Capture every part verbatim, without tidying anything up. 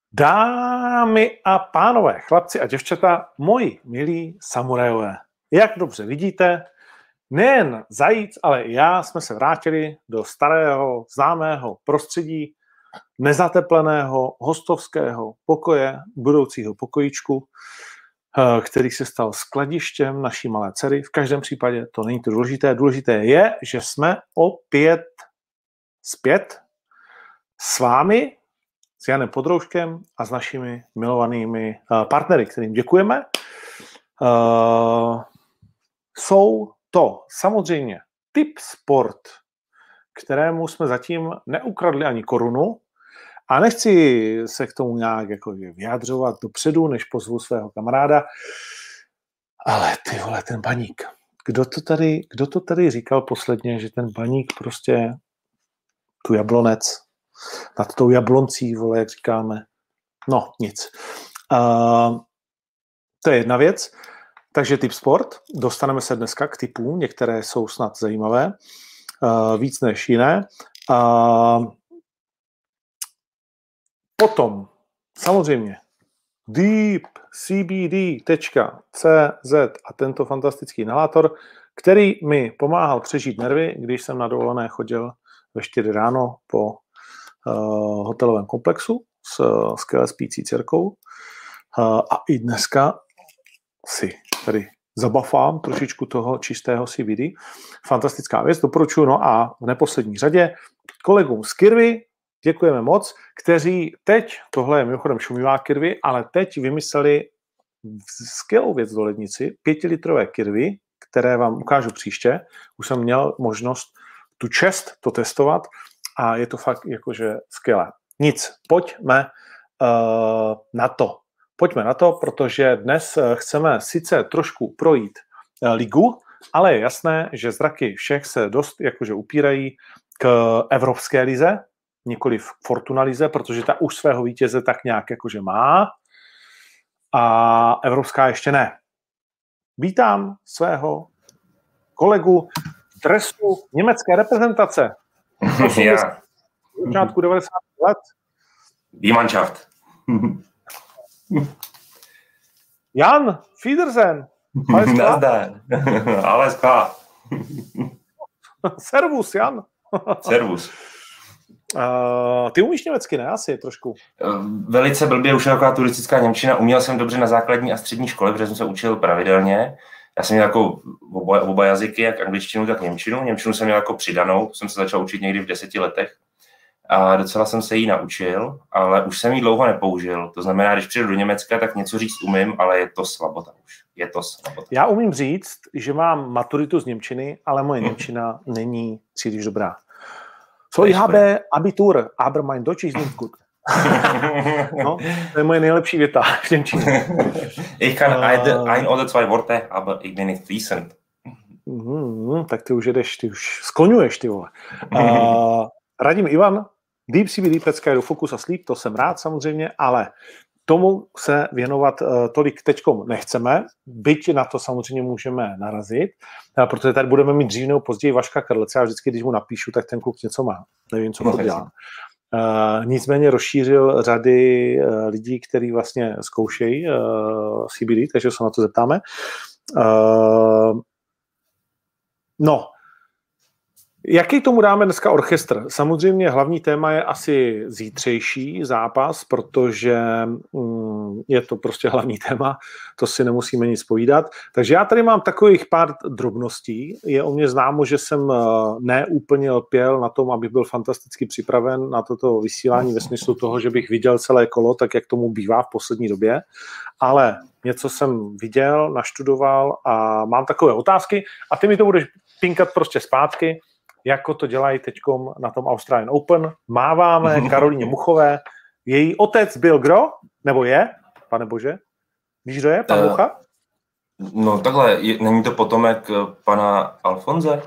Dámy a pánové, chlapci a děvčata, moji milí samurajové. Jak dobře vidíte, nejen Zajíc, ale i já jsme se vrátili do starého, známého prostředí, nezatepleného hostovského pokoje, budoucího pokojíčku, který se stal skladištěm naší malé dcery. V každém případě to není to důležité. Důležité je, že jsme opět zpět s vámi, s Janem Podrouškem a s našimi milovanými uh, partnery, kterým děkujeme. Uh, jsou to samozřejmě Tip Sport, kterému jsme zatím neukradli ani korunu a nechci se k tomu nějak jako vyjadřovat dopředu, než pozvu svého kamaráda, ale ty vole, ten baník. Kdo to tady, kdo to tady říkal posledně, že ten baník prostě tu jablonec nad tou jabloncí, vole, jak říkáme. No, nic. Uh, to je jedna věc. Takže Tip Sport. Dostaneme se dneska k tipům. Některé jsou snad zajímavé. Uh, víc než jiné. Uh, potom, samozřejmě, deep c b d tečka c z a tento fantastický inhalátor, který mi pomáhal přežít nervy, když jsem na dovolené chodil ve čtyři ráno po Uh, hotelovém komplexu s uh, skvěle spící dcerkou uh, a i dneska si tady zabafám trošičku toho čistého C B D. Fantastická věc, doporučuji. No a v neposlední řadě kolegům z Kirvy děkujeme moc, kteří teď, tohle je mimochodem šumivá Kirvy, ale teď vymysleli skvělou věc do lednici, pětilitrové Kirvy, které vám ukážu příště. Už jsem měl možnost tu čest to testovat a je to fakt jakože skvělé. Nic, pojďme uh, na to. Pojďme na to, protože dnes chceme sice trošku projít uh, ligu, ale je jasné, že zraky všech se dost jakože upírají k evropské lize, nikoliv k Fortuna lize, protože ta už svého vítěze tak nějak jakože má a evropská ještě ne. Vítám svého kolegu v dresu německé reprezentace. Ja. V počátku devadesátých let. Die Mannschaft. Jan, Fiedersen. Nazdar. Alles klar. Servus, Jan. Servus. Uh, ty umíš německy, ne? Asi trošku. Velice blbě, už je taková turistická němčina. Uměl jsem dobře na základní a střední škole, protože jsem se učil pravidelně. Já jsem měl jako oba, oba jazyky, jak angličtinu, tak němčinu. Němčinu jsem měl jako přidanou, to jsem se začal učit někdy v deseti letech. A docela jsem se jí naučil, ale už jsem ji dlouho nepoužil. To znamená, když přijdu do Německa, tak něco říct umím, ale je to slabota už. Je to slabota. Já umím říct, že mám maturitu z němčiny, ale moje němčina není příliš dobrá. So, ich habe Abitur, aber mein Deutsch ist nicht gut. No, to je moje nejlepší věta v němčině. Ich kann uh, ein oder zwei Worte, aber ich bin nicht fließend. Mm, tak ty už jedeš, ty už skloňuješ, ty vole. Uh, Radím Ivan, Deep C B D, pecka do Focus a Sleep, to jsem rád samozřejmě, ale tomu se věnovat uh, tolik teďkom nechceme, byť na to samozřejmě můžeme narazit, uh, protože tady budeme mít dřív nebo později Vaška Krlece a vždycky, když mu napíšu, tak ten kluk něco má. Nevím, co to dělá. Uh, nicméně rozšířil řady uh, lidí, kteří vlastně zkoušejí uh, C B D, takže se na to zeptáme. Uh, no, jaký tomu dáme dneska orchestr? Samozřejmě hlavní téma je asi zítřejší zápas, protože mm, je to prostě hlavní téma, to si nemusíme nic povídat. Takže já tady mám takových pár drobností. Je o mě známo, že jsem neúplně lpěl na tom, abych byl fantasticky připraven na toto vysílání ve smyslu toho, že bych viděl celé kolo, tak jak tomu bývá v poslední době. Ale něco jsem viděl, naštudoval a mám takové otázky a ty mi to budeš pinkat prostě zpátky, jako to dělají teďkom na tom Australian Open. Máváme Karolíně Muchové. Její otec byl kdo? Nebo je? Pane bože? Víš, kdo je? Pan uh, Mucha? No takhle, je, není to potomek pana Alfonze?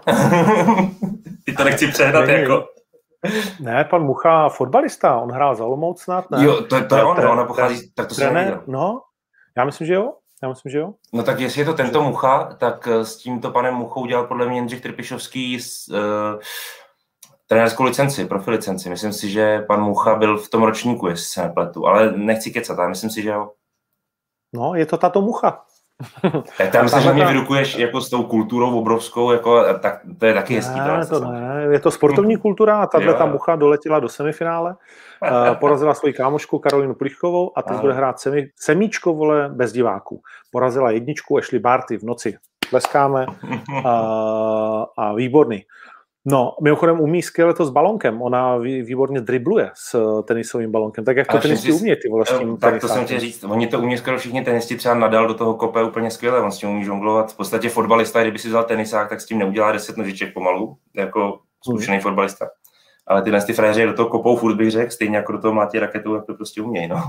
Ty to nechci přehnat není. Jako... Ne, pan Mucha, fotbalista. On hrál za Olomouc snad, ne? Jo, to, to je on, tre, ona pochází, tre, tak to jsem neviděl. No, já myslím, že jo. Já myslím, že jo. No tak jestli je to tento Mucha, tak s tímto panem Muchou dělal podle mě Jindřich Trpišovský s, uh, trenérskou licenci, profi licenci. Myslím si, že pan Mucha byl v tom ročníku, jestli se nepletu, ale nechci kecat, ale myslím si, že jo. No, je to tato Mucha. Tak tam se, že mě vyrukuješ jako s tou kulturou obrovskou, jako, tak to je taky hezký. Ne, to ne, je to sportovní kultura a tahle ta Mucha doletěla do semifinále, uh, porazila svoji kámošku Karolinu Plichkovou a teď bude hrát semi, semíčko, vole, bez diváků. Porazila jedničku Ashley Barty v noci. Tleskáme uh, a výborný. No, mimochodem umí skvěle to s balonkem. Ona výborně dribluje s tenisovým balonkem. Tak jak to tenisti umí, ty vole, s tím Tak tenisákem. To jsem chtěl říct. Oni to umí skoro všichni tenisti, třeba Nadal do toho kope úplně skvěle. On s tím umí žonglovat. V podstatě fotbalista, kdyby si vzal tenisák, tak s tím neudělá deset nožiček pomalu, jako zkušený hmm. fotbalista. Ale tyhle ty frajeři do toho kopou furt bych řekl, stejně jako do toho mlátí raketu, jak to prostě umějí, no.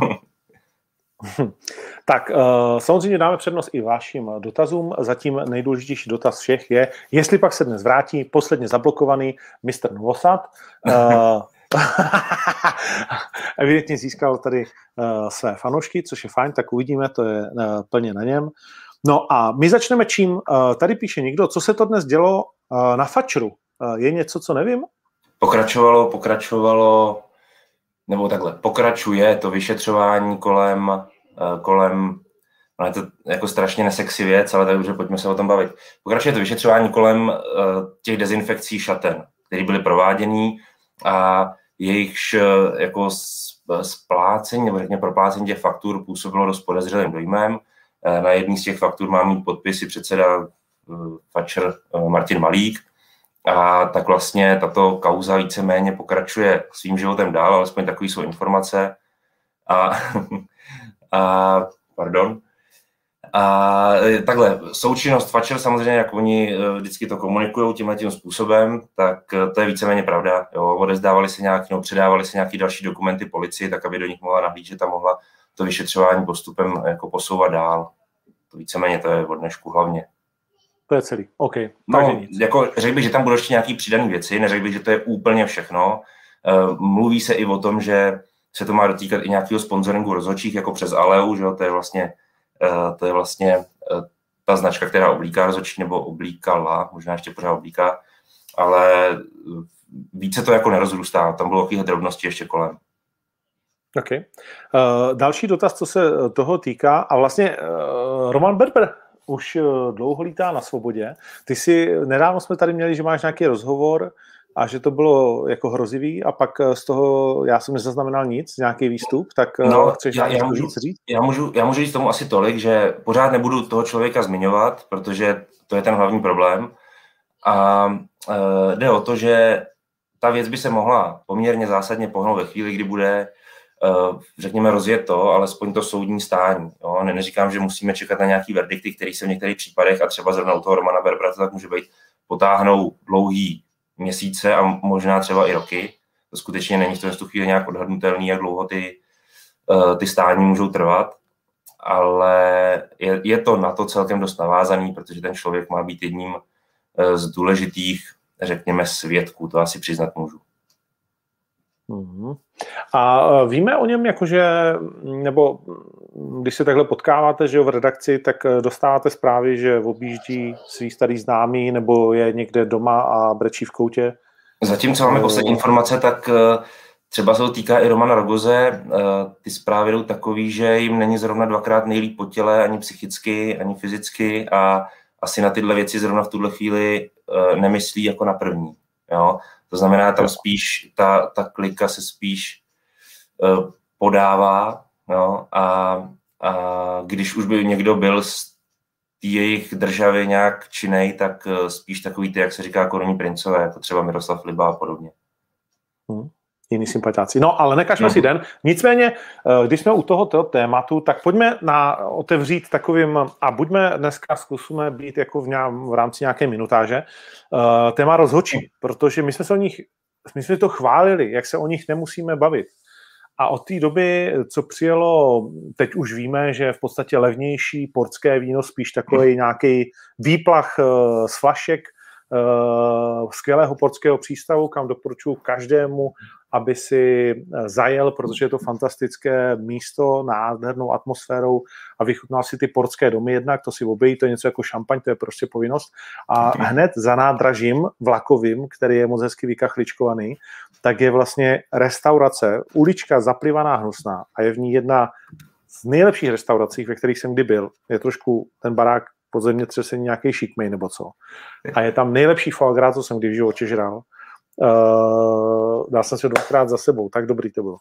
Tak uh, samozřejmě dáme přednost i vašim dotazům. Zatím nejdůležitější dotaz všech je, jestli pak se dnes vrátí posledně zablokovaný mister Novosad. Uh, evidentně získal tady uh, své fanoušky, což je fajn, tak uvidíme, to je uh, plně na něm. No a my začneme čím? Uh, tady píše někdo, co se to dnes dělo uh, na Fatcheru. Uh, je něco, co nevím? Pokračovalo, pokračovalo, nebo takhle, pokračuje to vyšetřování kolem, kolem, no je to jako strašně nesexy věc, ale takže pojďme se o tom bavit. Pokračuje to vyšetřování kolem těch dezinfekcí šaten, které byly prováděny a jejichž jako splácení, nebo řekněme proplácení těch faktur působilo dost podezřelým dojmem. Na jedný z těch faktur má mít podpisy předseda Fatcher Martin Malík. A tak vlastně tato kauza víceméně pokračuje svým životem dál, alespoň takový jsou informace. A, a pardon. A takhle, součinnost Fatcher samozřejmě, jak oni vždycky to komunikují tímhle tím způsobem, tak to je víceméně pravda. Jo, odezdávali se nějaký, no, předávali se nějaký další dokumenty policii, tak aby do nich mohla nahlížet a mohla to vyšetřování postupem jako posouvat dál. To víceméně to je od dnešku hlavně. To je celý, OK. No, jako řekl bych, že tam budou ještě nějaký přidané věci, neřekl bych, že to je úplně všechno. Mluví se i o tom, že se to má dotýkat i nějakého sponsoringu rozhodčích, jako přes Aleu, že jo, to je vlastně, to je vlastně ta značka, která oblíká rozhodčí, nebo oblíkala, možná ještě pořád oblíká, ale více to jako nerozrůstá, tam bylo takové drobnosti ještě kolem. OK. Uh, další dotaz, co se toho týká, a vlastně uh, Roman Berber už dlouho lítá na svobodě. Ty si, nedávno jsme tady měli, že máš nějaký rozhovor a že to bylo jako hrozivý a pak z toho, já jsem nezaznamenal nic, nějaký výstup, tak no, chceš já, já, můžu, říct? Já, můžu, já můžu říct tomu asi tolik, že pořád nebudu toho člověka zmiňovat, protože to je ten hlavní problém. A e, jde o to, že ta věc by se mohla poměrně zásadně pohnout ve chvíli, kdy bude řekněme rozjet to, alespoň to soudní stání. Jo? Ne, neříkám, že musíme čekat na nějaký verdikty, který se v některých případech, a třeba zrovna u toho Romana Berbera tak může být, potáhnou dlouhý měsíce a možná třeba i roky. To skutečně není v tu chvíli nějak odhadnutelný, jak dlouho ty, ty stání můžou trvat, ale je, je to na to celkem dost navázaný, protože ten člověk má být jedním z důležitých, řekněme, svědků, to asi přiznat můžu. Mm-hmm. A víme o něm, jakože, nebo když se takhle potkáváte, že jo, v redakci, tak dostáváte zprávy, že objíždí svý starý známý, nebo je někde doma a brečí v koutě? Zatím, co máme poslední informace, tak třeba se to týká i Romana Rogoze. Ty zprávy jdou takový, že jim není zrovna dvakrát nejlíp po těle, ani psychicky, ani fyzicky, a asi na tyhle věci zrovna v tuhle chvíli nemyslí jako na první. Jo? To znamená, tam spíš ta, ta klika se spíš uh, podává, no, a, a když už by někdo byl z jejich državy nějak činej, tak uh, spíš takový ty, jak se říká, korunní princové, jako třeba Miroslav Liba a podobně. Hmm. Jiný sympatiáci. No, ale nekažme no. si den. Nicméně, když jsme u tohoto tématu, tak pojďme na otevřít takovým, a buďme dneska, zkusíme být jako v, nějak, v rámci nějaké minutáže, uh, téma rozhodčí, protože my jsme se o nich, my jsme to chválili, jak se o nich nemusíme bavit. A od té doby, co přijelo, teď už víme, že v podstatě levnější portské víno, spíš takový nějaký výplach uh, z flašek, Uh, skvělého portského přístavu, kam doporučuji každému aby si zajel, protože je to fantastické místo, nádhernou atmosférou a vychutnal si ty portské domy jednak, to si obejí, to je něco jako šampaň, to je prostě povinnost. A hned za nádražím vlakovým, který je moc hezky vykachličkovaný, tak je vlastně restaurace, ulička zaplivaná hnusná a je v ní jedna z nejlepších restaurací, ve kterých jsem kdy byl. Je trošku ten barák pod zemětřesení nějaký šikmej nebo co. A je tam nejlepší foie gras, co jsem kdy v životě žral. Uh, dal jsem si ho dvakrát za sebou, tak dobrý to bylo.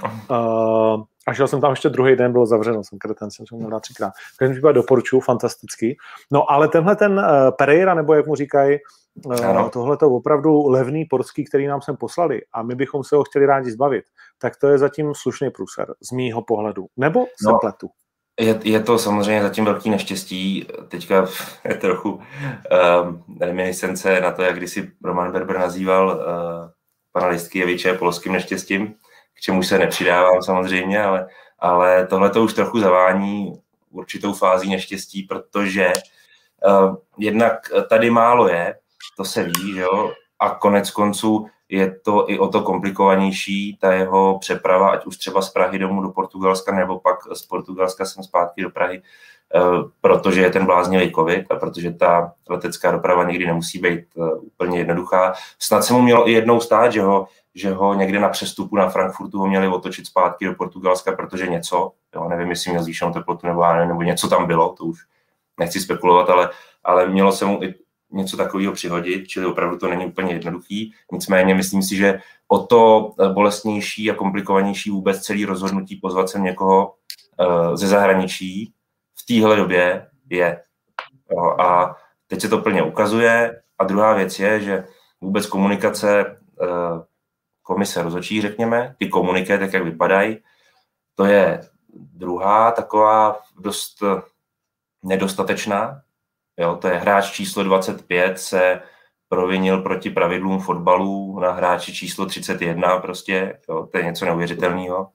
Uh, a šel jsem tam ještě druhý den, bylo zavřeno, jsem kreten, jsem se měl dát třikrát. V každém případě doporučuju, fantastický. No ale tenhle ten uh, Pereira, nebo jak mu říkají, uh, tohle to opravdu levný portský, který nám sem poslali a my bychom se ho chtěli rádi zbavit, tak to je zatím slušný průser z mýho pohledu. Nebo se no. pletu? Je, je to samozřejmě zatím velký neštěstí. Teďka je trochu um, reminiscence na to, jak kdysi Roman Berber nazýval uh, pana Listkijeviče polským neštěstím, k čemu se nepřidávám samozřejmě, ale, ale tohle to už trochu zavání určitou fází neštěstí, protože uh, jednak tady málo je, to se ví, že jo, a konec konců je to i o to komplikovanější, ta jeho přeprava, ať už třeba z Prahy domů do Portugalska, nebo pak z Portugalska sem zpátky do Prahy, protože je ten bláznivý covid a protože ta letecká doprava nikdy nemusí být úplně jednoduchá. Snad se mu mělo i jednou stát, že ho, že ho někde na přestupu na Frankfurtu ho měli otočit zpátky do Portugalska, protože něco, jo, nevím, jestli měl zvýšenou teplotu nebo, nebo něco tam bylo, to už nechci spekulovat, ale, ale mělo se mu i něco takového přihodit, čili opravdu to není úplně jednoduchý. Nicméně myslím si, že o to bolestnější a komplikovanější vůbec celý rozhodnutí pozvat sem někoho uh, ze zahraničí v téhle době je. Jo, a teď se to plně ukazuje. A druhá věc je, že vůbec komunikace uh, komise rozhodčí, řekněme, ty komuniké, tak jak vypadají, to je druhá taková dost nedostatečná. Jo, to je hráč číslo dvacet pět se provinil proti pravidlům fotbalu na hráči číslo třicet jedna, prostě, jo, to je něco neuvěřitelného.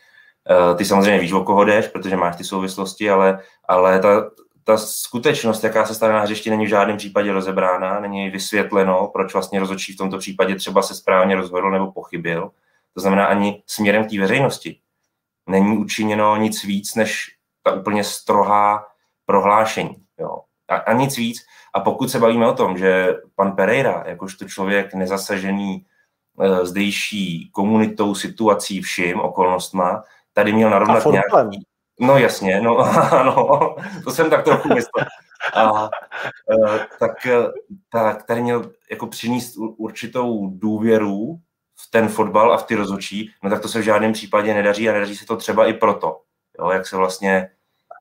E, ty samozřejmě víš, o koho jdeš, protože máš ty souvislosti, ale, ale ta, ta skutečnost, jaká se stane na hřišti, není v žádném případě rozebrána, není vysvětleno, proč vlastně rozhodčí v tomto případě třeba se správně rozhodl nebo pochybil. To znamená, ani směrem k té veřejnosti není učiněno nic víc, než ta úplně strohá prohlášení. Jo. A, a nic víc. A pokud se bavíme o tom, že pan Pereira, jakožto člověk nezasažený e, zdejší komunitou, situací, vším, okolnostma, tady měl narovnat nějaký... No jasně, no ano, to jsem tak trochu myslel. A e, tak, tak tady měl jako přinést určitou důvěru v ten fotbal a v ty rozhodčí, no tak to se v žádném případě nedaří a nedaří se to třeba i proto, jo, jak se vlastně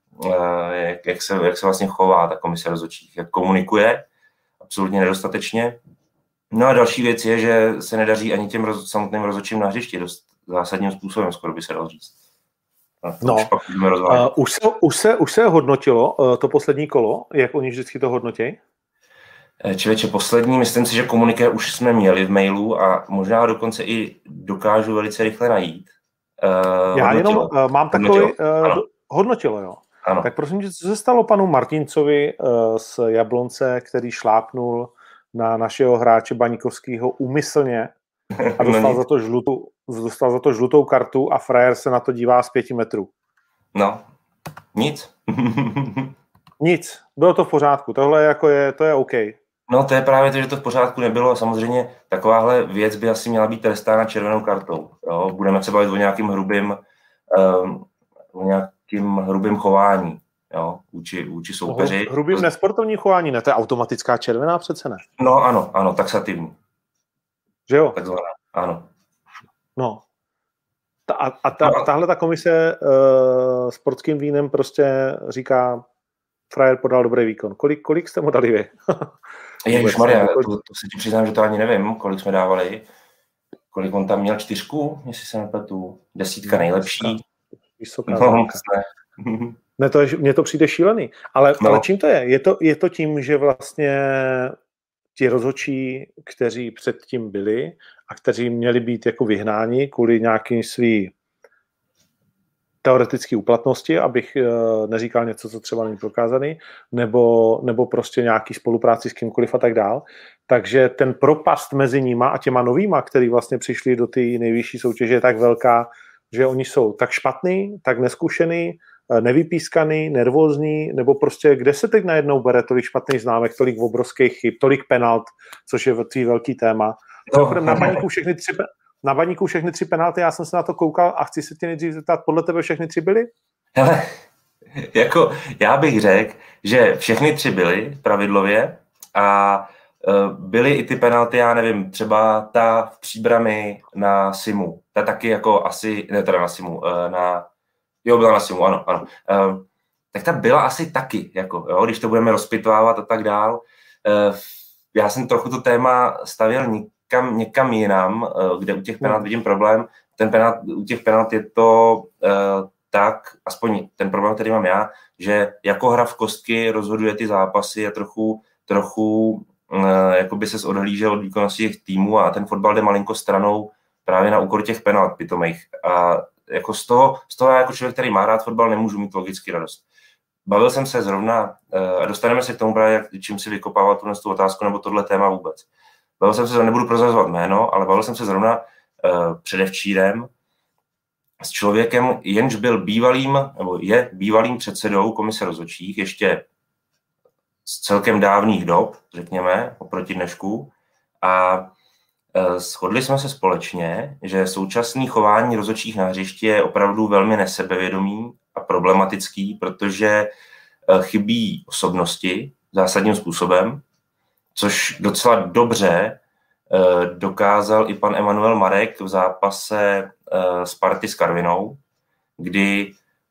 Jak, jak, se, jak se vlastně chová ta komise rozhodčích, jak komunikuje, absolutně nedostatečně. No a další věc je, že se nedaří ani těm roz, samotným rozhodčím na hřišti dost zásadním způsobem, skoro by se dalo říct. No, už, pak uh, už, se, už, se, už se hodnotilo uh, to poslední kolo, jak oni vždycky to hodnotí? Člověče, poslední, myslím si, že komuniké už jsme měli v mailu a možná dokonce i dokážu velice rychle najít. Uh, Já hodnotilo. jenom uh, mám takový... Uh, hodnotilo, jo. Ano. Tak prosím, co se stalo panu Martincovi uh, z Jablonce, který šlápnul na našeho hráče Baníkovského úmyslně a dostal, no za to žlutou, dostal za to žlutou kartu a frajer se na to dívá z pěti metrů. No, nic. Nic, bylo to v pořádku, tohle jako je, to je OK. No to je právě to, že to v pořádku nebylo a samozřejmě takováhle věc by asi měla být trestána červenou kartou. Jo? Budeme se bavit o nějakým hrubým um, o nějakým hrubým chování, jo, vůči, vůči soupeři. Hrubým nesportovním chování, ne, to je automatická červená přece ne. No ano, ano, taxativní. Že jo? Takzvaná, ano. No. Ta, a a ta, no. tahle ta komise uh, s portským vínem prostě říká, frajer podal dobrý výkon. Kolik, kolik jste mu dali vy? Ježišmarja, to, to se ti přiznám, že to ani nevím, kolik jsme dávali. Kolik on tam měl, čtyřku, jestli se nepletu, desítka nejlepší. Vysoká no, ne, to je, mně to přijde šílený. Ale, no. ale čím to je? Je to, je to tím, že vlastně ti rozhodčí, kteří předtím byli a kteří měli být jako vyhnáni kvůli nějakým svý teoretické úplatnosti, abych neříkal něco, co třeba není prokázaný, nebo, nebo prostě nějaký spolupráci s kýmkoliv a tak dál. Takže ten propast mezi nima a těma novýma, který vlastně přišli do té nejvyšší soutěže, je tak velká, že oni jsou tak špatný, tak neskušený, nevypískaný, nervózní, nebo prostě kde se teď najednou bere tolik špatných známek, tolik obrovských chyb, tolik penalt, což je tvý velký téma. No, na Baníku všechny tři, na Baníku všechny tři penalty, já jsem se na to koukal a chci se tě nejdřív zeptat, podle tebe všechny tři byly? Hele, jako já bych řekl, že všechny tři byly pravidlově a byly i ty penalty, já nevím, třeba ta v Příbrami na Simu, ta taky jako asi, ne teda na Simu, na, jo, byla na Simu, ano, ano, tak ta byla asi taky, jako, jo, když to budeme rozpitvávat a tak dál. Já jsem trochu to téma stavěl někam, někam jinam, kde u těch penalt vidím problém. Ten penalt, u těch penalt je to tak, aspoň ten problém, který mám já, že jako hra v kostky rozhoduje ty zápasy a trochu, trochu jakoby se odhlížel od výkonnosti těch týmů a ten fotbal jde malinko stranou právě na úkor těch penalt pitomých. A jako z toho, z toho já jako člověk, který má rád fotbal, nemůžu mít logicky radost. Bavil jsem se zrovna, a dostaneme se k tomu právě, jak, čím si vykopávat tu, tu otázku nebo tohle téma vůbec. Bavil jsem se, nebudu prozrazovat jméno, ale bavil jsem se zrovna uh, předevčírem s člověkem, jenž byl bývalým, nebo je bývalým předsedou komise rozhodčích, ještě z celkem dávných dob, řekněme, oproti dnešku. A uh, shodli jsme se společně, že současné chování rozhodčích na hřišti je opravdu velmi nesebevědomý a problematický, protože uh, chybí osobnosti zásadním způsobem, což docela dobře uh, dokázal i pan Emanuel Marek v zápase uh, Sparty s Karvinou, kdy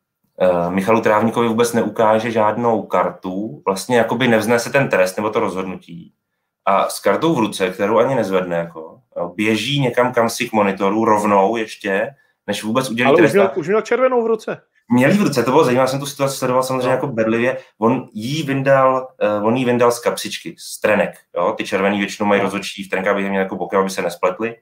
uh, Michalu Trávníkovi vůbec neukáže žádnou kartu, vlastně jakoby nevznese ten trest nebo to rozhodnutí. A s kartou v ruce, kterou ani nezvedne, jako, běží někam kam si k monitoru rovnou ještě, než vůbec udělí ale trest. Ale už, už měl červenou v ruce. Měl v ruce, to bylo zajímavé, jsem tu situaci sledoval samozřejmě no. jako bedlivě. On jí vyndal, uh, on jí vyndal z kapsičky, z trenek. Jo? Ty červený většinou mají no. rozhodčí v trenkách, aby je měl jako bokem, aby se nespletli.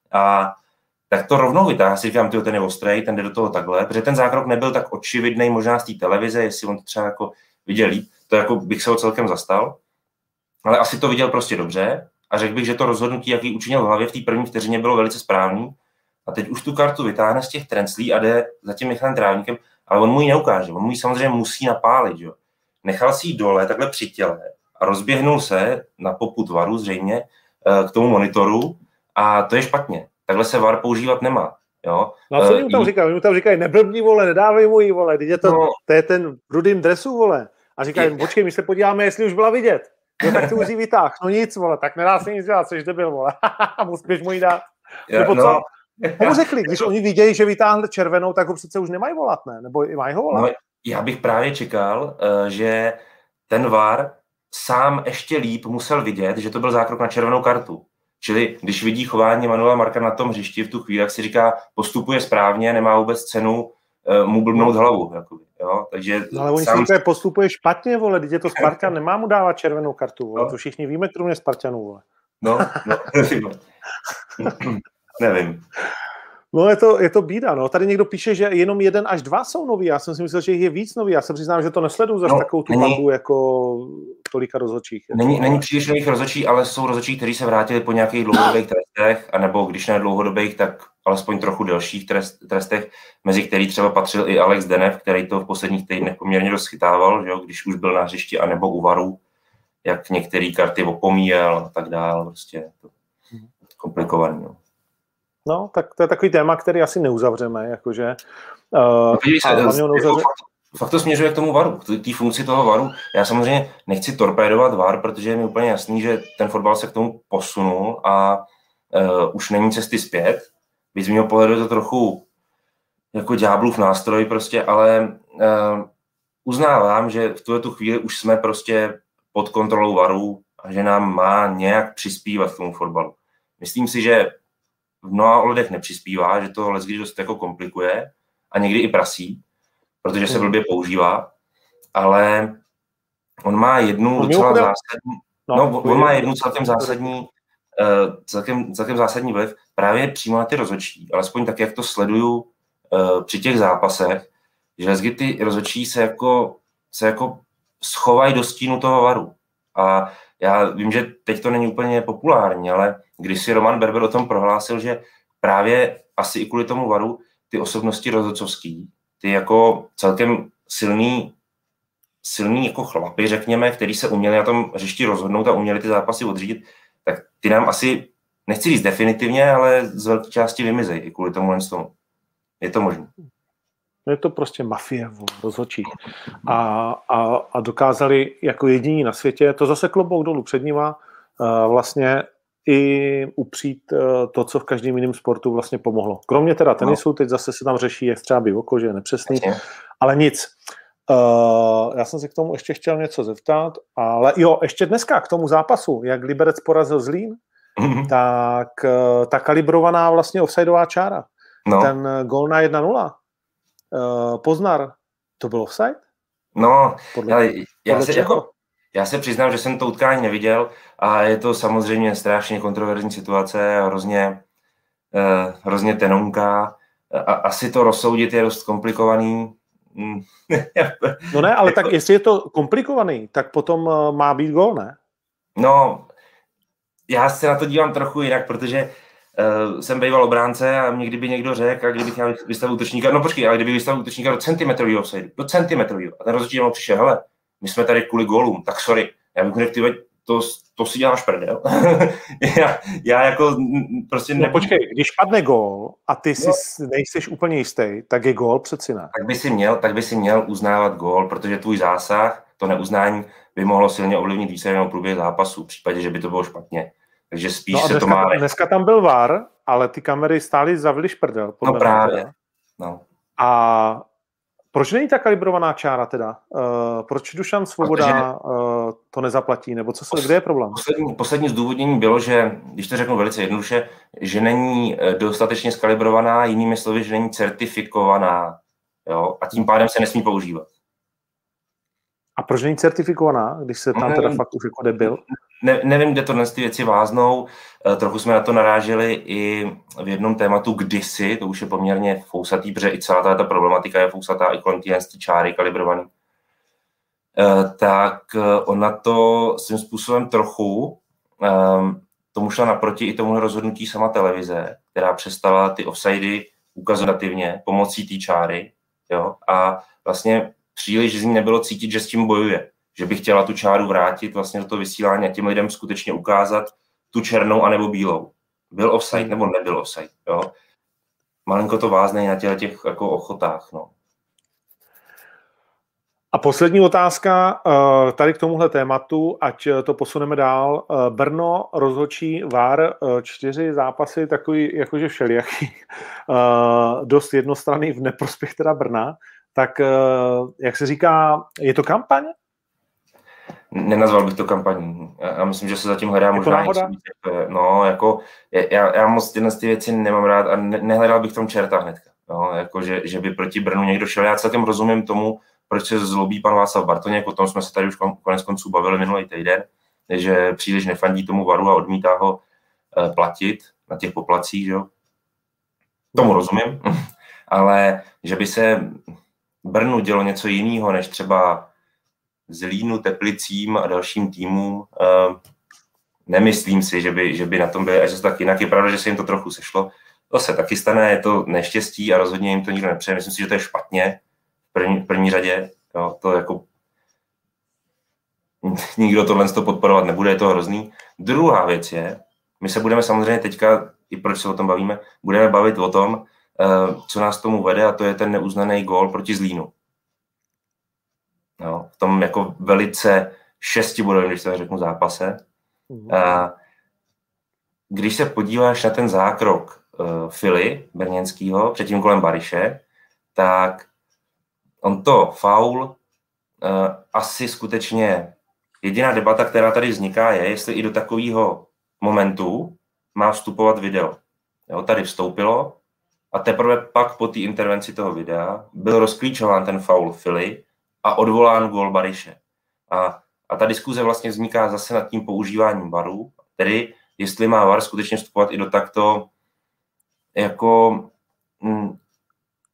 A tak to rovnou vytáhl, si říkám, tyjo, ten je ostrej, ten jde do toho takhle, protože ten zákrok nebyl tak očividný možná z té televize, jestli on to třeba jako viděl líp, to jako bych se ho celkem zastal. Ale asi to viděl prostě dobře a řekl bych, že to rozhodnutí, jaký učinil v hlavě v té první vteřině, bylo velice správný. A teď už tu kartu vytáhne z těch trenclí a jde za tím Michalem Trávníkem, ale on mu ji neukáže, on mu ji samozřejmě musí napálit. Jo. Nechal si ji dole, takhle při těle a rozběhnul se na popud varu zřejmě k tomu monitoru a to je špatně. Takhle se var používat nemá. Jo. No a co jim tam říkají? Oni mu tam říkají, neblbni, vole, nedávej mu ji, vole, je to, no, to je ten v rudým dresu, vole. A říkají, počkej, my se podíváme, jestli už byla vidět. No tak ty už ji vytáh, no nic, vole, tak nedá se nic dělat, což debil, vole. Musíš mu ji dát. Nebo co? No. Tomu řekli, když oni vidějí, že vytáhne červenou, tak ho přece už nemají volat, ne? Nebo mají ho volat? No, já bych právě čekal, že ten var sám ještě líp musel vidět, že to byl zákrok na červenou kartu. Čili když vidí chování Manuela Marka na tom hřišti v tu chvíli, tak si říká, postupuje správně, nemá vůbec cenu mu blbnout hlavu. Jakoby, jo? Takže no, ale oni sám... si říkají, postupuje špatně, vole, když je to Spartan, nemá mu dávat červenou kartu, vole. No. To všichni víme, kromě Spartanů, vole. No, no, nevím. No je to, je to bída, no. Tady někdo píše, že jenom jeden až dva jsou noví. Já jsem si myslel, že jich je víc noví. Já se přiznám, že to nesleduju zase no, takovou tu bandu jako tolika rozhodčích. Není, není příliš nových rozhodčí, ale jsou rozhodčí, kteří se vrátili po nějakých dlouhodobých trestech, anebo když ne dlouhodobých, tak alespoň trochu delších trest, trestech, mezi který třeba patřil i Alex Denev, který to v posledních týdnech poměrně dost chytával, že jo, když už byl na hřišti, anebo u varu, jak některé karty opomíjel a tak dál. Prostě to komplikovaný, no. No, tak to je takový téma, který asi neuzavřeme, jakože... Uh, se, neuzavře... Fakt to směřuje k tomu varu, k té funkci toho varu. Já samozřejmě nechci torpédovat var, protože je mi úplně jasný, že ten fotbal se k tomu posunul a uh, už není cesty zpět. Víc z mého pohledu je to trochu jako ďáblův nástroj prostě, ale uh, uznávám, že v tuhle tu chvíli už jsme prostě pod kontrolou varu a že nám má nějak přispívat k tomu fotbalu. Myslím si, že v mnoha ohledech nepřispívá, že to leckdy dost jako komplikuje a někdy i prasí, protože se blbě používá, ale on má jednu docela zásadní, no, on má jednu celkem zásadní, celkem, celkem zásadní vliv právě přímo na ty rozhodčí, alespoň tak, jak to sleduju při těch zápasech, že leckdy ty rozhodčí se jako, se jako schovají do stínu toho varu. A já vím, že teď to není úplně populární, ale když si Roman Berber o tom prohlásil, že právě asi i kvůli tomu varu ty osobnosti rozhodcovský, ty jako celkem silný, silný jako chlapy, řekněme, který se uměli na tom hřišti rozhodnout a uměli ty zápasy odřídit, tak ty nám asi, nechci říct definitivně, ale z velké části vymizejí i kvůli tomu jen z tomu. Je to možné. Je to prostě mafie rozhodčí. A, a, a dokázali jako jediní na světě, to zase klobouk dolů před nima, vlastně i upřít to, co v každém jiném sportu vlastně pomohlo. Kromě teda tenisu, teď zase se tam řeší, jak třeba by oko, že je nepřesný, ale nic. Uh, já jsem si k tomu ještě chtěl něco zeptat, ale jo, ještě dneska k tomu zápasu, jak Liberec porazil Zlín, mm-hmm. tak uh, ta kalibrovaná vlastně offsideová čára, no. Ten gól na jedna nula, uh, Poznar, to byl offside? No, podle, ale já, podle se, jako, já se přiznám, že jsem to utkání neviděl a je to samozřejmě strašně kontroverzní situace, hrozně, uh, hrozně tenonká. A, asi to rozsoudit je dost komplikovaný. No ne, ale tak jestli je to komplikovaný, tak potom uh, má být gól, ne? No, já se na to dívám trochu jinak, protože uh, jsem býval obránce a mě kdyby někdo řekl, a kdybych měl vystavil útočníka, no počkej, ale kdyby vystavil útočníka do centimetrového offside, do centimetrového, a ten rozhodčí jenom přišel, hele, my jsme tady kvůli gólům, tak sorry, já bych řekl, ty, to, to si děláš prdel. já, já jako prostě... No počkej, když padne gól a ty si no. nejseš úplně jistý, tak je gól přeci ne. Tak by si měl, tak by si měl uznávat gól, protože tvůj zásah, to neuznání by mohlo silně ovlivnit výsledek průběh zápasu, v případě, že by to bylo špatně. Takže spíš no se dneska, to má... Dneska tam byl V A R, ale ty kamery stály za šprdel. No právě. No. A proč není ta kalibrovaná čára teda? Uh, proč Dušan Svoboda uh, to nezaplatí? Nebo co se, kde je problém? Poslední, poslední zdůvodnění bylo, že, když to řeknu velice jednoduše, že není dostatečně skalibrovaná, jinými slovy, že není certifikovaná. Jo? A tím pádem se nesmí používat. A proč není certifikovaná, když se tam teda fakt už jako debil? Ne, nevím, kde tohle ty věci váznou. Trochu jsme na to naráželi i v jednom tématu kdysi, to už je poměrně fousatý, protože i celá ta problematika je fousatá i kolem té čáry kalibrovaný. Tak ona to svým způsobem trochu tomu šla naproti i tomu rozhodnutí sama televize, která přestala ty offsidy ukazovat nativně pomocí té čáry. Jo? A vlastně příliš z ní nebylo cítit, že s tím bojuje. Že by chtěla tu čáru vrátit vlastně do toho vysílání a těm lidem skutečně ukázat tu černou anebo bílou. Byl offside nebo nebyl offside. Jo? Malinko to vázne na těch, těch jako ochotách. No. A poslední otázka tady k tomuhle tématu, ať to posuneme dál. Brno rozhodčí V A R, čtyři zápasy, takový jakože všelijaký, dost jednostranný v neprospěch teda Brna. Tak jak se říká, je to kampaň? Nenazval bych to kampaní. Já myslím, že se zatím hledá možná něco víc. No, jako, já, já moc tyhle ty věci nemám rád a ne, nehledal bych v tom čerta hnedka. No, jako, že, že by proti Brnu někdo šel. Já celkem rozumím tomu, proč se zlobí pan Václav Bartoněk, o tom jsme se tady už konec konců bavili minulý týden, že příliš nefandí tomu varu a odmítá ho platit na těch poplacích, že jo. Tomu rozumím, ale že by se Brnu dělo něco jiného, než třeba Zlínu, Teplicím a dalším týmům. Nemyslím si, že by, že by na tom byli až tak jinak. Je pravda, že se jim to trochu sešlo. To se taky stane, je to neštěstí a rozhodně jim to nikdo nepřeje. Myslím si, že to je špatně v první, v první řadě. Jo, to jako nikdo tohle to podporovat nebude, je to hrozný. Druhá věc je, my se budeme samozřejmě teďka, i proč se o tom bavíme, budeme bavit o tom, co nás tomu vede, a to je ten neuznaný gól proti Zlínu. No, v tom jako velice šestibodovém, když to řeknu, zápase. Mm-hmm. Když se podíváš na ten zákrok uh, Fily brněnskýho před tím kolem Bariše, tak on to faul uh, asi skutečně jediná debata, která tady vzniká, je, jestli i do takového momentu má vstupovat video. Jo, tady vstoupilo a teprve pak po té intervenci toho videa byl rozklíčován ten faul Fily a odvolán gól Bariše. A, a ta diskuze vlastně vzniká zase nad tím používáním varu, tedy jestli má var skutečně vstupovat i do takto jako m,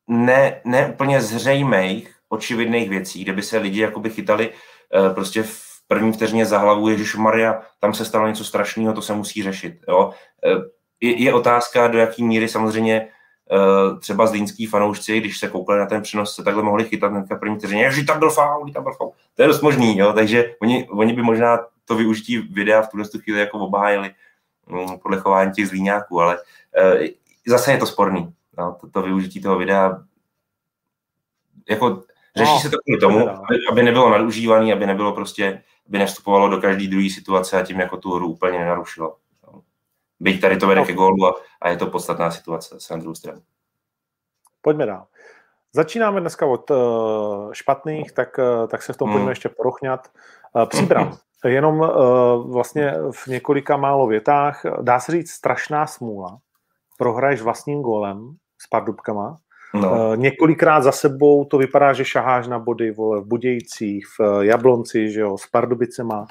ne, ne úplně zřejmých, očividných věcí, kde by se lidi jakoby chytali uh, prostě v první vteřině za hlavu, ježišmarja, tam se stalo něco strašného, to se musí řešit. Jo? Uh, je, je otázka, do jaký míry samozřejmě uh, třeba zlínský fanoušci, když se koukali na ten přenos, se takhle mohli chytat hnedka první vteřině, ježi, tam byl faul, tam byl faul. To je dost možný, jo? Takže oni, oni by možná to využití videa v tuhle chvíli jako obhájili um, podle chování těch zlíňáků, ale uh, zase je to sporný. No, to, to využití toho videa jako řeší no, se to kvůli tomu, aby, aby nebylo nadužívaný, aby nebylo prostě, aby nevstupovalo do každé druhé situace a tím jako tu hru úplně nenarušilo. No. Byť tady to vede ke gólu a, a je to podstatná situace se na druhou stranu. Pojďme dál. Začínáme dneska od uh, špatných, tak, uh, tak se v tom hmm. pojďme ještě porochňat. Uh, Příbram. Jenom uh, vlastně v několika málo větách, dá se říct strašná smůla. Prohraješ vlastním gólem s Pardubkama. No. Uh, několikrát za sebou to vypadá, že šaháš na body, vole, v Budějcích, v Jablonci, že jo, s Pardubicema.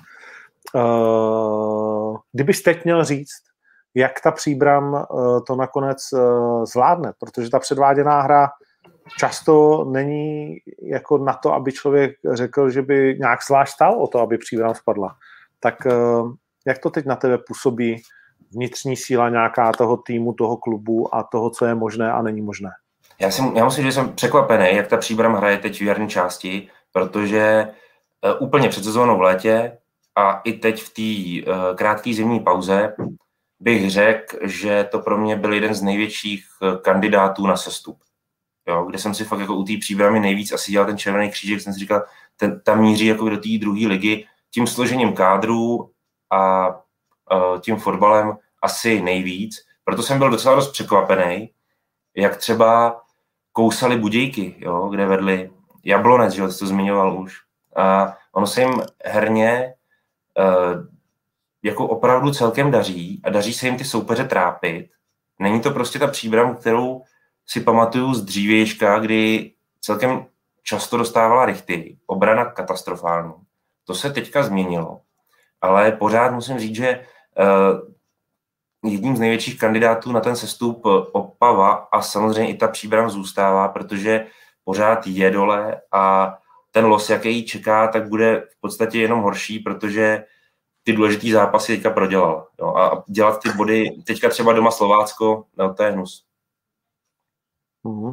Uh, kdybys teď měl říct, jak ta Příbram uh, to nakonec uh, zvládne, protože ta předváděná hra často není jako na to, aby člověk řekl, že by nějak zvlášť stál o to, aby Příbram spadla. Tak uh, jak to teď na tebe působí vnitřní síla nějaká toho týmu, toho klubu a toho, co je možné a není možné? Já, jsem, já musím říct, že jsem překvapený, jak ta Příbram hraje teď v jarní části, protože uh, úplně před sezónou v létě a i teď v té uh, krátké zimní pauze bych řekl, že to pro mě byl jeden z největších uh, kandidátů na sestup. Jo, kde jsem si fakt jako u té Příbramy nejvíc asi dělal ten červený křížek, jsem si říkal, ten, tam míří jako do té druhé ligy tím složením kádru a uh, tím fotbalem asi nejvíc. Proto jsem byl docela dost překvapený, jak třeba kousali Budějky, jo, kde vedli Jablonec, že to zmiňoval už. A ono se jim herně uh, jako opravdu celkem daří a daří se jim ty soupeře trápit. Není to prostě ta Příbram, kterou si pamatuju z dřívějška, kdy celkem často dostávala rychty, obrana katastrofální. To se teďka změnilo, ale pořád musím říct, že uh, jedním z největších kandidátů na ten sestup Opava a samozřejmě i ta Příbram zůstává, protože pořád je dole a ten los, jaký ji čeká, tak bude v podstatě jenom horší, protože ty důležitý zápasy teďka prodělal. Jo? A dělat ty body, teďka třeba doma Slovácko, no to je hnus. Uh-huh.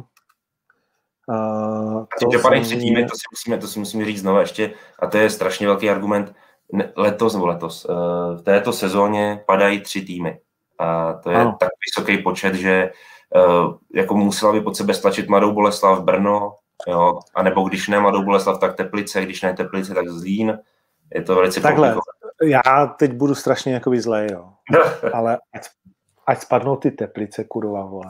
Uh, a tím, že padají tři týmy, to si, musíme, to si musíme říct znovu ještě, a to je strašně velký argument, letos nebo letos, uh, v této sezóně padají tři týmy. A to je ano. tak vysoký počet, že uh, jako musela by pod sebe stlačit Mladou Boleslav, Brno, jo, a nebo když ne Mladou Boleslav, tak Teplice, když ne Teplice, tak Zlín. Je to velice takhle, já teď budu strašně jakoby zlej, jo. Ale ať, ať spadnou ty Teplice, kurva, vole.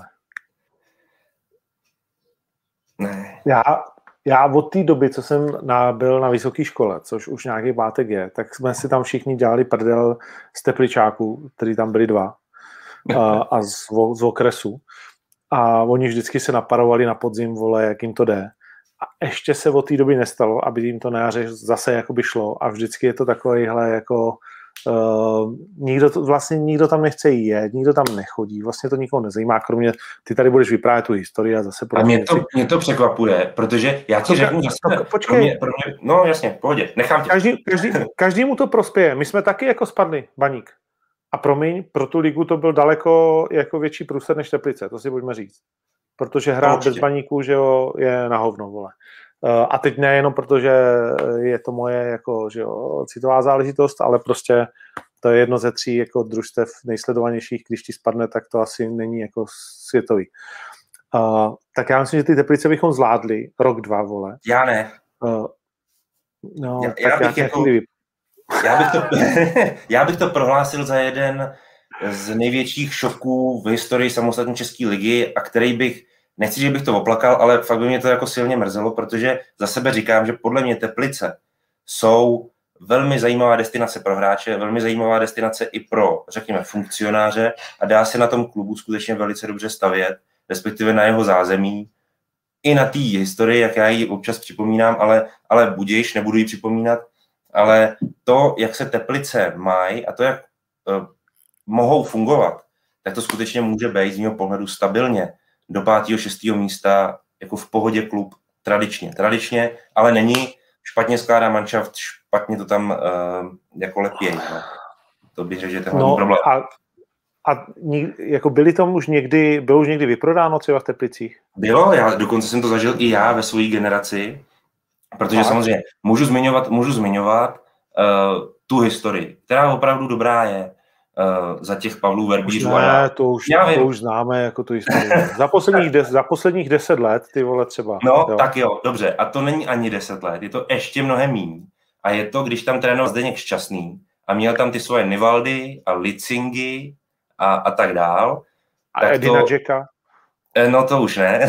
Ne. Já, já od té doby, co jsem na, byl na vysoké škole, což už nějaký pátek je, tak jsme si tam všichni dělali prdel z Tepličáků, který tam byli dva, a, a z, z okresu. A oni vždycky se naparovali na podzim, vole, jak jim to jde. A ještě se od té doby nestalo, aby jim to na jaře zase jakoby šlo. A vždycky je to takovýhle jako Uh, nikdo to, vlastně nikdo tam nechce jet, nikdo tam nechodí, vlastně to nikoho nezajímá, kromě ty tady budeš vyprávět tu historii a zase... A mě to, mě to překvapuje, protože já ti to, řeknu zase... To, počkej. Pro mě, pro mě, no jasně, v pohodě, nechám tě. Každý, každý, každý mu to prospěje. My jsme taky jako spadli, Baník. A promiň, pro tu ligu to byl daleko jako větší průser než Teplice, to si pojďme říct. Protože hrát bez Baníku, že jo, je na hovno, vole. A teď nejenom protože je to moje jako, že jo, citová záležitost, ale prostě to je jedno ze tří jako družstev nejsledovanějších, když ti spadne, tak to asi není jako světový. Uh, tak já myslím, že ty Teplice bychom zvládli rok, dva, vole. Já ne. Uh, no, já, tak já, bych já, jako, já, bych to, já bych to prohlásil za jeden z největších šoků v historii samostatné České ligy a který bych nechci, že bych to oplakal, ale fakt by mě to jako silně mrzelo, protože za sebe říkám, že podle mě Teplice jsou velmi zajímavá destinace pro hráče, velmi zajímavá destinace i pro, řekněme, funkcionáře a dá se na tom klubu skutečně velice dobře stavět, respektive na jeho zázemí, i na té historii, jak já ji občas připomínám, ale, ale budiš, nebudu ji připomínat, ale to, jak se Teplice mají a to, jak uh, mohou fungovat, tak to skutečně může být z mého pohledu stabilně do pátého, šestého místa jako v pohodě klub tradičně, tradičně, ale není špatně skládá manšaft, špatně to tam uh, jako lepějí. No. To bych řekl, že je ten hlavní no, problém. A, a jako byli tam už někdy, bylo už někdy vyprodáno třeba v Teplicích? Bylo, já dokonce jsem to zažil i já ve své generaci, protože a. samozřejmě můžu zmiňovat, můžu zmiňovat uh, tu historii, která opravdu dobrá je uh, za těch Pavlů Verbířů. Ne, a já, to, už, já to už známe jako tu historii. za, posledních des, za posledních deset let, ty vole třeba. No, jo. tak jo, dobře. A to není ani deset let, je to ještě mnohem míň. A je to, když tam trénoval Zdeněk Šťastný a měl tam ty svoje Nivaldy a Licingy a, a tak dál. A Edina to, Jacka? No to už ne,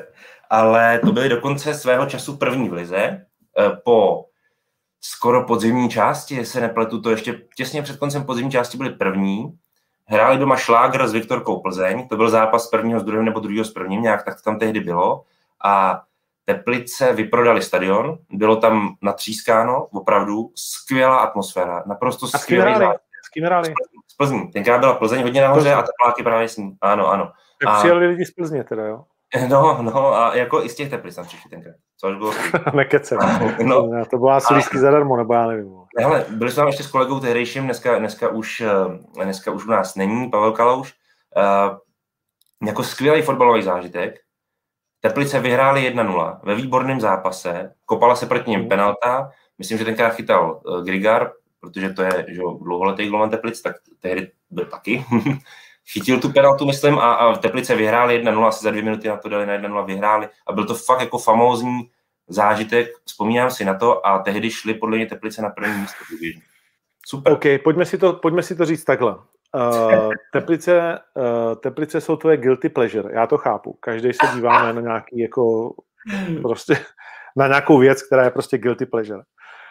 ale to byly dokonce svého času první v lize. Po skoro podzimní části, jestli se nepletu, to ještě těsně před koncem podzimní části byli první. Hráli doma Šlágr s Viktorkou Plzeň, to byl zápas prvního s druhým nebo druhého s prvním, nějak tak to tam tehdy bylo. A Teplice vyprodali stadion, bylo tam natřískáno, opravdu skvělá atmosféra, naprosto skvělý zápas. S kým hráli? Z Plzní. Tenkrát byla Plzeň hodně nahoře a Tepláky právě s ní. Ano, ano. Tak a... přijeli lidi z Plzně teda, jo? No, no, a jako i z těch Teplic tam přišli tenkrát. Což bylo... Nekecem. No. To bylo asi lístky a... zadarmo, nebo já nevím. Hele, byli jsme tam ještě s kolegou tehdejším, dneska, dneska, už, dneska už u nás není, Pavel Kalouš. Uh, jako skvělý fotbalový zážitek. Teplice vyhráli jedna nula ve výborném zápase, kopala se proti něm penalta, myslím, že tenkrát chytal uh, Grigar, protože to je že, dlouholetý golman Teplic, tak tehdy byl taky. Chytil tu penaltu, myslím, a, a Teplice vyhráli jedna nula, asi za dvě minuty na to dali na jedna nula, vyhráli a byl to fakt jako famózní zážitek, vzpomínám si na to a tehdy šli podle mě Teplice na první místo. Super. OK, pojďme si to, pojďme si to říct takhle. Uh, teplice, uh, Teplice jsou tvoje guilty pleasure, já to chápu. Každý se díváme na nějaký jako prostě na nějakou věc, která je prostě guilty pleasure.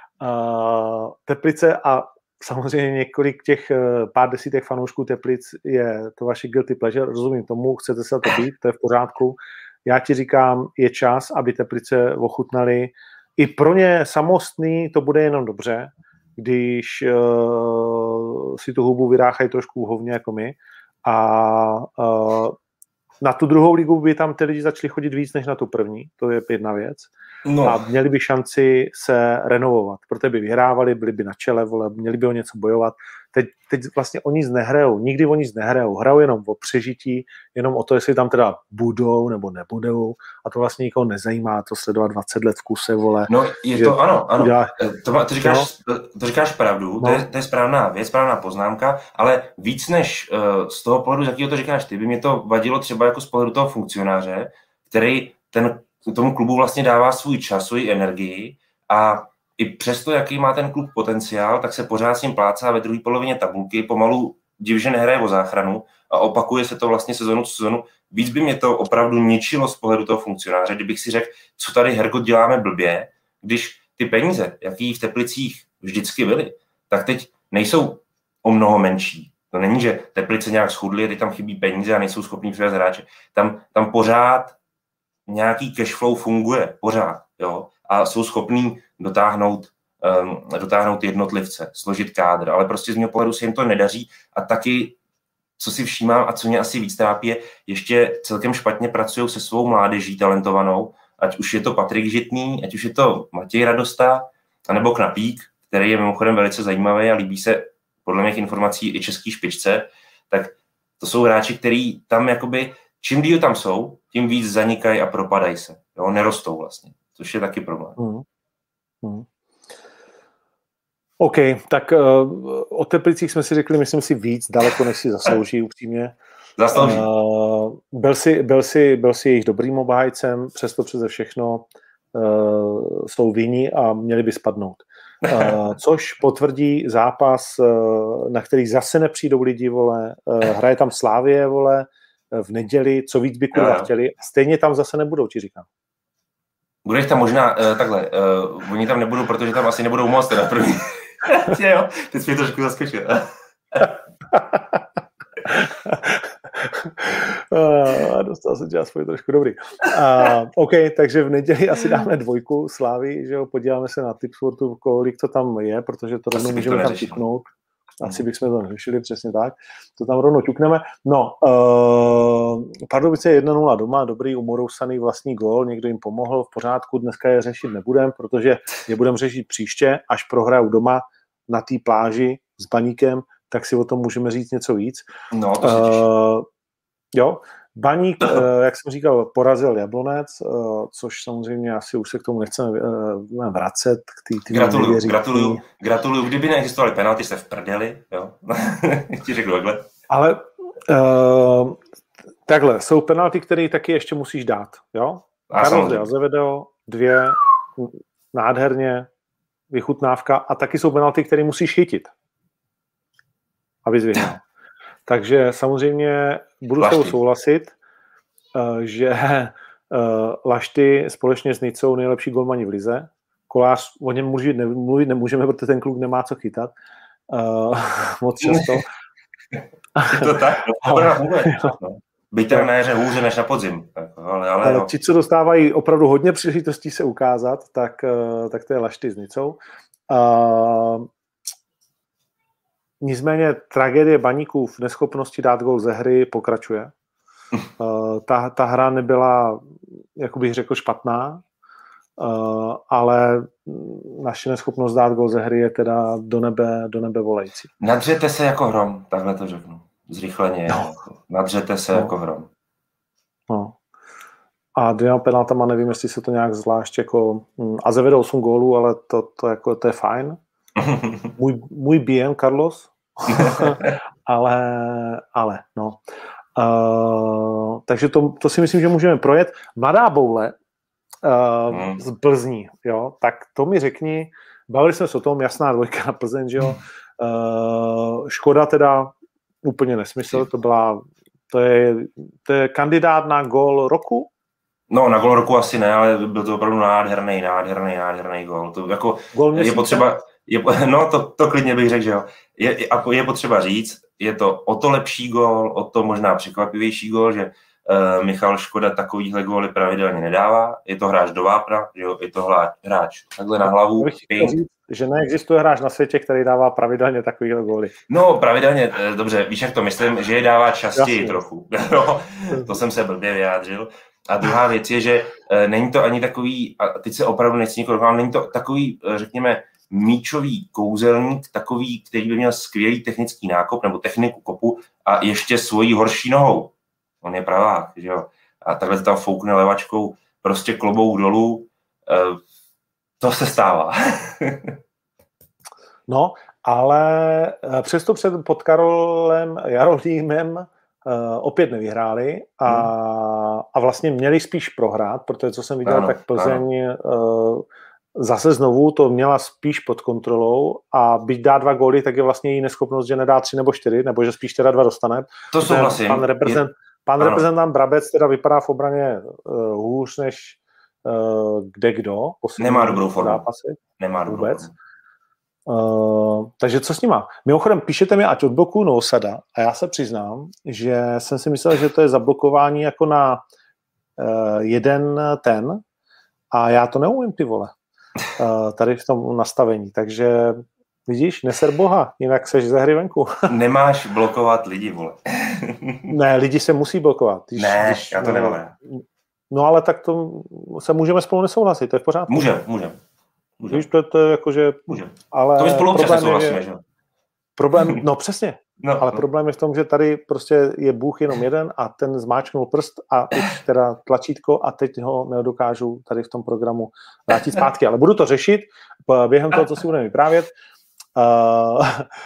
Uh, Teplice a samozřejmě několik těch uh, pár desítek fanoušků Teplic je to vaše guilty pleasure, rozumím tomu, chcete se to být, to je v pořádku. Já ti říkám, je čas, aby Teplice ochutnali. I pro ně samostný to bude jenom dobře, když uh, si tu hubu vyráchají trošku hovně jako my. A uh, na tu druhou ligu by tam ty lidi začali chodit víc než na tu první. To je jedna věc. No. A měli by šanci se renovovat. Proto by vyhrávali, byli by na čele, vole, měli by o něco bojovat. Teď, teď vlastně o nic nehrajou. Nikdy o nic nehrajou. Hrajou jenom o přežití, jenom o to, jestli tam teda budou nebo nebudou. A to vlastně nikoho nezajímá, to sledovat dvacet let v kuse, vole. No je že, to, ano, ano. Udělá, to, to, říkáš, no. to říkáš pravdu, no. to, je, to je správná věc, správná poznámka, ale víc než uh, z toho pohledu, z jakého to říkáš ty, by mě to vadilo třeba jako z pohledu toho funkcionáře, který ten tomu klubu vlastně dává svůj čas, svůj energii a i přesto, jaký má ten klub potenciál, tak se pořád s ním plácá ve druhé polovině tabulky, pomalu div, že nehraje o záchranu a opakuje se to vlastně sezonu co sezonu. Víc by mě to opravdu ničilo z pohledu toho funkcionáře, kdybych si řekl, co tady Hergot děláme blbě, když ty peníze, jaký v Teplicích vždycky byly, tak teď nejsou o mnoho menší. To není, že Teplice nějak schudly, teď tam chybí peníze a nejsou schopní přivést hráče. Tam, tam pořád nějaký cashflow funguje pořád, jo, a jsou schopní dotáhnout, um, dotáhnout jednotlivce, složit kádr, ale prostě z mého pohledu se jim to nedaří a taky, co si všímám a co mě asi víc trápí, je, ještě celkem špatně pracují se svou mládeží talentovanou, ať už je to Patrik Žitný, ať už je to Matěj Radosta, anebo Knapík, který je mimochodem velice zajímavý a líbí se podle mých informací i český špičce, tak to jsou hráči, kteří tam jakoby čím díl tam jsou, tím víc zanikají a propadají se. Jo, nerostou vlastně, což je taky problém. Mm. Mm. OK, tak uh, o Teplicích jsme si řekli, myslím si víc, daleko než si zaslouží upřímně. Zaslouží. Uh, byl, si, byl, si, byl si jejich dobrým obhájcem, přesto přeze všechno uh, jsou vinní a měli by spadnout. Uh, což potvrdí zápas, uh, na který zase nepřijdou lidi, vole, uh, hraje tam Slávie, vole, v neděli, co víc by kurva chtěli. Stejně tam zase nebudou, ti říkám. Bude tam možná uh, takhle. Uh, oni tam nebudou, protože tam asi nebudou moc teda první. Jo, teď jsi mě trošku zaskočil. uh, dostal jsem tě aspoň trošku dobrý. Uh, OK, takže v neděli asi dáme dvojku Slávy, že jo, podíváme se na Tipsportu, kolik to tam je, protože to rovnou můžeme tam tipnout. asi bychom to neřešili, přesně tak. To tam rovnou ťukneme. No, uh, Pardubice jedna nula doma, dobrý, umorousaný vlastní gól, někdo jim pomohl, v pořádku, dneska je řešit nebudem, protože je budeme řešit příště, až prohrajou doma na té pláži s Baníkem, tak si o tom můžeme říct něco víc. No, to se těším. Uh, jo, Baník, jak jsem říkal, porazil Jablonec, což samozřejmě asi už se k tomu nechceme vracet. K tý, gratuluju, gratuluju, gratuluju. Kdyby neexistovaly penalty, jste v prdeli, jo. Ti řekl takhle. Ale uh, takhle, jsou penalty, které taky ještě musíš dát, jo. Karol de Azevedo, dvě, nádherně, vychutnávka a taky jsou penalty, které musíš chytit, aby vyhrál. Takže samozřejmě budu s tou souhlasit, že Lašty společně s Nicou nejlepší golmani v lize. Kolář, o něm mluvit, mluvit nemůžeme, protože ten kluk nemá co chytat. Uh, moc často. Je to tak? No, byť tam na jaře hůře než na podzim. Ale, ale, ale ti, co dostávají opravdu hodně příležitostí se ukázat, tak, tak to je Lašty s Nicou. Uh, Nicméně tragédie Baníků v neschopnosti dát gól ze hry pokračuje. Uh, ta, ta hra nebyla, jak bych řekl, špatná, uh, ale naše neschopnost dát gól ze hry je teda do nebe, do nebe volající. Nadřete se jako hrom, takhle to řeknu. Zrychleně. No. Nadřete se no. jako hrom. No. A dvěma penaltama nevím, jestli se to nějak zvlášť jako... A zavedou osm gólů, ale to, to, jako, to je fajn. Můj, můj bien, Carlos. ale, ale, no. Uh, takže to, to si myslím, že můžeme projet. Mladá Boule uh, hmm. z Plzní, jo, tak to mi řekni, bavili jsme se o tom, jasná dvojka na Plzeň, že jo. Uh, Škoda teda úplně nesmysl, to byla, to je, to je kandidát na gól roku? No, na gól roku asi ne, ale byl to opravdu nádherný, nádherný, nádherný gól. To jako je potřeba... Je, no, to, to klidně bych řekl, že jo. Je, je potřeba říct, je to o to lepší gól, o to možná překvapivější gól, že uh, Michal Škoda takovýhle góly pravidelně nedává. Je to hráč do vápna, že jo, je to hráč takhle na hlavu. Říct, že neexistuje hráč na světě, který dává pravidelně takovýhle góly. No, pravidelně, dobře, víš, jak to myslím, že je dává častěji Jasně. trochu. No, to jsem se blbě vyjádřil. A druhá věc je, že uh, není to ani takový, a teď se opravdu nechci nikoho dokonat, není to takový, uh, řekněme, míčový kouzelník, takový, který by měl skvělý technický nákop nebo techniku kopu a ještě svojí horší nohou. On je pravák, že jo. A takhle se tam foukne levačkou, prostě klobouk dolů. E, to se stává. No, ale přesto před pod Karolem Jarolímem uh, opět nevyhráli a, hmm. a vlastně měli spíš prohrát, protože co jsem viděl, ano, tak Plzeň uh, zase znovu to měla spíš pod kontrolou a byť dá dva góly, tak je vlastně její neschopnost, že nedá tři nebo čtyři, nebo že spíš teda dva dostane. To souhlasím. Pan, reprezent, pan reprezentant Brabec teda vypadá v obraně uh, hůř než uh, kde kdo. Nemá dobrou formu. Zápasy. Nemá dobrou vůbec. formu. Uh, takže co s nima? Mimochodem, píšete mi, ať odblokuju Noosada a já se přiznám, že jsem si myslel, že to je zablokování jako na uh, jeden ten a já to neumím, ty vole. Uh, tady v tom nastavení, takže vidíš, neser boha, jinak seš ze hry venku. Nemáš blokovat lidi, vole. Ne, lidi se musí blokovat. Když, ne, když, já to nemám. No ale tak to se můžeme spolu nesouhlasit, to je v pořádku. Můžeme, můžeme. Víš, to, to je jako, že... Můžeme. Ale to my spolu občas nesouhlasíme, že? Problém, no přesně, no, ale no. problém je v tom, že tady prostě je Bůh jenom jeden a ten zmáčknul prst a už teda tlačítko a teď ho nedokážu tady v tom programu vrátit zpátky. Ale budu to řešit během toho, co si budeme vyprávět, uh,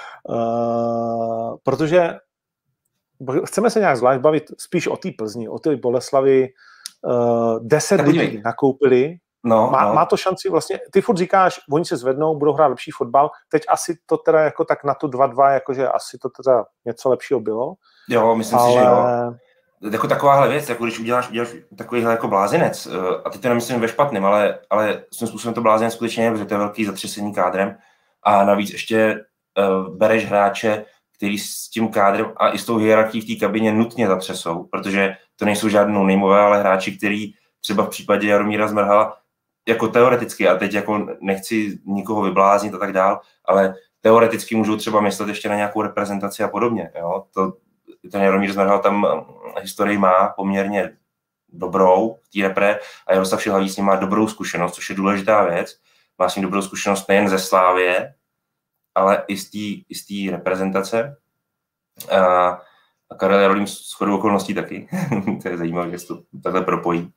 uh, protože chceme se nějak zvlášť bavit spíš o té Plzni, o té Boleslavi. Uh, deset lidí nakoupili. No, má, no. má to šanci vlastně, ty furt říkáš, oni se zvednou, budou hrát lepší fotbal, teď asi to teda jako tak na tu dva dva, jakože asi to teda něco lepšího bylo. Jo, myslím ale... si, že jo. Jako takováhle věc, jako když uděláš, uděláš takovýhle jako blázinec, a teď to nemyslím ve špatným, ale, ale svým způsobem to blázinec skutečně je, protože to je velký zatřesení kádrem a navíc ještě uh, bereš hráče, který s tím kádrem a i s tou hierarchií v té kabině nutně zatřesou, protože to nejsou žádnou no-nameové, ale hráči, který třeba v případě Jaromíra Zmrhala jako teoreticky, a teď jako nechci nikoho vybláznit a tak dál, ale teoreticky můžou třeba myslet ještě na nějakou reprezentaci a podobně. Jo? To, ten Jaromír Zmerhal tam historii má poměrně dobrou v té repre a Jaroslav Šilhavý s ním má dobrou zkušenost, což je důležitá věc. Má s ním dobrou zkušenost nejen ze Slávie, ale i z té reprezentace. A, a Karel Jarolím shodou okolností taky. To je zajímavé, že se to takhle propojí.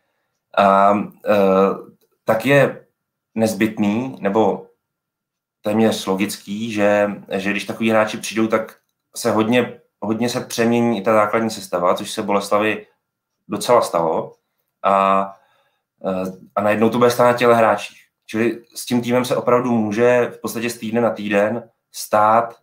A e, tak je nezbytný, nebo téměř logický, že, že když takový hráči přijdou, tak se hodně, hodně se přemění i ta základní sestava, což se Boleslavi docela stalo. A, a najednou to bude stát na těle hráčích. Čili s tím týmem se opravdu může v podstatě z týdne na týden stát,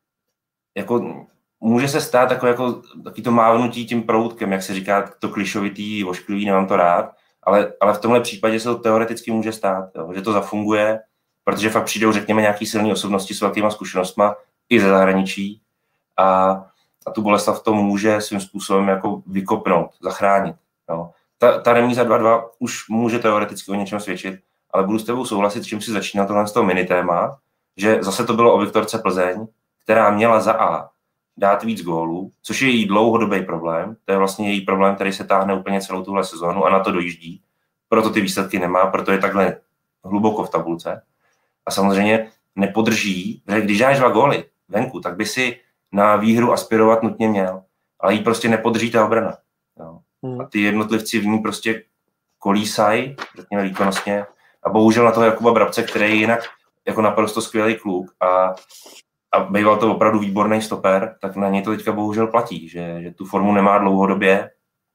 jako, může se stát jako, jako taky to mávnutí tím proutkem, jak se říká, to klišovitý, ošklivý, nemám to rád, ale, ale v tomhle případě se to teoreticky může stát, jo, že to zafunguje, protože fakt přijdou, řekněme, nějaký silné osobnosti s velkýma zkušenostma i ze zahraničí a, a tu Boleslav to může svým způsobem jako vykopnout, zachránit. Jo. Ta, ta remíza dva dva už může teoreticky o něčem svědčit, ale budu s tebou souhlasit, s čím si začíná tohle z toho minitéma, že zase to bylo o Viktorce Plzeň, která měla za A dát víc gólů, což je její dlouhodobý problém. To je vlastně její problém, který se táhne úplně celou tuhle sezónu a na to dojíždí. Proto ty výsledky nemá, proto je takhle hluboko v tabulce. A samozřejmě nepodrží, že když dáš dva góly venku, tak by si na výhru aspirovat nutně měl, ale jí prostě nepodrží ta obrana. Jo. A ty jednotlivci v ní prostě kolísají, řekněme výkonnostně, a bohužel na toho Jakuba Brabce, který je jinak jako naprosto skvělý kluk a, a býval to opravdu výborný stoper, tak na něj to teďka bohužel platí, že, že tu formu nemá dlouhodobě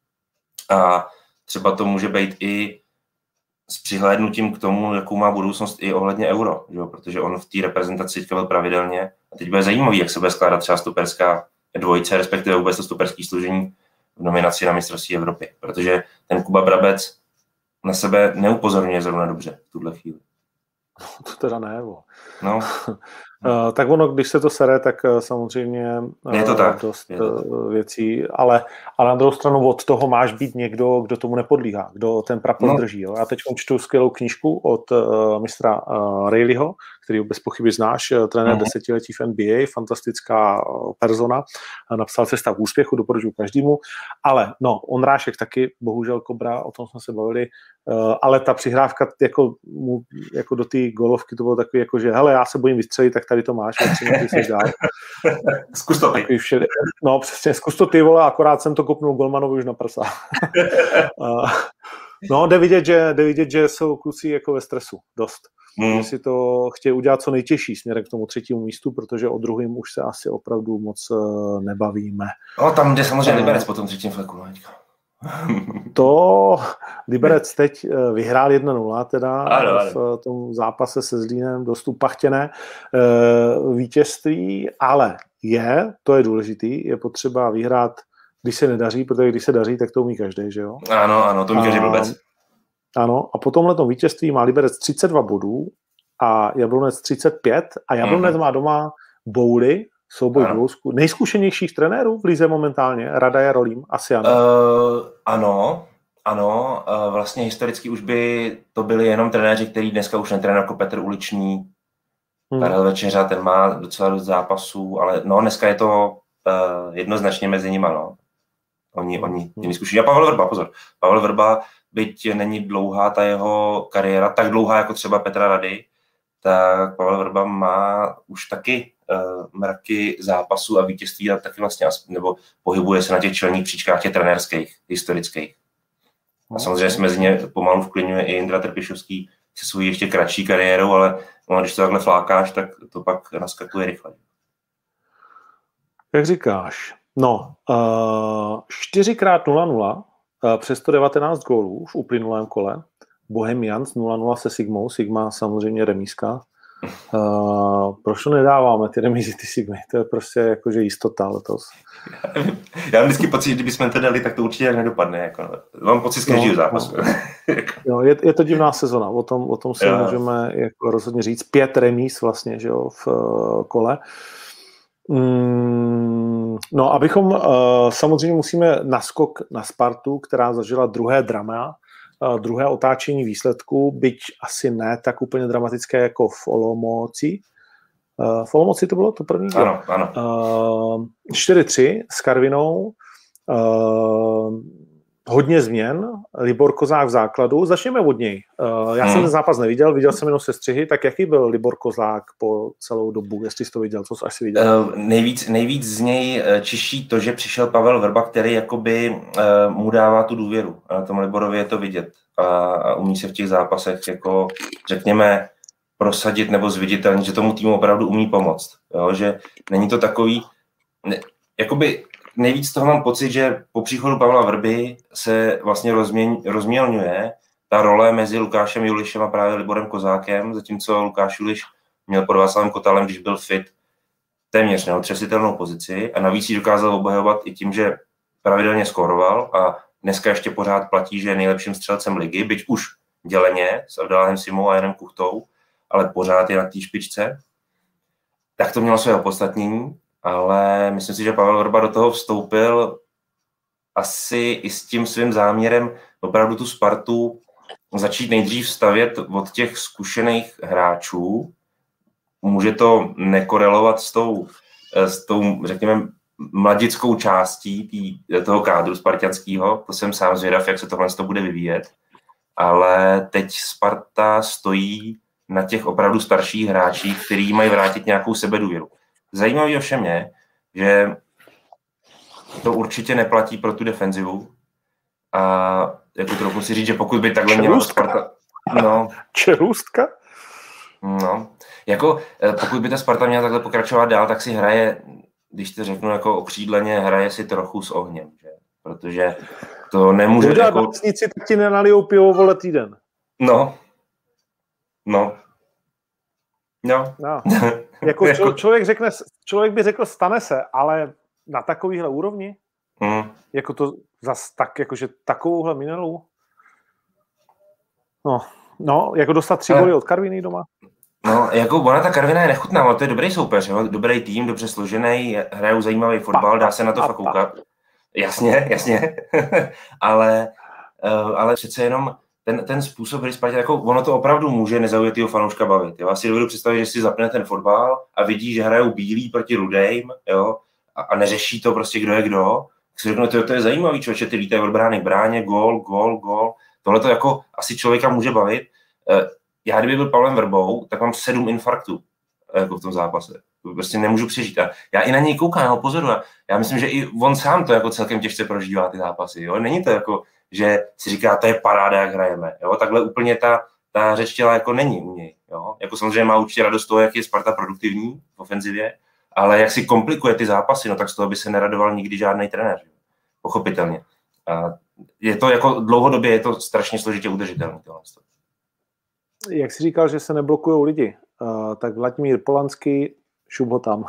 a třeba to může být i s přihlédnutím k tomu, jakou má budoucnost i ohledně Euro, jo? Protože on v té reprezentaci teďka byl pravidelně a teď bude zajímavý, jak se bude skládat třeba stoperská dvojice, respektive vůbec to stoperský složení v nominaci na mistrovství Evropy, protože ten Kuba Brabec na sebe neupozorňuje zrovna dobře v tuhle chvíli. To teda ne, bo. No. Uh, tak ono, když se to sere, tak uh, samozřejmě uh, je to tak. dost uh, věcí, ale, ale na druhou stranu od toho máš být někdo, kdo tomu nepodlíhá, kdo ten prapor no. drží. Jo? Já teď čtu skvělou knížku od uh, mistra uh, Rayleighho, který bez pochyby znáš, uh, trenér uh-huh. desetiletí v N B A, fantastická uh, persona, uh, napsal Cesta k úspěchu, doporučuji každému, ale no, Ondrášek taky, bohužel Kobra, o tom jsme se bavili, uh, ale ta přihrávka jako, mu, jako do té golovky to bylo takový, jako, že hele, já se bojím vystřelit, tak tady to máš, ty se dál. Zkus to ty. No přesně, zkus to ty, vole, akorát jsem to kopnul golmanovi už na prsa. No, jde vidět, že, jde vidět, že jsou kluci jako ve stresu, dost. Hmm. Že si to chtějí udělat co nejtěžší směrem k tomu třetímu místu, protože o druhým už se asi opravdu moc uh, nebavíme. No, tam jde samozřejmě Liberec po tom třetím fleku. No, to Liberec teď vyhrál jedna nula teda ano, ano. v tom zápase se Zlínem, dost upachtěné vítězství, ale je, to je důležitý, je potřeba vyhrát, když se nedaří, protože když se daří, tak to umí každý, že jo? Ano, ano, to umí každý blbec. Ano, a po tomhletom vítězství má Liberec třicet dva bodů a Jablonec třicet pět a Jablonec mm-hmm. má doma bouly, souboj dvou nejzkušenějších trenérů v lize momentálně, Rada Jarolím, asi ano. Uh, ano, ano, uh, vlastně historicky už by to byli jenom trenéři, který dneska už netrénuje, jako Petr Uličný, hmm. Karel Večeřa, ten má docela dost zápasů, ale no, dneska je to uh, jednoznačně mezi nima, no. Oni, hmm. oni, těmi zkušení. A Pavel Vrba, pozor, Pavel Vrba, byť není dlouhá ta jeho kariéra, tak dlouhá jako třeba Petra Rady, tak Pavel Vrba má už taky uh, mraky zápasů a vítězství a taky vlastně, nebo pohybuje se na těch čelních příčkách těch trenérských, historických. A samozřejmě se mezi ně pomalu vklínuje i Indra Trpišovský se svou ještě kratší kariérou, ale no, když to takhle flákáš, tak to pak naskakuje rychle. Jak říkáš, no, uh, čtyřikrát nula nula, uh, přes sto devatenáct gólů v uplynulém kole, Bohemians nula nula se Sigmou, Sigma samozřejmě remízka. Uh, proč to nedáváme, ty remízy, ty Sigmy? To je prostě jakože jistota letos. Já mám vždycky pocit, že kdybychom to dali, tak to určitě jak nedopadne. Jako, mám pocit z každého no, zápasu. No. Jo, je, je to divná sezona, o tom, o tom si jo. můžeme jako rozhodně říct. Pět remíz vlastně, že jo, v uh, kole. Mm, no, abychom, uh, samozřejmě musíme naskok na Spartu, která zažila druhé drama, druhé otáčení výsledku, byť asi ne tak úplně dramatické jako v Olomouci. Uh, v Olomouci to bylo to první? Ano, ano. Uh, čtyři tři s Karvinou. Uh, hodně změn. Libor Kozák v základu. Začněme od něj. Uh, já hmm. jsem ten zápas neviděl, viděl jsem jenom sestřihy, tak jaký byl Libor Kozák po celou dobu, jestli jsi to viděl, co jsi asi viděl? Uh, nejvíc, nejvíc z něj čiší to, že přišel Pavel Vrba, který jakoby uh, mu dává tu důvěru. A na tom Liborovi je to vidět. A, a umí se v těch zápasech jako, řekněme, prosadit nebo zviditelnit, že tomu týmu opravdu umí pomoct. Jo? Že není to takový, ne, jakoby nejvíc toho mám pocit, že po příchodu Pavla Vrby se vlastně rozměň, rozmělňuje ta role mezi Lukášem Julišem a právě Liborem Kozákem, zatímco Lukáš Juliš měl pod Václavem Kotalem, když byl fit, téměř neotřesitelnou pozici a navíc ji dokázal obhajovat i tím, že pravidelně skóroval a dneska ještě pořád platí, že je nejlepším střelcem ligy, byť už děleně s Abdellahem Simou a Janem Kuchtou, ale pořád je na té špičce. Tak to mělo své opodstatnění, ale myslím si, že Pavel Vrba do toho vstoupil asi i s tím svým záměrem opravdu tu Spartu začít nejdřív stavět od těch zkušených hráčů. Může to nekorelovat s tou, s tou řekněme, mladickou částí tý, toho kádru spartianského. To jsem sám zvědav, jak se tohle to bude vyvíjet. Ale teď Sparta stojí na těch opravdu starších hráčích, kteří mají vrátit nějakou sebedůvěru. Zajímavý ovšem je, že to určitě neplatí pro tu defenzivu. A jako trochu si říct, že pokud by takhle měla Sparta... No. Čerůstka? No. Jako pokud by ta Sparta měla takhle pokračovat dál, tak si hraje, když to řeknu jako okřídleně, hraje si trochu s ohněm. Že? Protože to nemůže... Když jako... básnici, tak ti nenalijou pivo, vole, týden. No. No. No. no. Jako člo, člověk, řekne, člověk by řekl, stane se, ale na takovýhle úrovni, mm. jako to zas tak, jakože takovouhle minulou, no, no, jako dostat tři góly od Karviny doma. No, jako ona ta Karvina je nechutná, ale to je dobrý soupeř, jo? Dobrý tým, dobře složený, hrajou zajímavý fotbal, dá se na to fakt koukat. Jasně, jasně, ale, ale přece jenom ten, ten způsob, kdy Spartě, jako ono to opravdu může nezaujatýho fanouška bavit. Jo? Já si dovedu představit, že si zapne ten fotbal a vidí, že hrajou bílí proti rudejm, jo? A, a neřeší to prostě, kdo je kdo. Tak si řeknu, to, to je zajímavý, člověče, ty lítají od brány k bráně, gól, gól, gól. Tohle to jako asi člověka může bavit. Já, kdyby byl Pavlem Vrbou, tak mám sedm infarktů jako v tom zápase. Prostě nemůžu přežít. A já i na něj koukám, ho pozoruju. Já myslím, že i on sám to jako celkem těžce prožívá ty zápasy. Jo? Není to jako, že si říká, to je paráda, jak hrajeme. Jo? Takhle úplně ta, ta řeč těla jako není u něj. Jo? Jako samozřejmě má určitě radost toho, jak je Sparta produktivní v ofenzivě, ale jak si komplikuje ty zápasy, no tak z toho by se neradoval nikdy žádný trenér. Pochopitelně. A je to jako dlouhodobě, je to strašně složitě udržitelné. Jak jsi říkal, že se neblokujou lidi, uh, tak Vladimír Polanský, šup ho tam.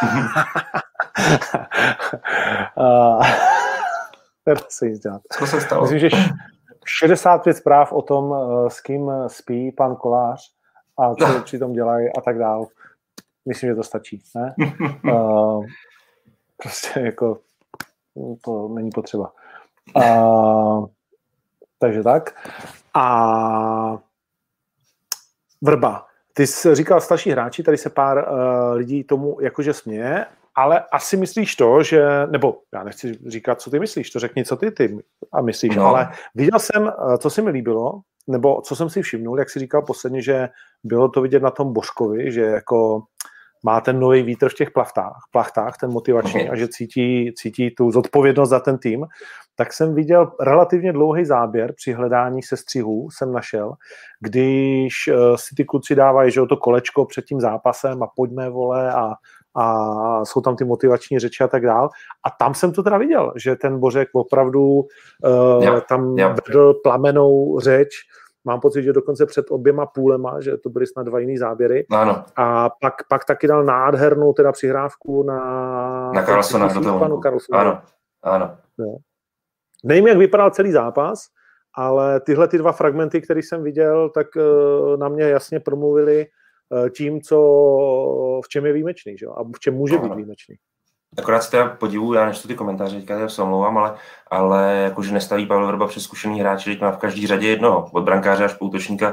uh, teda se nic dělat. Co se stalo? Myslím, že šedesát pět zpráv o tom, uh, s kým spí pan Kolář a co no. přitom dělají a tak dál. Myslím, že to stačí. Ne? Uh, prostě jako to není potřeba. Uh, takže tak. A Vrba. Ty jsi říkal starší hráči, tady se pár uh, lidí tomu jakože směje, ale asi myslíš to, že, nebo já nechci říkat, co ty myslíš, to řekni, co ty, ty a myslíš, no. Ale viděl jsem, uh, co se mi líbilo, nebo co jsem si všimnul, jak jsi říkal posledně, že bylo to vidět na tom Božkovi, že jako má ten nový vítr v těch plachtách, plachtách ten motivační okay. a že cítí, cítí tu zodpovědnost za ten tým, tak jsem viděl relativně dlouhý záběr při hledání sestřihů, jsem našel, když uh, si ty kluci dávají, že to kolečko před tím zápasem a pojďme, vole, a, a jsou tam ty motivační řeči a tak dál. A tam jsem to teda viděl, že ten Bořek opravdu uh, jo, tam jo. vedl plamenou řeč. Mám pocit, že dokonce před oběma půlema, že to byly snad dva jiný záběry. Ano. A pak, pak taky dal nádhernou teda přihrávku na... Na Karlsona. Ano, ano. Jo. Nevím, jak vypadal celý zápas, ale tyhle ty dva fragmenty, které jsem viděl, tak uh, na mě jasně promluvili uh, tím, co, v čem je výjimečný, že? A v čem může být výjimečný. Akorát se teda podivuju, já nečtu ty komentáře, teďka se omlouvám, ale, ale jakože nestaví Pavel Vrba přes zkušený hráči, teď má v každý řadě jednoho, od brankáře až po útočníka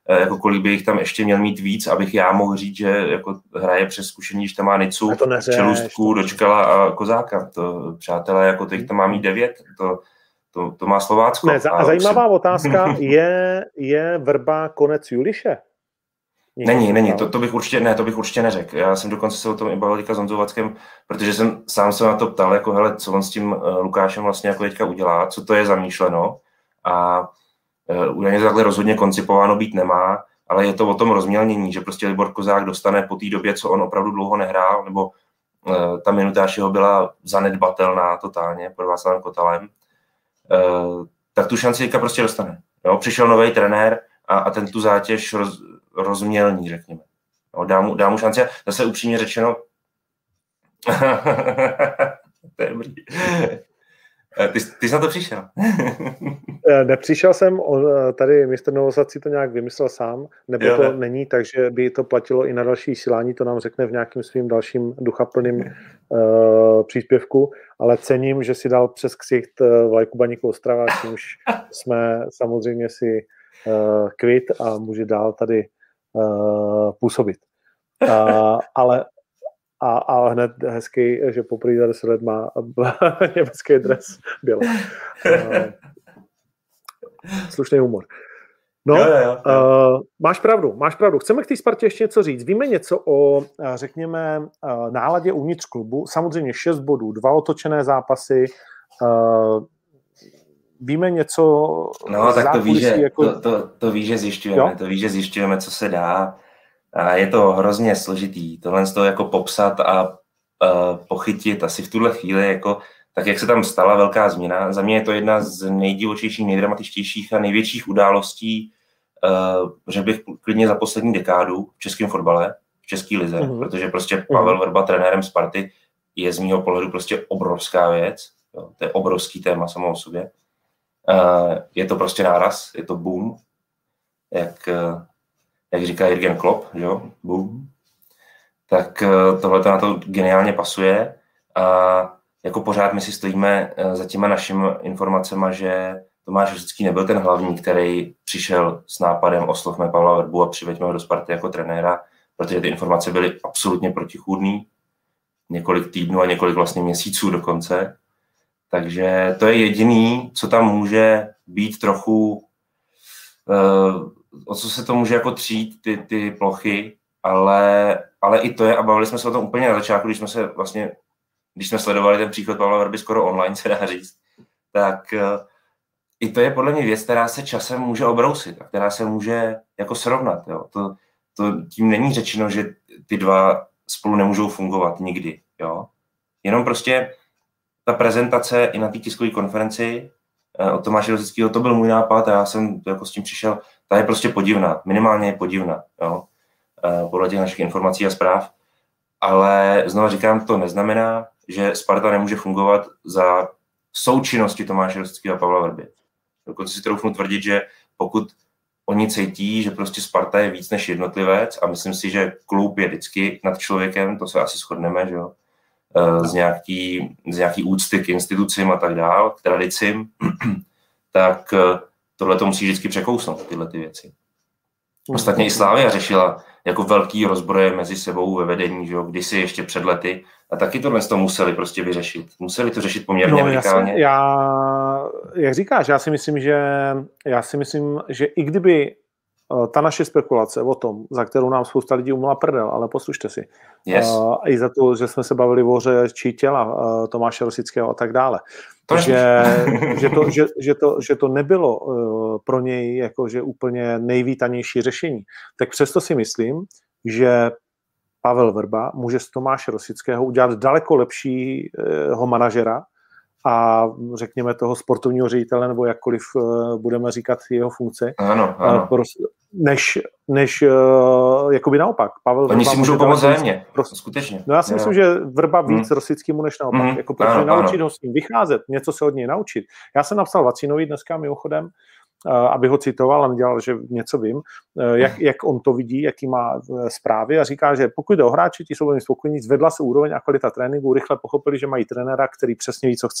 jako kolik by jich tam ještě měl mít víc, abych já mohl říct, že jako hraje přes zkušení, když tam má Nicu, Čelůstku, Dočkala a Kozáka. To, přátelé, jako těch tam má mít devět, to, to, to má Slovácko. Ne, a zajímavá si... otázka, je, je Vrba konec Juliše? Někdo není, není, to, to bych určitě, ne, to bych určitě neřekl. Já jsem dokonce se o tom i bavil teďka s Honzou Vackem, protože jsem sám se na to ptal, jako hele, co on s tím uh, Lukášem vlastně jako teďka udělá, co to je zamýšleno a uh, údajně to takhle rozhodně koncipováno být nemá, ale je to o tom rozmělnění, že prostě Libor Kozák dostane po té době, co on opravdu dlouho nehrál, nebo uh, ta minutáž jeho byla zanedbatelná totálně pod Václavem Kotalem, uh, tak tu šanci teďka prostě dostane. Jo? Přišel nový trenér a, a ten tu zátěž roz, rozmělní, řekněme. No, dá, mu, dá mu šanci. Zase upřímně řečeno, to je dobrý. Ty, ty jsi na to přišel. Nepřišel jsem, on, tady mistr Novosad si to nějak vymyslel sám, nebo jo, to ne. není, takže by to platilo i na další vysílání, to nám řekne v nějakým svým dalším duchaplným uh, příspěvku, ale cením, že si dal přes ksicht vlajku Baníku Ostrava, čímž jsme samozřejmě si uh, kvit a může dál tady uh, působit. Uh, ale A, a hned hezký, že poprvé za deset let má německý dres bělo. Uh, slušný humor. No, jo, jo, jo. Uh, máš pravdu, máš pravdu. Chceme k té Spartě ještě něco říct. Víme něco o, řekněme, uh, náladě uvnitř klubu. Samozřejmě šest bodů, dva otočené zápasy. Uh, víme něco... No, tak to ví, že, jako... to, to, to ví, že zjišťujeme. Jo? To ví, že zjišťujeme, co se dá. A je to hrozně složitý. Tohle z toho jako popsat a uh, pochytit asi v tuhle chvíli, jako, tak jak se tam stala velká změna. Za mě je to jedna z nejdivočejších, nejdramatičtějších a největších událostí, uh, řekl bych klidně za poslední dekádu v českém fotbale, v české lize, uh-huh. protože prostě Pavel Vrba trenérem Sparty je z mýho pohledu prostě obrovská věc. Jo, to je obrovský téma samo o sobě. Uh, je to prostě náraz, je to boom, jak... Uh, jak říká Jürgen Klopp, jo, boom, tak tohle to na to geniálně pasuje a jako pořád my si stojíme za těma našimi informacemi, že Tomáš Rosický nebyl ten hlavní, který přišel s nápadem oslovme Pavla Vrbu a přiveďme ho do Sparty jako trenéra, protože ty informace byly absolutně protichůdný, několik týdnů a několik vlastně měsíců dokonce, takže to je jediný, co tam může být trochu... Uh, o co se to může jako třít, ty, ty plochy, ale, ale i to je, a bavili jsme se o tom úplně na začátku, když jsme se vlastně, když jsme sledovali ten příchod Pavla Vrby skoro online, se dá říct, tak uh, i to je podle mě věc, která se časem může obrousit a která se může jako srovnat. Jo. To, to tím není řečeno, že ty dva spolu nemůžou fungovat nikdy. Jo. Jenom prostě ta prezentace i na té tiskové konferenci uh, od Tomáše Rosického, to byl můj nápad a já jsem jako s tím přišel. Ta je prostě podivná, minimálně je podivná, jo? Podle těch našich informací a zpráv. Ale znovu říkám, to neznamená, že Sparta nemůže fungovat za součinnosti Tomáše Rosického a Pavla Vrby. Dokonce si troufnu tvrdit, že pokud oni cítí, že prostě Sparta je víc než jednotlivec a myslím si, že klub je vždycky nad člověkem, to se asi shodneme, že jo? Z nějaký, z nějaký úcty k institucím a tak dál, k tradicím, tak tohle to musí vždycky překousnout, tyhle ty věci. Ostatně i Slavia řešila jako velký rozbroje mezi sebou ve vedení, že jo, kdysi ještě před lety, a taky tohle to museli prostě vyřešit. Museli to řešit poměrně no, radikálně. Já, jak říkáš, já si myslím, že já si myslím, že i kdyby ta naše spekulace o tom, za kterou nám spousta lidí umila prdel, ale poslušte si. Yes. Uh, I za to, že jsme se bavili o řeči těla uh, Tomáše Rosického a tak dále. To že, že, to, že, že, to, že to nebylo uh, pro něj jakože úplně nejvítanější řešení. Tak přesto si myslím, že Pavel Vrba může z Tomáše Rosického udělat daleko lepšího manažera a řekněme toho sportovního ředitele, nebo jakkoliv uh, budeme říkat jeho funkci, ano, ano. Uh, než, než uh, jakoby naopak. Pavel Oni si můžou pomoct vzájemně, prostě, skutečně. No já si jo. myslím, že Vrba víc hmm. Rosickému než naopak. Hmm. Jako protože naučit ano. ho s ním vycházet, něco se od něj naučit. Já jsem napsal Vacínovi dneska mimochodem, uh, aby ho citoval a nedělal, že něco vím, uh, jak, jak on to vidí, jaký má uh, zprávy a říká, že pokud jde o hráči, ti jsou velmi spokojení, zvedla se úroveň a kvalita tréninku, rychle pochopili, že mají trenéra, který přesně ví, co chce.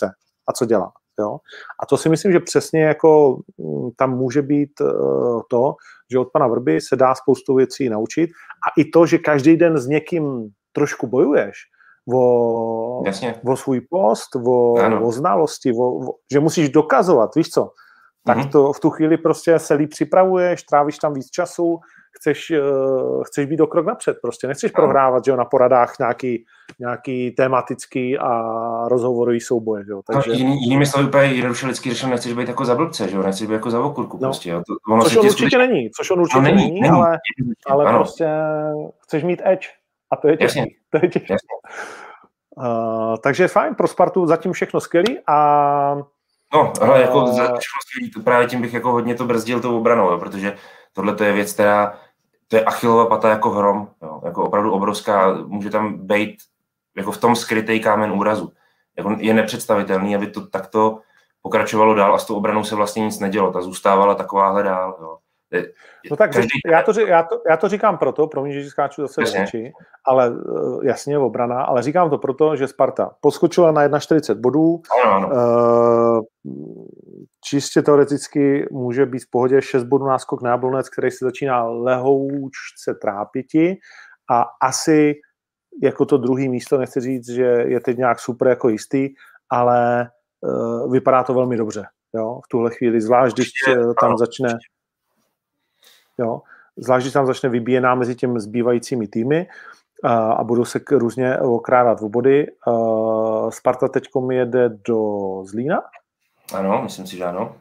a co dělá. Jo? A to si myslím, že přesně jako tam může být uh, to, že od pana Vrby se dá spoustu věcí naučit a i to, že každý den s někým trošku bojuješ o, o svůj post, o, o znalosti, o, o, že musíš dokazovat, víš co, tak mm-hmm. to v tu chvíli prostě se líp připravuješ, trávíš tam víc času, chceš, uh, chceš být o krok napřed, prostě nechceš no. prohrávat, že jo, na poradách nějaký, nějaký tematický a rozhovorový souboje, jo. Takže... No, jiný, jinými slovy úplně jednoduše lidsky řešeno, nechceš být jako za blbce, že jo, nechceš být jako za okurku, no. prostě, jo. To, ono což on určitě skutečně... není, což on určitě no, není, není, ale, ale prostě chceš mít edge a to je těžké, to je těžké. Uh, takže fajn, pro Spartu zatím všechno skvělý a... No, ale jako uh... za všechno skvělý, to právě tím bych jako hodně to brzdil tou obranou, jo, protože tohle to je věc, která to je Achillova pata jako hrom, jo, jako opravdu obrovská, může tam být jako v tom skrytej kámen úrazu. Jako je nepředstavitelný, aby to takto pokračovalo dál a s tou obranou se vlastně nic nedělo, ta zůstávala takováhle dál. Jo. No tak každý... já, to, já, to, já to říkám proto, promiň, že skáču zase do řeči, ale jasně obrana, ale říkám to proto, že Sparta poskočila na čtyřicet jedna bodů, ano, ano. Uh, čistě teoreticky může být v pohodě šest bodů náskok na Jablonec, který se začíná lehoučce trápiti a asi jako to druhý místo, nechci říct, že je teď nějak super jako jistý, ale uh, vypadá to velmi dobře, jo, v tuhle chvíli, zvlášť když tam začne Jo, zvlášť, když tam začne vybíjená mezi těmi zbývajícími týmy uh, a budou se různě okrádat v body. Uh, Sparta teďkom jede do Zlína. Ano, myslím si, že ano.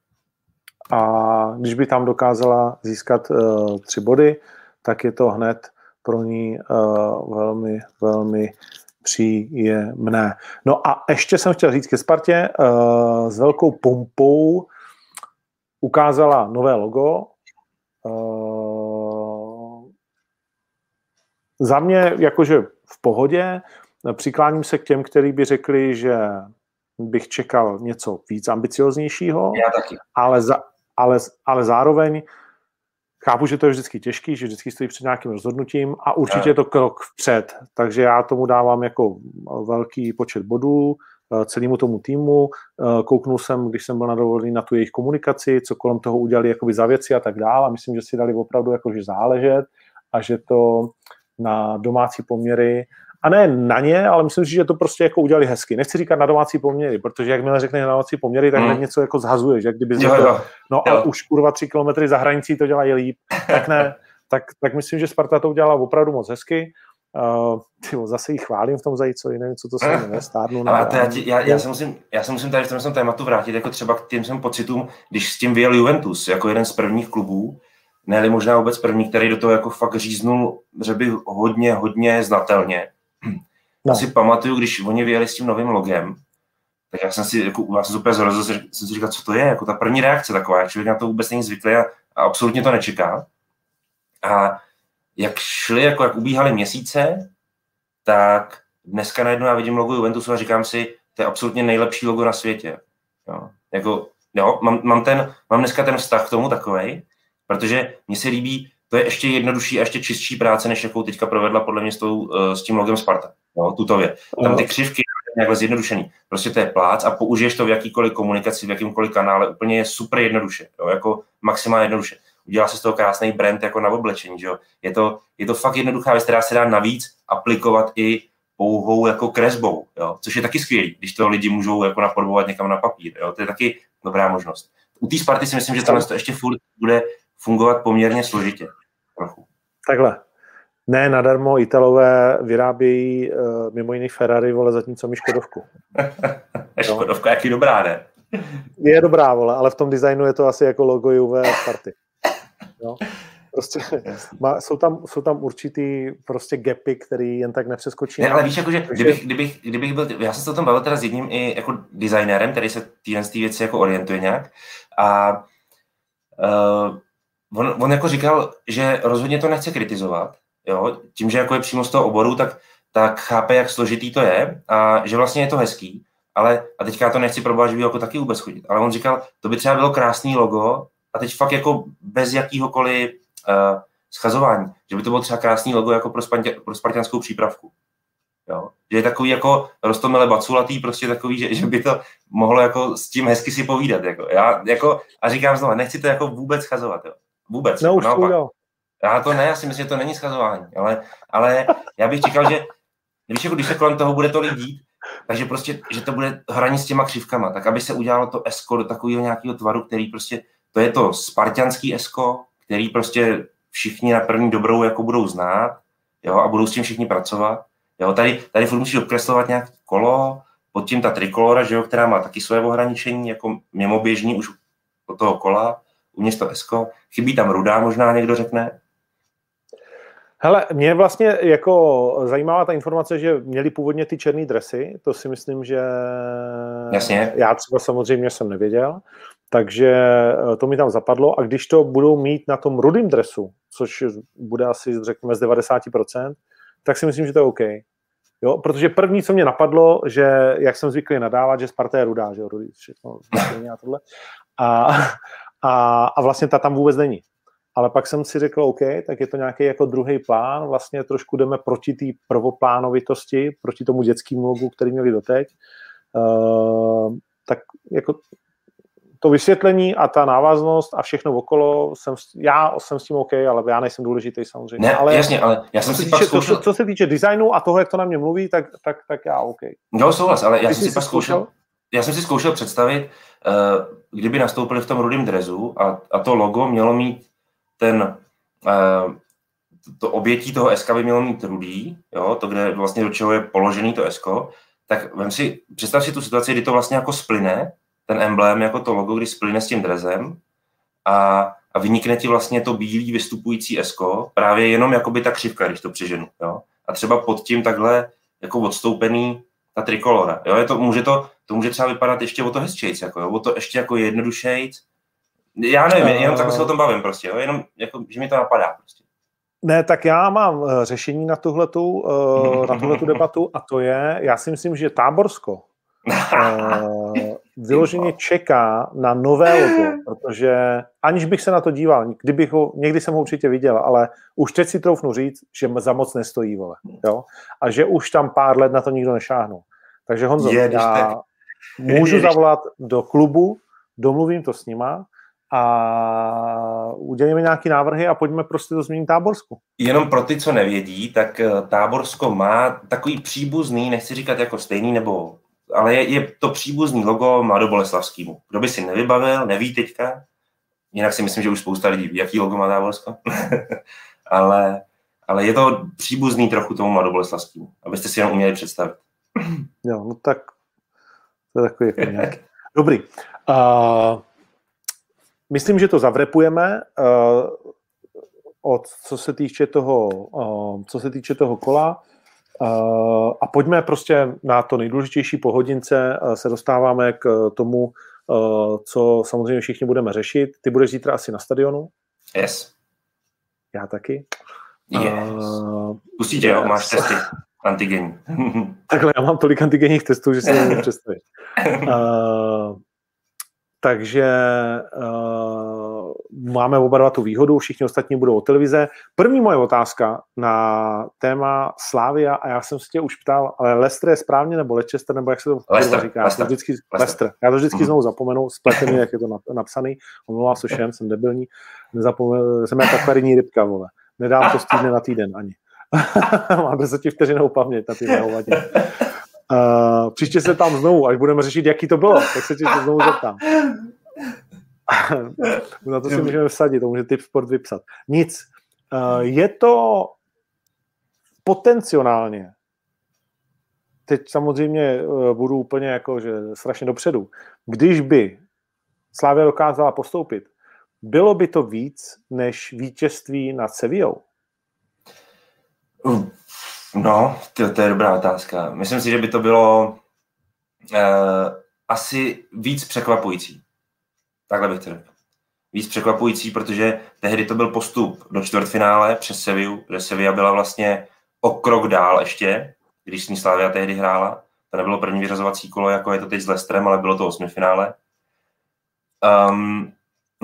A když by tam dokázala získat uh, tři body, tak je to hned pro ní uh, velmi, velmi příjemné. No a ještě jsem chtěl říct ke Spartě, uh, s velkou pompou ukázala nové logo. Uh, za mě jakože v pohodě, přikláním se k těm, kteří by řekli, že bych čekal něco víc ambicioznějšího, Já taky. Ale, za, ale, ale zároveň chápu, že to je vždycky těžký, že vždycky stojí před nějakým rozhodnutím a určitě je to krok vpřed, takže já tomu dávám jako velký počet bodů celému tomu týmu. Kouknul jsem, když jsem byl na dovolený, na tu jejich komunikaci, co kolem toho udělali jakoby za věci a tak dále. A myslím, že si dali opravdu jakože záležet a že to na domácí poměry, a ne na ně, ale myslím si, že to prostě jako udělali hezky. Nechci říkat na domácí poměry, protože jakmile řekne na domácí poměry, tak mm. něco jako zhazuješ, jak kdyby řekl, no jo. Ale už kurva tři kilometry za hranicí to dělají líp. Tak ne, tak, tak myslím, že Sparta to udělala opravdu moc hezky. Uh, tyvo, zase jí chválím v tom Zajícovi, nevím, co to se jmenuje, stárnu. Ale to já, ti, já, já, se musím, já se musím tady v tom tématu vrátit, jako třeba k těm svým pocitům, když s tím vyjel Juventus, jako jeden z prvních klubů, ne možná vůbec první, který do toho jako fakt říznul, že by hodně, hodně znatelně. No. Já si pamatuju, když oni vyjeli s tím novým logem, tak já jsem si, jako, já jsem úplně zrozil, jsem si říkal, co to je, jako ta první reakce taková, člověk na to vůbec není zvyklý a, a absolutně to nečeká. A jak šli, jako jak ubíhali měsíce, tak dneska najednou já vidím logo Juventusu a říkám si, to je absolutně nejlepší logo na světě. Jo. Jako, jo, mám, mám, ten, mám dneska ten vztah k tomu takovej, protože mně se líbí, to je ještě jednodušší a ještě čistší práce, než jakou teďka provedla podle mě s, tou, s tím logem Sparta. Jo, tutově. Tam ty křivky nějakhle zjednodušený. Prostě to je plác a použiješ to v jakýkoliv komunikaci, v jakýmkoliv kanále, úplně je super jednoduše, jo, jako maximálně jednoduše. Udělá se z toho krásný brand jako na oblečení, že jo. Je to, je to fakt jednoduchá věc, která se dá navíc aplikovat i pouhou jako kresbou, jo, což je taky skvělý, když to lidi můžou jako napodobovat někam na papír, jo, to je taky dobrá možnost. U té Sparty si myslím, že tohle to ještě furt bude fungovat poměrně složitě. Trochu. Takhle. Ne, nadarmo Italové vyrábějí uh, mimo jiný Ferrari, vole, zatímco mi Škodovku. Škodovka jaký dobrá, ne? Je dobrá, vole, ale v tom designu je to asi jako logo Juve Sparty. Jo? Prostě má, jsou, tam, jsou tam určitý prostě gapy, který jen tak nepřeskočí. Ne, ale víš, jakože, kdybych, kdybych, kdybych byl, já jsem se o tom bavil teda s jedním i jako designérem, který se týhle z té věci jako orientuje nějak a uh, on, on jako říkal, že rozhodně to nechce kritizovat, jo, tím, že jako je přímo z toho oboru, tak, tak chápe, jak složitý to je a že vlastně je to hezký, ale a teďka to nechci probovat, že by jako taky vůbec chodit, ale on říkal, to by třeba bylo krásný logo a teď fakt jako bez jakýhokoliv uh, schazování, že by to bylo třeba krásný logo jako pro, spantě, pro spartianskou přípravku. Jo? Že je takový jako Roztomile Baculatý, prostě takový, že, že by to mohlo jako s tím hezky si povídat. Jako. Já, jako, a říkám znovu, nechci to jako vůbec schazovat. Jo? Vůbec. No, jako, už naopak. to Já to ne, já si myslím, že to není schazování, ale, ale já bych čekal, že víš, jako když se kolem toho bude tolik dít, takže prostě, že to bude hraní s těma křivkama, tak aby se udělalo to esko do takového nějakého tvaru, který prostě, to je to spartianský esko, který prostě všichni na první dobrou jako budou znát, jo, a budou s tím všichni pracovat. Jo, tady, tady furt musíš obkreslovat nějaké kolo, pod tím ta trikolora, že jo, která má taky své ohraničení, jako mimoběžní už od toho kola, uvnitř to esko. Chybí tam rudá, možná někdo řekne. Hele, mě vlastně jako zajímavá ta informace, že měli původně ty černý dresy, to si myslím, že Jasně. Já třeba samozřejmě jsem nevěděl, takže to mi tam zapadlo a když to budou mít na tom rudým dresu, což bude asi řekněme z devadesát procent, tak si myslím, že to je OK. Jo, protože první, co mě napadlo, že jak jsem zvyklý nadávat, že Sparta je rudá, že jo, rudý, všechno, a tohle. A, a, a vlastně ta tam vůbec není. Ale pak jsem si řekl, OK, tak je to nějaký jako druhý plán, vlastně trošku jdeme proti té prvoplánovitosti, proti tomu dětskému logu, který měli doteď. Uh, tak jako to vysvětlení a ta návaznost a všechno okolo, jsem, já jsem s tím OK, ale já nejsem důležitý samozřejmě. Ne, ale jasně, ale já jsem si pak zkoušel... Co, co se týče designu a toho, jak to na mě mluví, tak, tak, tak já OK. Jo, souhlas, ale já Ty jsem si pak zkoušel, zkoušel, já jsem si zkoušel představit, uh, kdyby nastoupili v tom rudém dresu a, a to logo mělo mít ten, uh, to obětí toho eska by mělo mít rudý, jo, to, kde vlastně do čeho je položený to esko, tak vem si, představ si tu situaci, kdy to vlastně jako splyne, ten emblém jako to logo, kdy splyne s tím dresem a, a vynikne ti vlastně to bílý vystupující esko, právě jenom jakoby ta křivka, když to přiženu, jo. A třeba pod tím takhle jako odstoupený ta trikolora, jo, je to, může to, to může třeba vypadat ještě o to hezčejc, jako jo, o to ještě jako jednodušejc. Já nevím, uh, jenom takhle se o tom bavím prostě, jo? Jenom jako, že mi to napadá prostě. Ne, tak já mám uh, řešení na tuhletu, uh, na tuhletu debatu a to je, já si myslím, že Táborsko uh, vyloženě čeká na nové logo, protože aniž bych se na to díval, kdybych ho, někdy jsem ho určitě viděl, ale už teď si troufnu říct, že za moc nestojí, vole, jo? A že už tam pár let na to nikdo nešáhnul. Takže Honzo, je, já tak... můžu zavolat do klubu, domluvím to s nima, a udělíme nějaké návrhy a pojďme prostě to změnit Táborsku. Jenom pro ty, co nevědí, tak Táborsko má takový příbuzný, nechci říkat jako stejný, nebo, ale je, je to příbuzný logo Mladoboleslavskému. Kdo by si nevybavil, neví teďka, jinak si myslím, že už spousta lidí ví, jaký logo má Táborsko, ale, ale je to příbuzný trochu tomu Mladoboleslavskému, abyste si jenom uměli představit. Jo, no tak to je takový jako nějaký. Dobrý. Uh, Myslím, že to zavrepujeme, uh, od, co se týče toho, uh, co se týče toho kola uh, a pojďme prostě na to nejdůležitější po hodince, uh, se dostáváme k tomu, uh, co samozřejmě všichni budeme řešit. Ty budeš zítra asi na stadionu? Yes. Já taky. Yes. Uh, Pustíte, yes. Jo, máš testy antigenní. Takhle, já mám tolik antigenních testů, že si nemůžu představit. Uh, Takže uh, máme oba dva tu výhodu, všichni ostatní budou od televize. První moje otázka na téma Slavia, a já jsem se tě už ptal, ale Leicester je správně, nebo Leicester, nebo jak se to Leicester, říká? Leicester. To vždycky, Leicester. Já to vždycky mm. znovu zapomenu, spletený, jak je to napsaný. Omlouvám se všem, jsem debilní. Nezapomenu, jsem jako akvarijní rybka, vole. Nedám to z týdne na týden ani. Mám deset vteřinou paměť na ty nehovadí. Uh, příště se tam znovu, až budeme řešit, jaký to bylo, tak se tě to znovu zeptám. Na to si můžeme vsadit, to může Tip Sport vypsat. Nic. Uh, je to potenciálně, teď samozřejmě uh, budu úplně jako, že strašně dopředu, když by Slavia dokázala postoupit, bylo by to víc než vítězství nad Sevillou? Uh. No, to, to je dobrá otázka. Myslím si, že by to bylo uh, asi víc překvapující. Takhle bych to řekl. Víc překvapující, protože tehdy to byl postup do čtvrtfinále přes Sevillu, kde Sevilla byla vlastně o krok dál ještě, když s ní Slavia tehdy hrála. To nebylo první vyřazovací kolo, jako je to teď s Leicesterem, ale bylo to osmifinále. Um,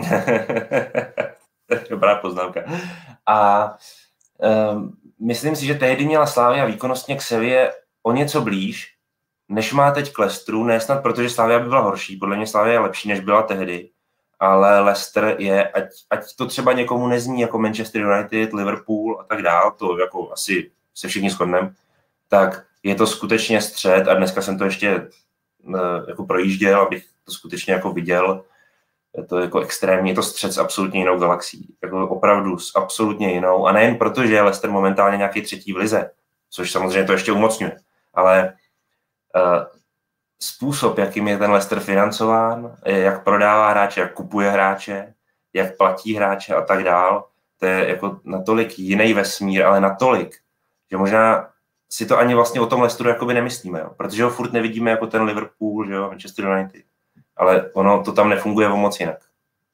dobrá poznámka. A um, myslím si, že tehdy měla Slavia výkonnostně k Sevě o něco blíž, než má teď k Leicesteru, ne snad protože Slavia by byla horší, podle mě Slavia je lepší, než byla tehdy, ale Leicester je, ať, ať to třeba někomu nezní jako Manchester United, Liverpool a tak dál, to jako asi se všichni shodneme, tak je to skutečně střed a dneska jsem to ještě jako projížděl, abych to skutečně jako viděl. Je to jako extrémní, je to střed s absolutně jinou galaxií. Jako opravdu s absolutně jinou. A nejen proto, že je Leicester momentálně nějaký třetí v lize, což samozřejmě to ještě umocňuje, ale uh, způsob, jakým je ten Leicester financován, jak prodává hráče, jak kupuje hráče, jak platí hráče a tak dál, to je jako natolik jiný vesmír, ale natolik, že možná si to ani vlastně o tom Leicesteru jakoby nemyslíme, jo? Protože ho furt nevidíme jako ten Liverpool, že jo, Manchester United. Ale ono to tam nefunguje o moc jinak.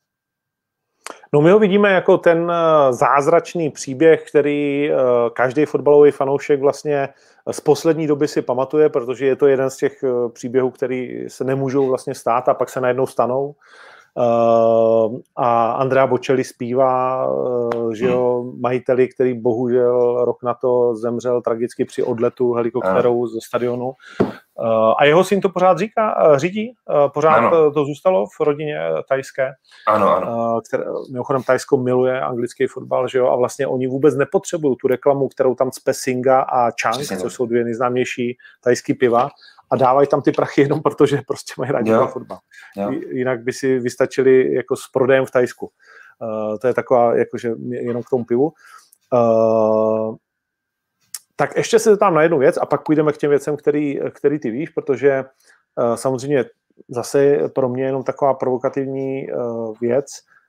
No my ho vidíme jako ten zázračný příběh, který každý fotbalový fanoušek vlastně z poslední doby si pamatuje, protože je to jeden z těch příběhů, který se nemůžou vlastně stát a pak se najednou stanou. Uh, a Andrea Bocelli zpívá, uh, že jo, majiteli, který bohužel rok na to zemřel tragicky při odletu helikopterou ze stadionu. Uh, a jeho syn to pořád říká, uh, řídí, uh, pořád ano. To zůstalo v rodině tajské. Ano, ano. Uh, které, mimochodem Tajsko miluje anglický fotbal, že jo, a vlastně oni vůbec nepotřebují tu reklamu, kterou tam cpe Singa a Chang, což jsou dvě nejznámější tajský piva, a dávají tam ty prachy jenom protože prostě mají rádi ten fotbal. Jo. Jinak by si vystačili jako s prodejem v Tajsku. Uh, to je taková, jakože jenom k tomu pivu. Uh, tak ještě se tam na jednu věc a pak půjdeme k těm věcem, který, který ty víš, protože uh, samozřejmě zase pro mě jenom taková provokativní uh, věc.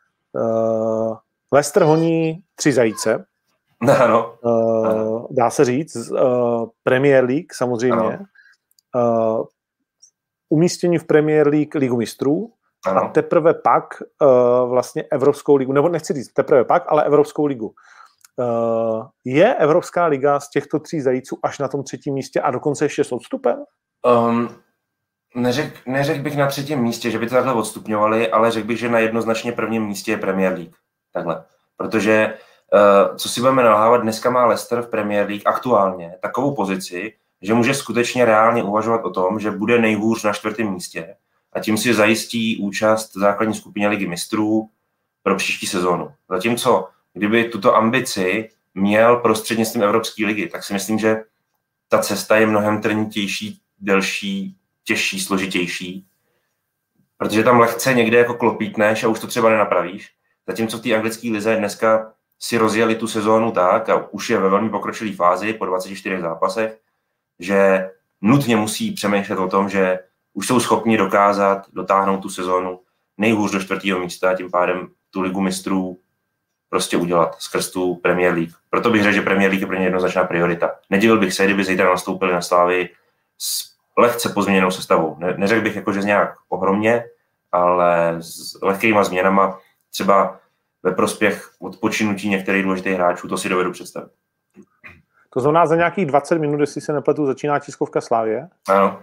Uh, Leicester honí tři zajíce. Ano. Uh, ano. Dá se říct. Uh, Premier League samozřejmě. Ano. Uh, umístění v Premier League Ligu mistrů ano. A teprve pak uh, vlastně Evropskou ligu, nebo nechci říct teprve pak, ale Evropskou ligu. Uh, je Evropská liga z těchto tří zajíců až na tom třetím místě a dokonce ještě s odstupem? Um, neřek, neřek bych na třetím místě, že by to takhle odstupňovali, ale řekl bych, že na jednoznačně prvním místě je Premier League. Takhle. Protože, uh, co si budeme nalhávat, dneska má Leicester v Premier League aktuálně takovou pozici, že může skutečně reálně uvažovat o tom, že bude nejhůř na čtvrtém místě a tím si zajistí účast v základní skupině Ligy mistrů pro příští sezónu. Zatímco, kdyby tuto ambici měl prostřednictvím Evropské ligy, tak si myslím, že ta cesta je mnohem trnitější, delší, těžší, složitější, protože tam lehce někde jako klopítneš a už to třeba nenapravíš. Zatímco v té anglické lize dneska si rozjeli tu sezónu tak a už je ve velmi pokročilé fázi po dvaceti čtyřech zápasech, že nutně musí přemýšlet o tom, že už jsou schopni dokázat dotáhnout tu sezónu nejhůř do čtvrtého místa a tím pádem tu Ligu mistrů prostě udělat skrz tu Premier League. Proto bych řekl, že Premier League je pro ně jednoznačná priorita. Nedivil bych se, kdyby zítra nastoupili na Slavii s lehce pozměněnou sestavou. Ne, neřekl bych jako, že z nějak ohromně, ale s lehkýma změnama, třeba ve prospěch odpočinutí některých důležitých hráčů, to si dovedu představit. To znamená, za nějakých dvacet minut, jestli se nepletu, začíná tiskovka Slavie. Ano.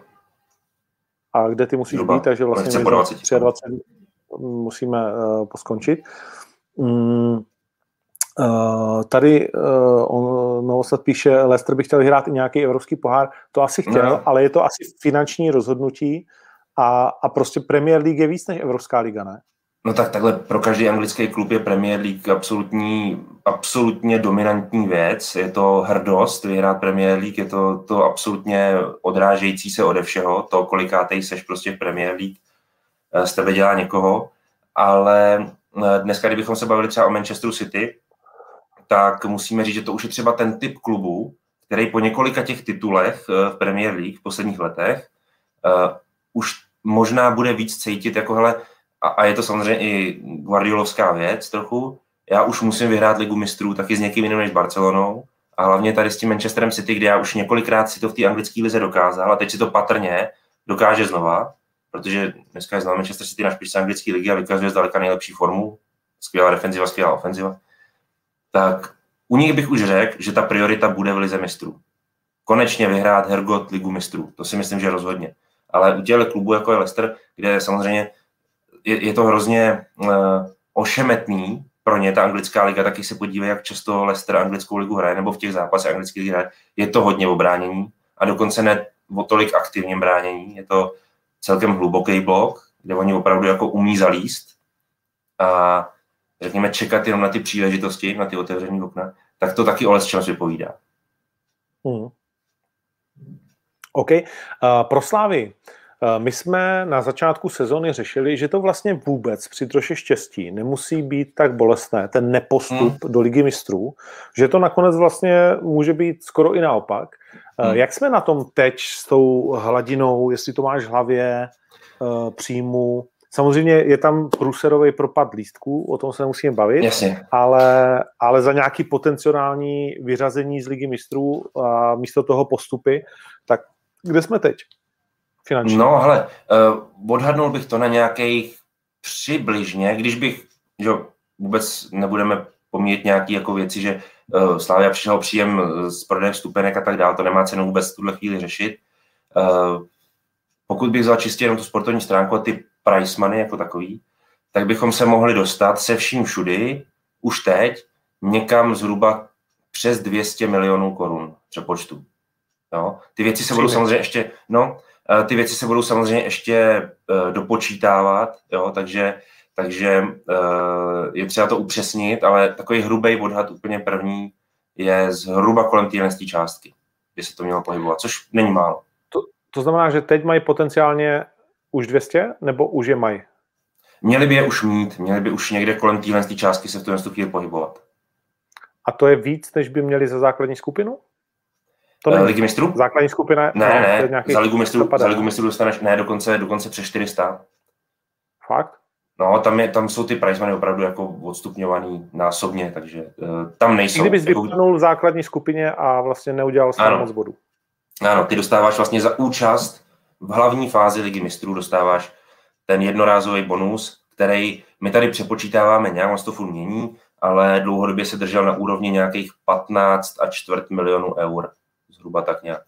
A kde ty musíš Zhruba. být, takže vlastně my dvacet tři musíme uh, poskončit. Mm, uh, tady uh, on Novosad píše, Leicester by chtěl hrát i nějaký evropský pohár. To asi chtěl, no. Ale je to asi finanční rozhodnutí a, a prostě Premier League je víc než Evropská liga, ne? No tak takhle pro každý anglický klub je Premier League absolutní, absolutně dominantní věc. Je to hrdost vyhrát Premier League, je to, to absolutně odrážející se ode všeho. To, kolikátej seš prostě v Premier League, z tebe dělá někoho. Ale dneska, kdybychom se bavili třeba o Manchesteru City, tak musíme říct, že to už je třeba ten typ klubu, který po několika těch titulech v Premier League v posledních letech uh, už možná bude víc cítit jako hele, a, a je to samozřejmě i guardiolovská věc trochu, já už musím vyhrát Ligu mistrů taky s někým jiným než s Barcelonou a hlavně tady s tím Manchesterem City, kde já už několikrát si to v té anglické lize dokázal a teď si to patrně dokáže znova, protože dneska je znal Manchester City na špičce anglické ligy a vykazuje zdaleka nejlepší formu, skvělá defenziva, skvělá ofenziva, tak u nich bych už řekl, že ta priorita bude v lize mistrů. Konečně vyhrát Hergot Ligu mistrů, to si myslím, že rozhodně. Ale u těchto klubů, jako je Leicester, kde samozřejmě je, je to hrozně uh, ošemetný pro ně, ta anglická liga, taky se podívej, jak často Leicester anglickou ligu hraje, nebo v těch zápasech anglické ligy hraje, je to hodně obránění a dokonce ne o tolik aktivním bránění. Je to celkem hluboký blok, kde oni opravdu jako umí zalíst a řekněme čekat jenom na ty příležitosti, na ty otevřený okna, tak to taky o lecčems vypovídá. Hmm. OK. Uh, pro Slávy. Uh, my jsme na začátku sezony řešili, že to vlastně vůbec při troše štěstí nemusí být tak bolestné, ten nepostup hmm. do Ligy mistrů, že to nakonec vlastně může být skoro i naopak. Uh, hmm. Jak jsme na tom teď s tou hladinou, jestli to máš v hlavě, uh, příjmu? Samozřejmě je tam průserový propad lístků, o tom se nemusíme bavit, Jasně. ale, ale za nějaký potenciální vyřazení z Ligy mistrů a místo toho postupy, tak kde jsme teď finančně? No hele, uh, odhadnul bych to na nějakých přibližně, když bych, že vůbec nebudeme pomíjet nějaké jako věci, že uh, Slavia přišel příjem z prodeje vstupenek a tak dále, to nemá cenu vůbec v tuhle chvíli řešit. Uh, pokud bych vzal čistě jenom tu sportovní stránku a ty price money jako takový, tak bychom se mohli dostat se vším všudy, už teď, někam zhruba přes dvě stě milionů korun přepočtu. Jo? Ty věci se budou samozřejmě ještě, no, ty věci se budou samozřejmě ještě uh, dopočítávat, jo? takže, takže uh, je třeba to upřesnit, ale takový hrubý odhad úplně první je zhruba kolem téhle částky, kde se to mělo pohybovat, což není málo. To, to znamená, že teď mají potenciálně už dvě stě, nebo už je mají? Měli by je už mít, měli by už někde kolem téhle částky se v tom chvíli pohybovat. A to je víc, než by měli za základní skupinu? To není. Ligy mistrů? Základní skupina? Ne, ne, ne. Za Ligu mistrů, za Ligu mistrů dostaneš, ne, dokonce, dokonce přes čtyři sta. Fakt? No, tam, je, tam jsou ty price money opravdu jako odstupňovaný násobně, takže uh, tam nejsou. I kdybys jako... vypadnul v základní skupině a vlastně neudělal s moc bodů. Ano, ty dostáváš vlastně za účast v hlavní fázi Ligy mistrů dostáváš ten jednorázový bonus, který my tady přepočítáváme nějak, on se to furt mění, ale dlouhodobě se držel na úrovni nějakých patnáct a čtvrt milionů eur. Zhruba tak nějak.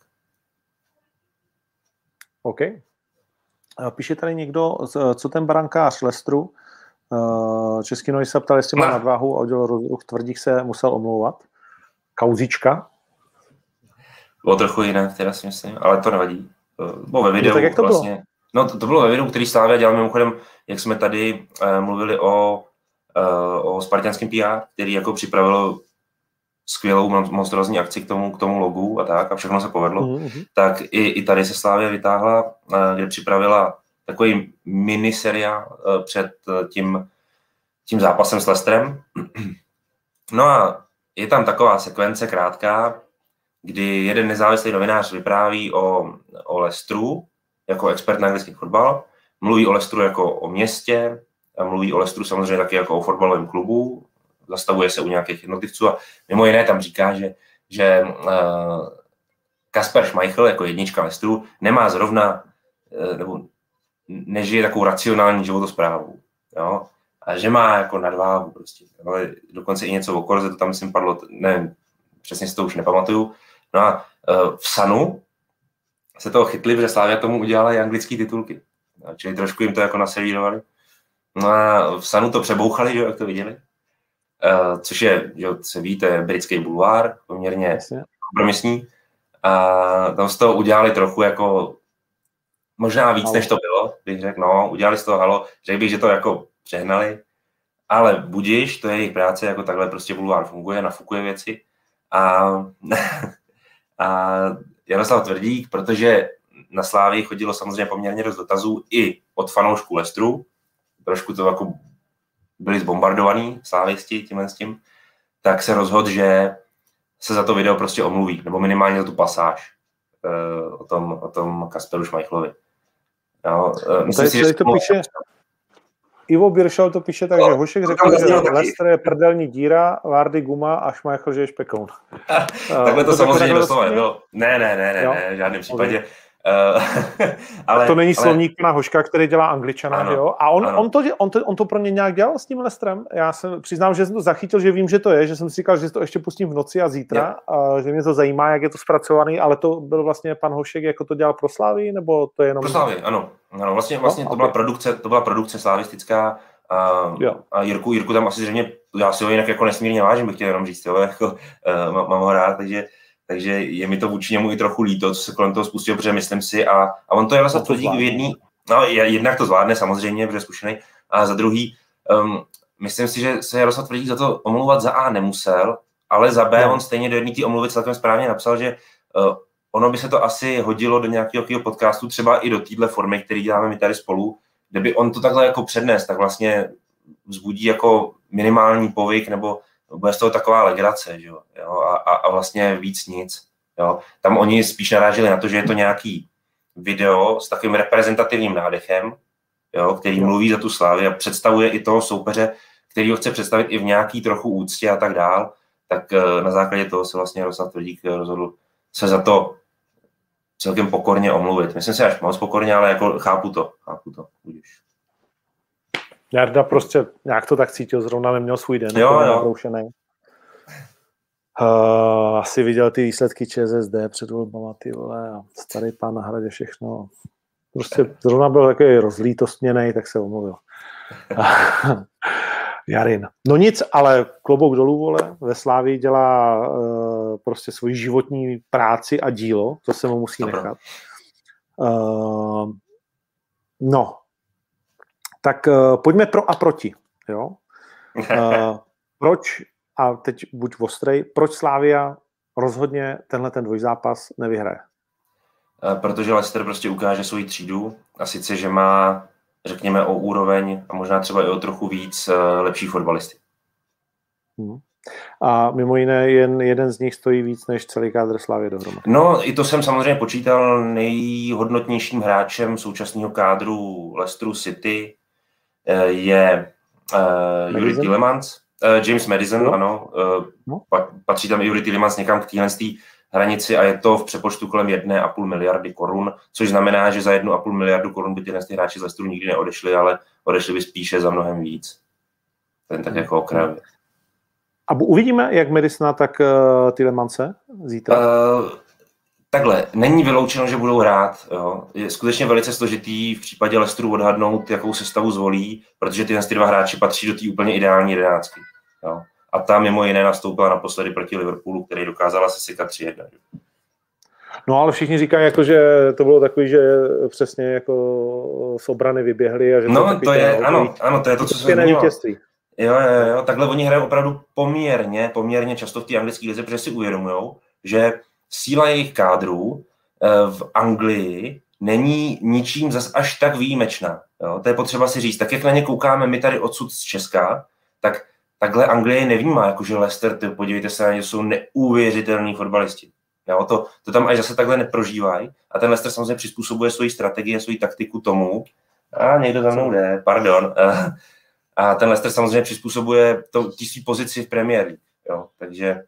OK. Píše tady někdo, co ten brankář Lestru, Český nový se ptal, jestli má no. nadváhu a udělal rozruch, Tvrdík se musel omlouvat. Kauzička. Bylo trochu jinak, teda si myslím, ale to nevadí. Bylo ve videu no, tak jak to vlastně. Bylo? No to, to bylo ve videu, který Slavia dělal mimochodem, jak jsme tady uh, mluvili o, uh, o spartanském P R, který jako připravilo skvělou monstrózní akci k tomu, k tomu logu a tak a všechno se povedlo, mm-hmm. tak i, i tady se Slavia vytáhla, uh, kde připravila takový miniseriál uh, před uh, tím, tím zápasem s Leicesterem. No a je tam taková sekvence krátká, kdy jeden nezávislý novinář vypráví o, o Leicesteru jako expert na anglický fotbal, mluví o Leicesteru jako o městě, a mluví o Leicesteru samozřejmě taky jako o fotbalovém klubu, zastavuje se u nějakých jednotlivců a mimo jiné tam říká, že, že uh, Kasper Schmeichel jako jednička Leicesteru nemá zrovna, uh, nebo nežije takovou racionální životosprávu, jo? A že má jako nadváhu prostě, ale dokonce i něco o korze, to tam myslím padlo, nevím, přesně si to už nepamatuju. No a uh, v Sanu se toho chytli, protože Slavia tomu udělala i anglické titulky. No, čili trošku jim to jako naservírovali. No a v Sanu to přebouchali, že, jak to viděli. Uh, což je, že se ví, to je britský bulvár, poměrně kompromisní. A tam z toho udělali trochu jako, možná víc, halo. Než to bylo, bych řekl, no, udělali z toho halo, řekl bych, že to jako přehnali, ale budiš, to je jejich práce, jako takhle prostě bulvár funguje, nafukuje věci. A, a Jaroslav Tvrdík, protože na Slávii chodilo samozřejmě poměrně dost dotazů i od fanoušků Leicesteru, trošku to jako byli zbombardovaní slávisti tímhle s tím, tak se rozhodl, že se za to video prostě omluví, nebo minimálně za tu pasáž uh, o tom, o tom Kasperu Schmeichelovi. Jo, uh, myslím si, že to píše, Ivo Biršal to píše tak, no, že Hošek řekl, že Leicester je prdelní díra, Vardy guma a Schmeichel, že je špekoun. Takhle to, to samozřejmě doslova nebylo. Ne, ne, ne, ne, ne, v žádném případě. Okay. Uh, ale, to není ale... slovník pana Hoška, který dělá Angličana, ano, jo? A on, on, to, on, to, on to pro ně nějak dělal s tím Leicesterem? Já jsem přiznám, že jsem to zachytil, že vím, že to je, že jsem si říkal, že to ještě pustím v noci a zítra, a že mě to zajímá, jak je to zpracovaný, ale to byl vlastně pan Hošek, jako to dělal pro Slávii, nebo to je jenom... Pro Slávii, ano. ano. Vlastně, vlastně no, to, byla okay. produkce, to byla produkce slavistická a, a Jirku, Jirku tam asi zřejmě, já si ho jinak jako nesmírně vážím, bych chtěl jenom říct, jo, jako, uh, mám ho rád, takže takže je mi to vůči němu i trochu líto, co se kolem toho spustilo, protože myslím si, a, a on to Jaroslav Tvrdík v jedný, no jednak to zvládne samozřejmě, protože je zkušený, a za druhý, um, myslím si, že se Jaroslav Tvrdík za to omlouvat za A nemusel, ale za B no. On stejně do jedné té omluvy celkem správně napsal, že uh, ono by se to asi hodilo do nějakého podcastu, třeba i do téhle formy, který děláme my tady spolu, kde by on to takhle jako přednes, tak vlastně vzbudí jako minimální povyk, nebo bude z toho taková legrace, že jo? A, a, a vlastně víc nic. Jo? Tam oni spíš naráželi na to, že je to nějaký video s takovým reprezentativním nádechem, jo? Který jo. Mluví za tu Slávy a představuje i toho soupeře, který ho chce představit i v nějaký trochu úctě a tak dál, tak na základě toho se vlastně Jaroslav Tvrdík rozhodl se za to celkem pokorně omluvit. Myslím si až moc pokorně, ale jako chápu to. Chápu to. Budíš. Jarda prostě nějak to tak cítil, zrovna neměl svůj den. Jo, jo. Uh, asi viděl ty výsledky ČSSD před volbama, ty vole, a starý pán na Hradě všechno. Prostě zrovna byl takový rozlítostněnej, tak se omluvil. Jarin. No nic, ale klobouk dolů, vole, ve Slávii dělá uh, prostě svoji životní práci a dílo, to se mu musí Dobro. nechat. Uh, no, tak uh, pojďme pro a proti, jo. Uh, proč, a teď buď ostrej, proč Slavia rozhodně tenhle ten dvojzápas nevyhraje? Uh, protože Leicester prostě ukáže svoji třídu, a sice, že má, řekněme, o úroveň a možná třeba i o trochu víc uh, lepší fotbalisty. Hmm. A mimo jiné jen jeden z nich stojí víc než celý kádr Slavie dohromady. No, i to jsem samozřejmě počítal. Nejhodnotnějším hráčem současného kádru Leicesteru City je uh, Juri Tielemans, uh, James Maddison, no. ano. Uh, no. Patří tam i Juri Tielemans někam k téhle hranici a je to v přepočtu kolem jedné a půl miliardy korun, což znamená, že za jednu a půl miliardu korun by tyhle hráči z Leicesteru nikdy neodešli, ale odešli by spíše za mnohem víc. Ten tak jako okrajově. A uvidíme, jak Madisona, tak uh, Tielemance zítra? Uh, takhle, není vyloučeno, že budou hrát. Jo. Je skutečně velice složitý v případě Leicesteru odhadnout, jakou sestavu zvolí, protože tyhle dva hráči patří do té úplně ideální jedenáctky. Jo. A ta mimo jiné nastoupila naposledy proti Liverpoolu, který dokázala se sekat tři jedna. No ale všichni říkají, jako, že to bylo takový, že přesně jako z obrany vyběhli. A že no to je, ano, ano, to je to, co se zmiňoval. Jo, jo, jo, takhle oni hrají opravdu poměrně, poměrně často v té anglické lize, protože si uvědomujou, že síla jejich kádrů v Anglii není ničím zas až tak výjimečná. Jo? To je potřeba si říct. Tak jak na ně koukáme my tady odsud z Česka, tak takhle Anglie nevnímá, jakože Leicester, ty, podívejte se na ně, jsou neuvěřitelní fotbalisti. Jo? To, to tam až zase takhle neprožívají. A ten Leicester samozřejmě přizpůsobuje svoji strategii, svoji taktiku tomu. A někdo za mnou jde, pardon. A ten Leicester samozřejmě přizpůsobuje to, tí svý pozici v Premier League. Jo? Takže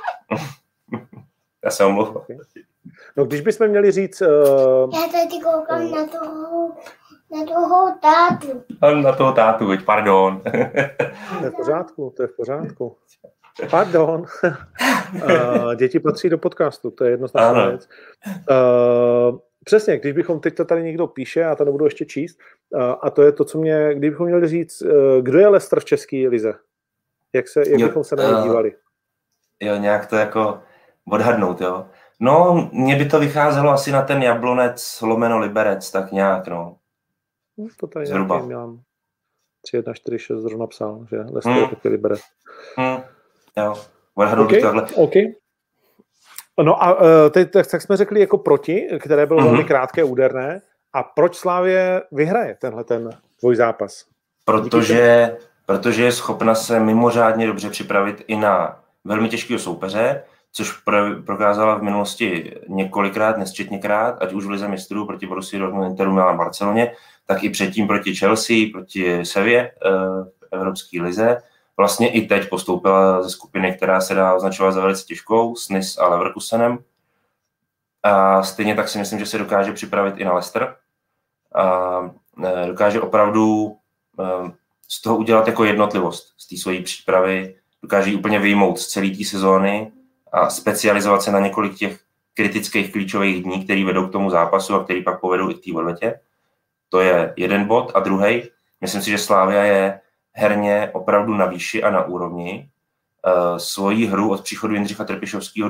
já se omlouvám. No když bychom měli říct... Uh... Já tady koukám uh... na toho, na toho tátu. Na toho tátu, veď, pardon. To je v pořádku, to je v pořádku. Pardon. uh, děti patří do podcastu, to je jednoznačná věc. Uh, přesně, když bychom, teď to tady někdo píše, a to nebudu ještě číst, uh, a to je to, co mě, kdybychom měli říct, uh, kdo je Leicester v české lize? Jak, se, jak jo, bychom se na ně dívali? Uh, jo, nějak to jako odhadnout, jo. No, mně by to vycházelo asi na ten Jablonec, lomeno Liberec, tak nějak, no. no to tady zhruba. Mělám tři jedna čtyři šest zrovna psal, že Leicester hmm. taky Liberec. Hmm. Jo, odhadnout okay. bych tohle. Okay. No a teď tak, tak jsme řekli jako proti, které bylo mm-hmm. velmi krátké, úderné. A proč Slavie vyhraje tenhle ten dvojzápas? Protože, protože je schopna se mimořádně dobře připravit i na velmi těžkého soupeře, což pro, prokázala v minulosti několikrát, nesčetněkrát, ať už v lize mistrů proti Borussii Dortmund, Interu, Milan, Barceloně, tak i předtím proti Chelsea, proti Sevě v evropské lize. Vlastně i teď postoupila ze skupiny, která se dá označovat za velice těžkou, s Nice a Leverkusenem. A stejně tak si myslím, že se dokáže připravit i na Leicester. A dokáže opravdu z toho udělat jako jednotlivost z té své přípravy. Dokáže ji úplně vyjmout z celé té sezóny a specializovat se na několik těch kritických klíčových dní, které vedou k tomu zápasu a které pak povedou i k té odvetě. To je jeden bod. A druhý, myslím si, že Slavia je herně opravdu na výši a na úrovni. Uh, svoji hru od příchodu Jindřicha Trpišovského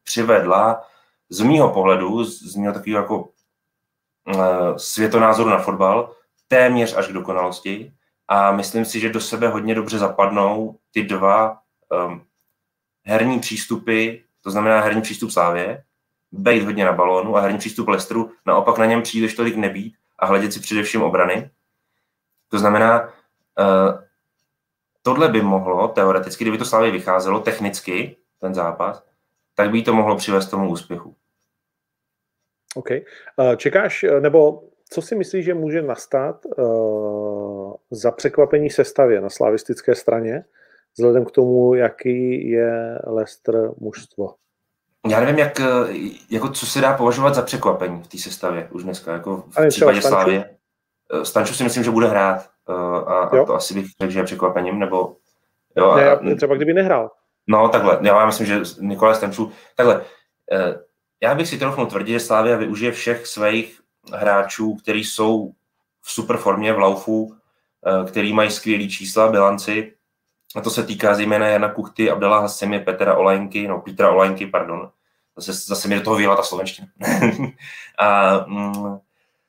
přivedla z mýho pohledu, z mýho takového jako uh, světonázoru na fotbal, téměř až k dokonalosti. A myslím si, že do sebe hodně dobře zapadnou ty dva um, herní přístupy, to znamená herní přístup Slávie, bejt hodně na balónu, a herní přístup Leicesteru, naopak na něm příliš tolik nebýt a hledět si především obrany. To znamená, uh, tohle by mohlo, teoreticky, kdyby to Slávě vycházelo technicky, ten zápas, tak by to mohlo přivést tomu úspěchu. OK. Čekáš, nebo co si myslíš, že může nastat uh, za překvapení sestavě na slavistické straně, vzhledem k tomu, jaký je Leicester mužstvo? Já nevím, jak, jako co se dá považovat za překvapení v té sestavě už dneska, jako v případě Slávie. Stanču si myslím, že bude hrát uh, a, a to asi bych řekl, že je překvapením, nebo... Jo, ne, a, třeba kdyby nehrál. No, takhle. Já myslím, že Nikolaj Stanču... Takhle. Uh, já bych si trochu tvrdil, že Slavia využije všech svých hráčů, kteří jsou v super formě, v laufu, uh, který mají skvělý čísla, bilanci. A to se týká zejména Jana Kuchty, Abdala Hassemi, Petra Olajnky, no Petra Olajnky, pardon. Zase, zase mi do toho vyjela ta slovenština. a mm, uh,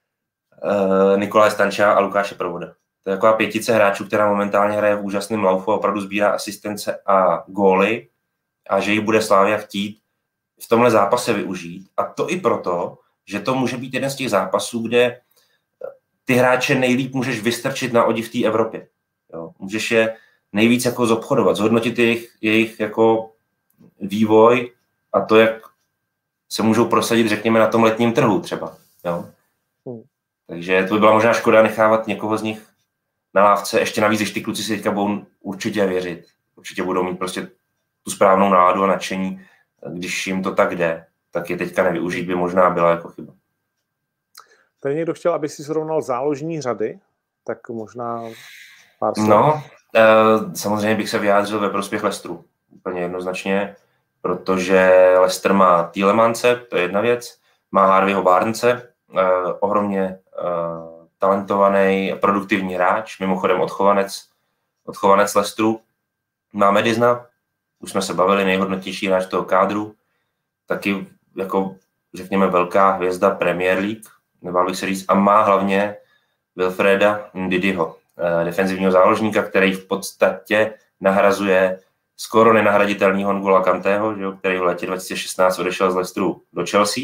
Nikolaje Stanča a Lukáše Provoda. To je taková pětice hráčů, která momentálně hraje v úžasném laufu a opravdu sbírá asistence a góly a že ji bude Slavia chtít v tomhle zápase využít. A to i proto, že to může být jeden z těch zápasů, kde ty hráče nejlíp můžeš vystrčit na odi v té Evropě. Jo? Můžeš je nejvíc jako zobchodovat, zhodnotit jejich, jejich jako vývoj a to, jak se můžou prosadit, řekněme, na tom letním trhu třeba. Jo? Hmm. Takže to by byla možná škoda nechávat někoho z nich na lávce. Ještě navíc, když ty kluci si teďka budou určitě věřit. Určitě budou mít prostě tu správnou náladu a nadšení. Když jim to tak jde, tak je teďka nevyužít by možná byla jako chyba. Tady někdo chtěl, aby si srovnal záložní řady, tak možná pár slov. No, e, samozřejmě bych se vyjádřil ve prospěch Leicesteru. Úplně jednoznačně, protože Leicester má Tielemance, to je jedna věc, má Harveyho Barnese, e, ohromně e, talentovaný, produktivní hráč, mimochodem odchovanec, odchovanec Leicesteru. Má Madisona, už jsme se bavili, nejhodnotnější hráč toho kádru, taky jako řekněme velká hvězda Premier League, nebál bych se říct, a má hlavně Wilfreda Ndidiho, defenzivního záložníka, který v podstatě nahrazuje skoro nenahraditelného N'Gola Kanteho, že jo, který v letě dva tisíce šestnáct odešel z Leicesteru do Chelsea.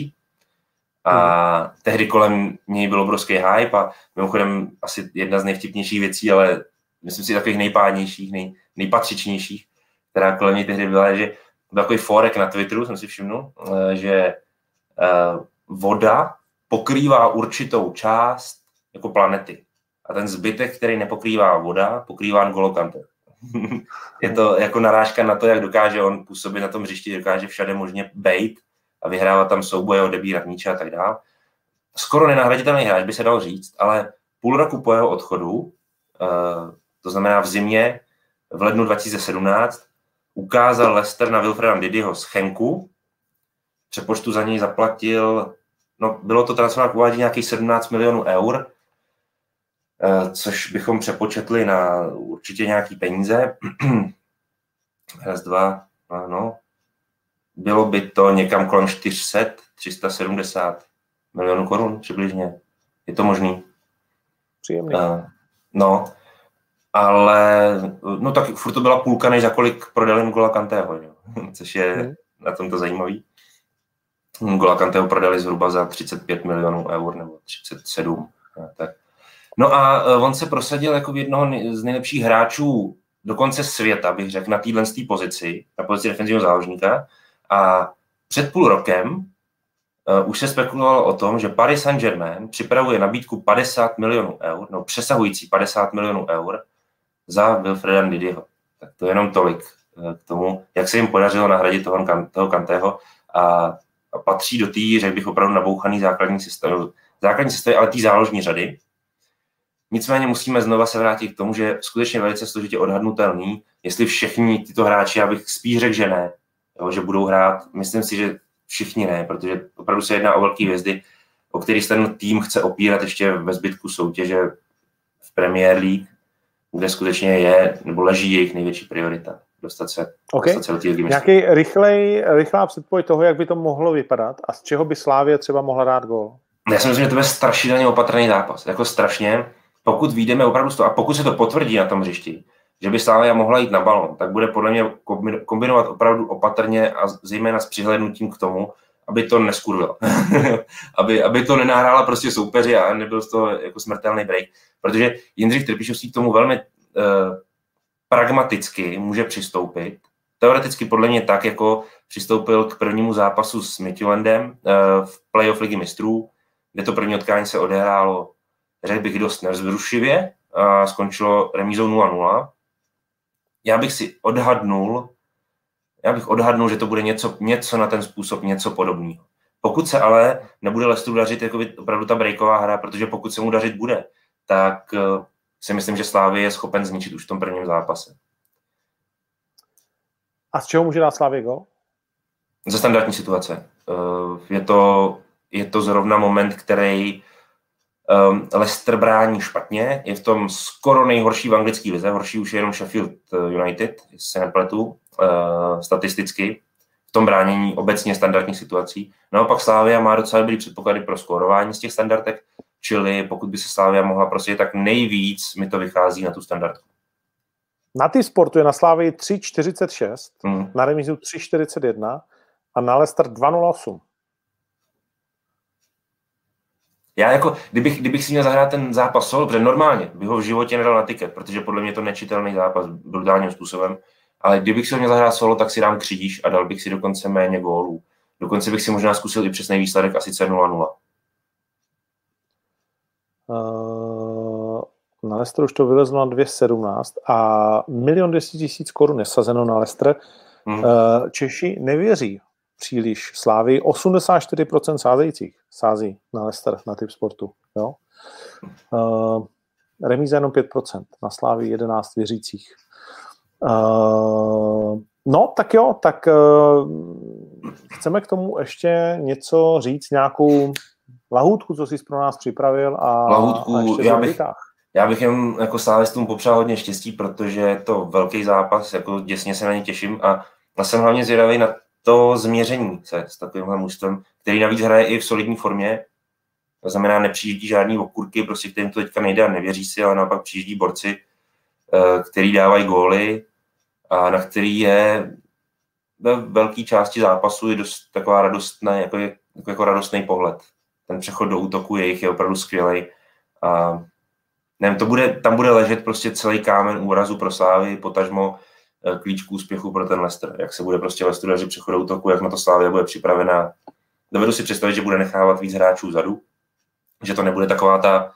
A hmm. tehdy kolem něj byl obrovský hype a mimochodem asi jedna z nejvtipnějších věcí, ale myslím si takových nejpádnějších, nej, nejpatřičnějších, která kolem něj tehdy byla, že byl takový forek na Twitteru, jsem si všimnul, že voda pokrývá určitou část jako planety. A ten zbytek, který nepokrývá voda, pokrývá N'Golo Kanté. Je to jako narážka na to, jak dokáže on působit na tom hřišti, dokáže všade možně bejt a vyhrávat tam souboje, odebírat míče a tak dále. Skoro nenahraditelný hráč by se dal říct, ale půl roku po jeho odchodu, to znamená v zimě, v lednu dva tisíce sedmnáct, ukázal Leicester na Wilfreda Ndidiho z Chenku. Přepočtu za něj zaplatil, no bylo to transfer k uvádí nějakých sedmnáct milionů eur, což bychom přepočetli na určitě nějaký peníze. Raz, dva, no. Bylo by to někam kolem čtyři sta, tři sta sedmdesát milionů korun přibližně. Je to možný? Příjemný. Uh, no, ale no tak furt to byla půlka, než za kolik prodali N'Gola Kanteho, což je hmm. na tomto zajímavý. N'Gola Kanteho prodali zhruba za třicet pět milionů eur nebo třicet sedm. Tak. No a on se prosadil jako jednoho z nejlepších hráčů dokonce světa, bych řekl, na téhle pozici, na pozici defenzivního záložníka. A před půl rokem uh, už se spekulovalo o tom, že Paris Saint-Germain připravuje nabídku padesát milionů eur, no přesahující padesát milionů eur za Wilfreda Ndidiho. Tak to je jenom tolik uh, k tomu, jak se jim podařilo nahradit toho, toho Kanteho a, a patří do té, řekl bych, opravdu nabouchaný základní sestavy, základní sestavy, ale té záložní řady. Nicméně musíme znova se vrátit k tomu, že je skutečně velice složitě odhadnutelný, jestli všichni tyto hráči, já bych spíš řekl, že ne, jo, že budou hrát. Myslím si, že všichni ne, protože opravdu se jedná o velké hvězdy, o kterých ten tým chce opírat ještě ve zbytku soutěže v Premier League, kde skutečně je, nebo leží jejich největší priorita. dostat se, okay. dostat se do té ligy mistrů. Nějaký rychlej, rychlá předpověď toho, jak by to mohlo vypadat a z čeho by Slavia třeba mohla dát gól? Já si myslím, že to je strašidelně opatrný zápas. Jako strašně. Pokud vyjdeme opravdu z toho, a pokud se to potvrdí na tom hřišti, že by Slavia mohla jít na balon, tak bude podle mě kombinovat opravdu opatrně a zejména s přihlédnutím k tomu, aby to neskurvilo. aby, aby to nenahrála prostě soupeři a nebyl z toho jako smrtelný break. Protože Jindřich Trpišovský k tomu velmi uh, pragmaticky může přistoupit. Teoreticky podle mě tak, jako přistoupil k prvnímu zápasu s Midtjyllandem uh, v playoff ligy mistrů, kde to první utkání se odehrálo, řekl bych, dost nevzrušivě a skončilo remízou nula nula. Já bych si odhadnul, já bych odhadnul, že to bude něco, něco na ten způsob, něco podobného. Pokud se ale nebude Leicesteru dařit jako opravdu ta breaková hra, protože pokud se mu dařit bude, tak uh, si myslím, že Slavia je schopen zničit už v tom prvním zápase. A z čeho může dát Slavia gól? Ze standardní situace. Uh, je to, je to zrovna moment, který um, Leicester brání špatně. Je v tom skoro nejhorší v anglické lize. Horší už je jenom Sheffield United, jestli se nepletu, uh, statisticky. V tom bránění obecně standardních situací. Naopak Slavia má docela dobrý předpoklady pro skórování z těch standardek, čili pokud by se Slavia mohla prostě, tak nejvíc mi to vychází na tu standardku. Na ty sportu je na Slavii tři čtyřicet šest, hmm. na remízu tři čtyřicet jedna a na Leicester dva nula osm. Já jako, kdybych, kdybych si měl zahrát ten zápas solo, protože normálně bych ho v životě nedal na tiket, protože podle mě to nečitelný zápas brutálním způsobem, ale kdybych si ho měl zahrát solo, tak si dám křidíš a dal bych si dokonce méně gólů. Dokonce bych si možná zkusil i přesný výsledek, a sice nula nula. Uh, na Leicester už to vylezlo na dvě sedmnáct a milion dvěstě tisíc korun je sazeno na Leicester. Hmm. Uh, Češi nevěří příliš Slávii. osmdesát čtyři procent sázejících sází na Leicester na typ sportu. Jo? Uh, remíza jenom pět procent, na Slávii jedenáct věřících. Uh, no, tak jo, tak uh, chceme k tomu ještě něco říct, nějakou lahůdku, co jsi pro nás připravil a, lahůdku, a ještě já bych, já bych jen jako slávistům popřál hodně štěstí, protože je to velký zápas, jako děsně se na ně těším a já jsem hlavně zvědavý na to změření se s takovýmhle mužstvem, který navíc hraje i v solidní formě, to znamená nepřijíždí žádný okurky, prostě kterým to teďka nejde a nevěří si, ale naopak přijíždí borci, který dávají góly a na který je ve velké části zápasu je dost taková radostná, jako, je, jako, jako radostný pohled. Ten přechod do útoku jejich je opravdu skvělej. A nevím, to bude, tam bude ležet prostě celý kámen úrazu pro Slávy, potažmo klíč k úspěchu pro ten Leicester. Jak se bude prostě Leicester dařit přechod do útoku, jak na to Slavia bude připravená. Dovedu si představit, že bude nechávat víc hráčů vzadu, že to nebude taková ta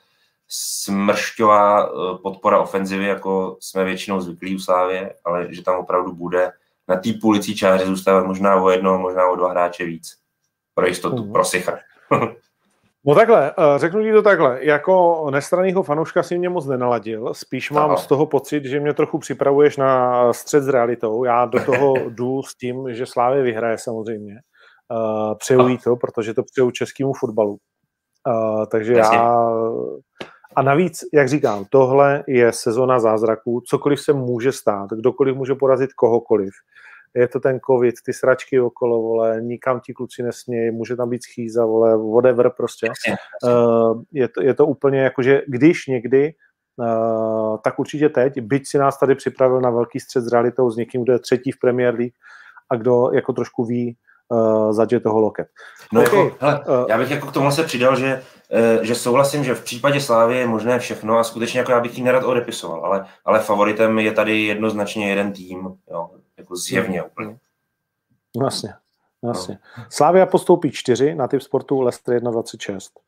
smršťová podpora ofenzivy, jako jsme většinou zvyklí u Slávie, ale že tam opravdu bude na té půlicí čáře zůstávat možná o jedno, možná o dva hráče víc. Pro jistotu, mm. pro sicha. No takhle, řeknu ti to takhle, jako nestranného fanouška si mě moc nenaladil, spíš mám no. z toho pocit, že mě trochu připravuješ na střet s realitou, já do toho jdu s tím, že Slavia vyhraje samozřejmě, uh, přeju jí to, protože to přeju českému fotbalu, uh, takže Jasně. já... A navíc, jak říkám, tohle je sezona zázraků, cokoliv se může stát, kdokoliv může porazit kohokoliv. Je to ten covid, ty sračky okolo, vole, nikam ti kluci nesmějí, může tam být schýza, vole, whatever prostě. Jasně, jasně. Uh, je, to, je to úplně jako, že když někdy, uh, tak určitě teď, byť si nás tady připravil na velký střet s realitou s někým, kdo je třetí v Premier League a kdo jako trošku ví, uh, zadže toho loket. No okay. jako, hele, uh, já bych jako k tomu se přidal, že, uh, že souhlasím, že v případě Slávie je možné všechno a skutečně jako já bych ji nerad odepisoval, ale, ale favoritem je tady jednoznačně jeden tým, jo. Jako zjevně úplně. Jasně, jasně. No. Slavia postoupí čtyři na typ sportu, Leicester jedna dvacet šest.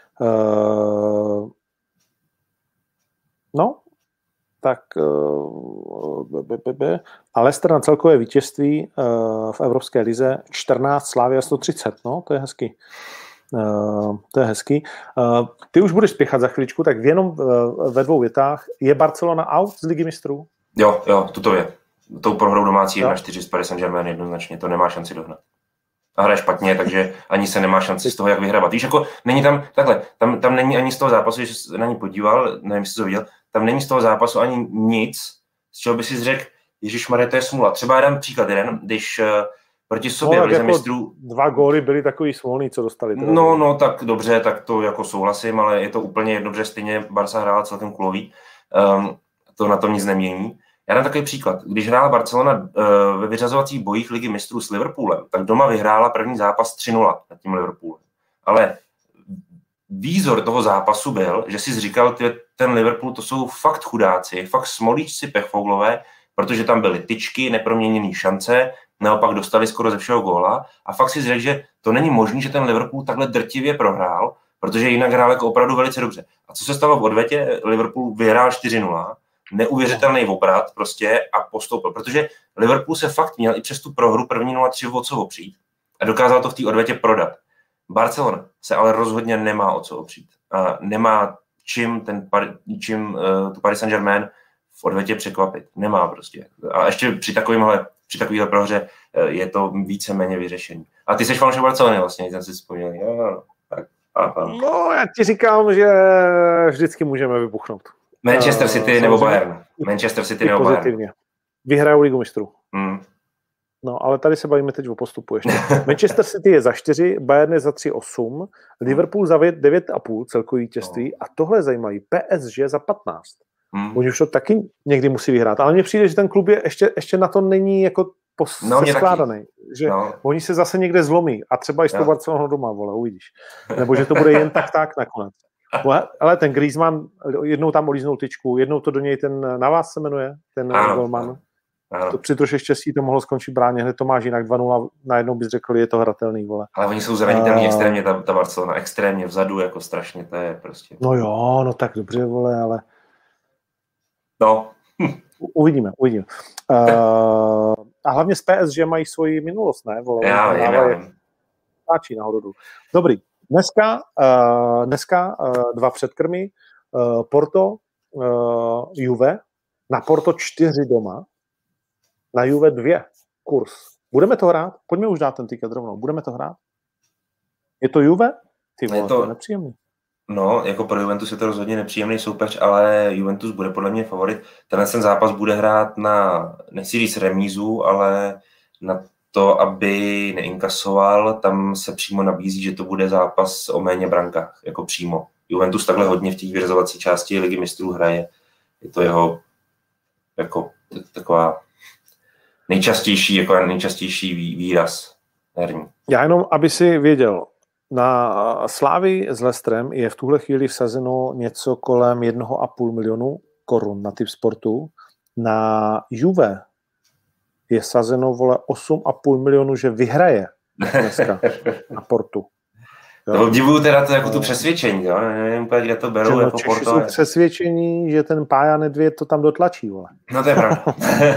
Uh, no, tak uh, be, be, be. a Leicester na celkové vítězství uh, v Evropské lize čtrnáct, Slavia sto třicet, no, to je hezký. Uh, to je hezký. Uh, ty už budeš spěchat za chviličku, tak jenom uh, ve dvou větách. Je Barcelona out z Ligy mistrů? Jo, jo, tuto je. Tou prohrou domácí jedna čtyři s Paris Saint-Germain jednoznačně, to nemá šanci dohnat. A hraje špatně, takže ani se nemá šanci z toho, jak vyhrávat. Víš, jako není tam, takhle, tam, tam není ani z toho zápasu, že se na ní podíval, nevím, jestli to viděl, tam není z toho zápasu ani nic, z čeho by si řekl, ježišmarja, to je smůla. Třeba jeden příklad, jeden, když uh, proti sobě no, v lize jako mistrů... Dva góly byly takový smolný, co dostali. Teda. No, no, tak dobře, tak to jako souhlasím, ale je to úplně jedno, že stejně Barca hrála celkem kulový. Um, to na tom nic nemění. Já dám takový příklad. Když hrála Barcelona uh, ve vyřazovacích bojích ligy mistrů s Liverpoolem, tak doma vyhrála první zápas tři nula nad tím Liverpoolem. Ale výzor toho zápasu byl, že si říkal, ty, ten Liverpool, to jsou fakt chudáci, fakt smolíčci pechfoglové, protože tam byly tyčky, neproměněné šance, naopak dostali skoro ze všeho góla a fakt si řekl, že to není možné, že ten Liverpool takhle drtivě prohrál, protože jinak hrál jako opravdu velice dobře. A co se stalo v odvetě? Liverpool vyhrál čtyři nula, neuvěřitelný obrat prostě a postoupil, protože Liverpool se fakt měl i přes tu prohru první nula tři o co opřít a dokázal to v té odvetě prodat. Barcelona se ale rozhodně nemá o co opřít. A nemá čím, ten, čím uh, tu Paris Saint-Germain v odvetě překvapit. Nemá prostě. A ještě při takovémhle, při takovéhle prohře uh, je to víceméně vyřešení. A ty seš fanoušek Barcelony vlastně, jsem si vzpomněl. No, no, tak, a, a. no, já ti říkám, že vždycky můžeme vybuchnout. Manchester City uh, nebo Bayern. Manchester City nebo Bayern. Vyhrajou ligu mistrů. Hmm. No, ale tady se bavíme teď o postupu ještě. Manchester City je za čtyři, Bayern je za tři osm, Liverpool za devět a půl celkový vítězství no. A tohle zajímavé, P S G za patnáct. Hmm. Oni už to taky někdy musí vyhrát, ale mně přijde, že ten klub je ještě, ještě na to není jako poskládaný. No, že no. Oni se zase někde zlomí a třeba i s tou Barcelonou doma, vole, uvidíš. Nebo že to bude jen tak tak nakonec. Ale ten Griezmann jednou tam olíznul tyčku, jednou to do něj ten Navas se jmenuje, ten golman. To při troše štěstí to mohlo skončit bráně, hned to máš jinak dva nula, najednou bys řekl, je to hratelný, vole. Ale oni jsou zranitelní uh, extrémně, ta, ta Barcelona, extrémně vzadu, jako strašně, to je prostě... No jo, no tak dobře, vole, ale... No. Uvidíme, uvidíme. Uh, a hlavně z P S G mají svoji minulost, ne, vole? Já vím, já vím. Stáčí nahoru. Dobrý. Dneska, uh, dneska uh, dva předkrmy, uh, Porto, uh, Juve, na Porto čtyři doma, na Juve dvě, kurz. Budeme to hrát? Pojďme už dát ten tiket rovnou. Budeme to hrát? Je to Juve? Ty vole, je to... to je nepříjemný. No, jako pro Juventus je to rozhodně nepříjemný soupeř, ale Juventus bude podle mě favorit. Tenhle ten zápas bude hrát na, nechci říct remízu, ale na to, aby neinkasoval, tam se přímo nabízí, že to bude zápas o méně brankách, jako přímo. Juventus takhle hodně v té vyřazovací části ligy mistrů hraje. Je to jeho jako taková nejčastější, jako nejčastější výraz herní. Já jenom, aby si věděl, na Slávii s Leicesterem je v tuhle chvíli vsazeno něco kolem jednoho a půl milionu korun na typ sportu. Na Juve je sazeno, vole, osm a půl milionu, že vyhraje dneska na Portu. Jo? To obdivuju teda to, jako tu přesvědčení, jo? Nevím úplně, kde to berou, jako Češi Porto. jsou přesvědčení, že ten Pája Nedvěd to tam dotlačí, vole. No to je pravda.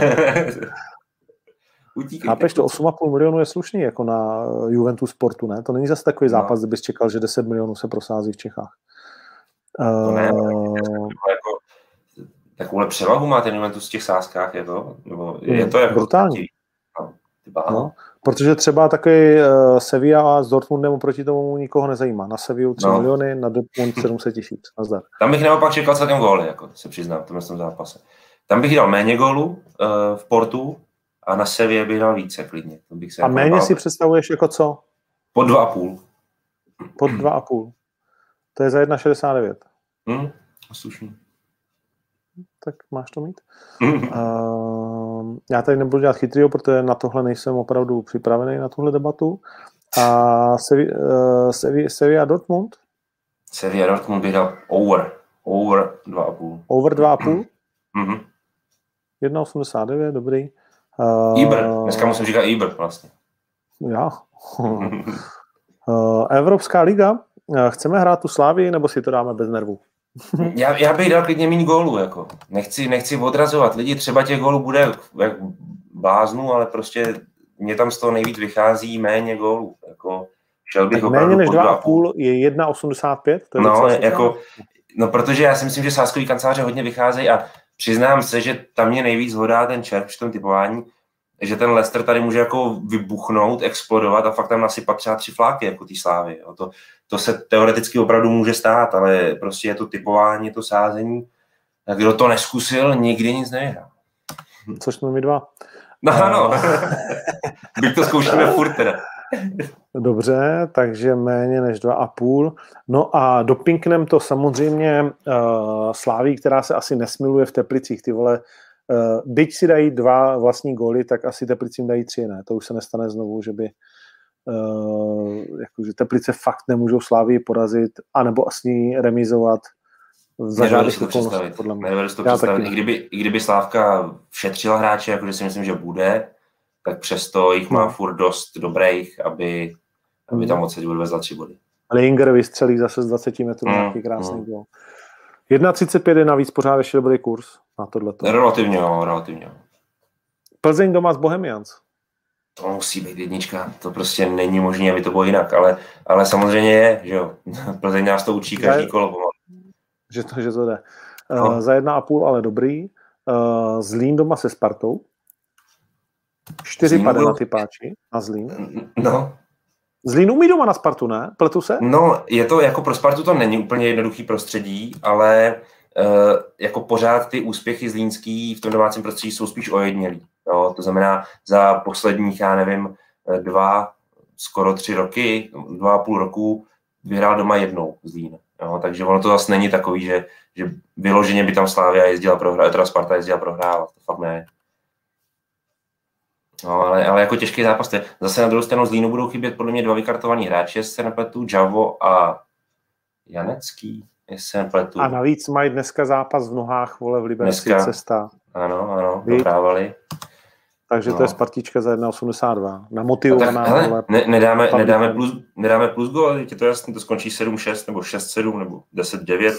Chápeš, to osm a půl milionu je slušný, jako na Juventus Sportu, ne? To není zase takový zápas, no. Kde bys čekal, že deset milionů se prosází v Čechách. To ne, uh... jako, takovou převahu má ten Juventus v těch sázkách, je to? Nebo je to jako... Brutální. No, no, protože třeba takový uh, Sevilla s Dortmundem proti tomu nikoho nezajímá. Na Sevillu tři no. miliony, na Dortmund sedm set tisíc. Nazdar. Tam bych naopak čekal celkem góly, jako se přiznám v tomhle zápase. Tam bych dal méně gólů uh, v Portu, a na Sevě bych dal více klidně. To bych se a méně si představuješ jako co? Po dva a půl. Po dva a půl. To je za jedna šedesát devět. Hmm, slušný. Tak máš to mít. uh, já tady nebudu dělat chytrýho, protože na tohle nejsem opravdu připravený, na tuhle debatu. A Sevilla uh, Sevi, Sevi a Dortmund? Sevilla a Dortmund bych dal over. Over dva a půl. Over dva a půl? Mhm. jedna osmdesát devět, dobrý. Uh, Ibr, dneska musím říkat Ibr vlastně. Já. uh, Evropská liga, chceme hrát tu Slávii, nebo si to dáme bez nervů? já, já bych dal klidně méně gólů, jako. Nechci, nechci odrazovat lidi, třeba těch gólů bude jak bláznu, ale prostě mě tam z toho nejvíc vychází méně gólů. Jako, šel bych méně než dva a půl je jedna osmdesát pět? To je no, jako, no, protože já si myslím, že sázkový kanceláře hodně vycházejí a přiznám se, že tam mě nejvíc hodá ten červ při tom typování, že ten Leicester tady může jako vybuchnout, explodovat a fakt tam nasypat třeba tři fláky jako té Slávy. To, to se teoreticky opravdu může stát, ale prostě je to typování, je to sázení. A kdo to neskusil, nikdy nic nevyhrál. což jsme my dva. No ano, byť to zkoušíme furt teda. Dobře, takže méně než dva a půl. No a dopingnem to samozřejmě uh, Sláví, která se asi nesmiluje v Teplicích, ty vole. Uh, byť si dají dva vlastní góly, tak asi Teplicím dají tři, ne? To už se nestane znovu, že by uh, jakože Teplice fakt nemůžou Slávii porazit, anebo asi remizovat za žádných okolností, podle mě. Nedovedu si to představit. I kdyby, I kdyby Slávka všetřila hráče, jakože si myslím, že bude, tak přesto jich má no. furt dost dobrých, aby, aby tam odsaď odvezla tři body. Ale Inger vystřelí zase z dvaceti metrů, mm, nějaký krásný mm. gól. jedna třicet pět je navíc pořád ještě dobrý kurz na tohleto. Relativně jo, relativně jo. Plzeň doma s Bohemians. To musí být jednička, to prostě není možné, aby to bylo jinak, ale, ale samozřejmě je, že jo. Plzeň nás to učí každý Zaj... kolo pomalu. Že to, že to jde. No. Uh, za jedna a půl, ale dobrý. Uh, Zlín doma se Spartou. Čtyři pade na typáči na Zlín. No. Zlín umí doma na Spartu, ne? Pletu se? No, je to, jako pro Spartu to není úplně jednoduchý prostředí, ale uh, jako pořád ty úspěchy zlínský v tom domácím prostředí jsou spíš ojedinělý. Jo? To znamená, za posledních, já nevím, dva, skoro tři roky, dva a půl roku vyhrál doma jednou Zlín. Jo? Takže ono to zase není takový, že, že vyloženě by tam Slavia jezdila prohrávat, teda Sparta jezdila prohrávat. To fakt ne. No, ale, ale jako těžký zápas. Zase na druhou stranu Zlínu budou chybět podle mě dva vykartovaní hráči, jestli se nepletu, Javo a Janecký, jestli se nepletu. A navíc mají dneska zápas v nohách, vole, v Liberci cesta. Ano, ano, dohrávali. Takže no. To je Spartička za jedna osmdesát dva. Namotivovaná. No hele, ne, nedáme, nedáme, plus, nedáme plus gol, je to jasný, to skončí sedm šest nebo šest sedm nebo deset devět.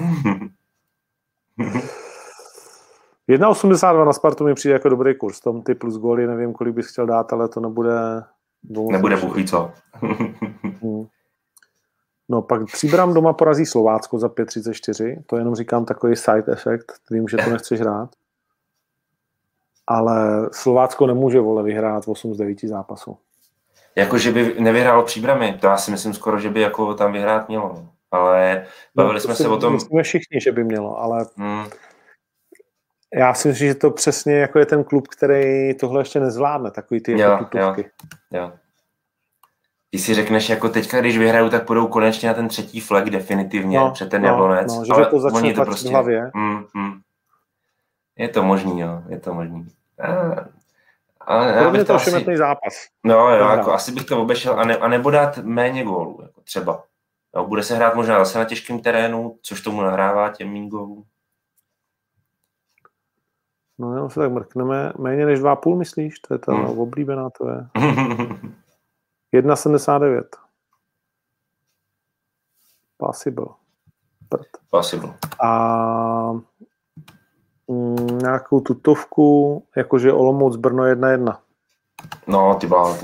jedna osmdesát dva na Spartu mi přijde jako dobrý kurz. Tom ty plus góly, nevím, kolik bys chtěl dát, ale to nebude... Nebude buchlý, co? hmm. No pak Příbram doma porazí Slovácko za pět třicet čtyři. To jenom říkám takový side effect. Vím, že to nechceš hrát. Ale Slovácko nemůže, vole, vyhrát osm z devíti zápasů. Jako, že by nevyhrál Příbramy. To já si myslím skoro, že by jako tam vyhrát mělo. Ale bavili no, jsme se o tom... Myslíme všichni, že by mělo, ale... Hmm. Já si myslím, že to přesně jako je ten klub, který tohle ještě nezvládne, takový ty jo, jako tutovky. Jo, jo. Ty si řekneš, jako teďka, když vyhrajou, tak půjdou konečně na ten třetí flag definitivně no, před ten no, Jablonec. No, že ale to začne to prostě... v hlavě. Mm, mm. Je to možný, jo, je to možný. Pro mě to ošemetný asi... zápas. No jo, jako, asi bych to obešel a, ne, a nebo dát méně gólů, jako třeba. Jo, bude se hrát možná zase na těžkém terénu, což tomu nahrává těm méně gólů. No jenom se tak mrkneme. Méně než dva a půl, myslíš? To je ta hmm. oblíbená, to je. jedna sedmdesát devět. Possible. Prd. Possible. A mm, nějakou tutovku, jakože Olomouc Brno jedna jedna. No, ty bláho.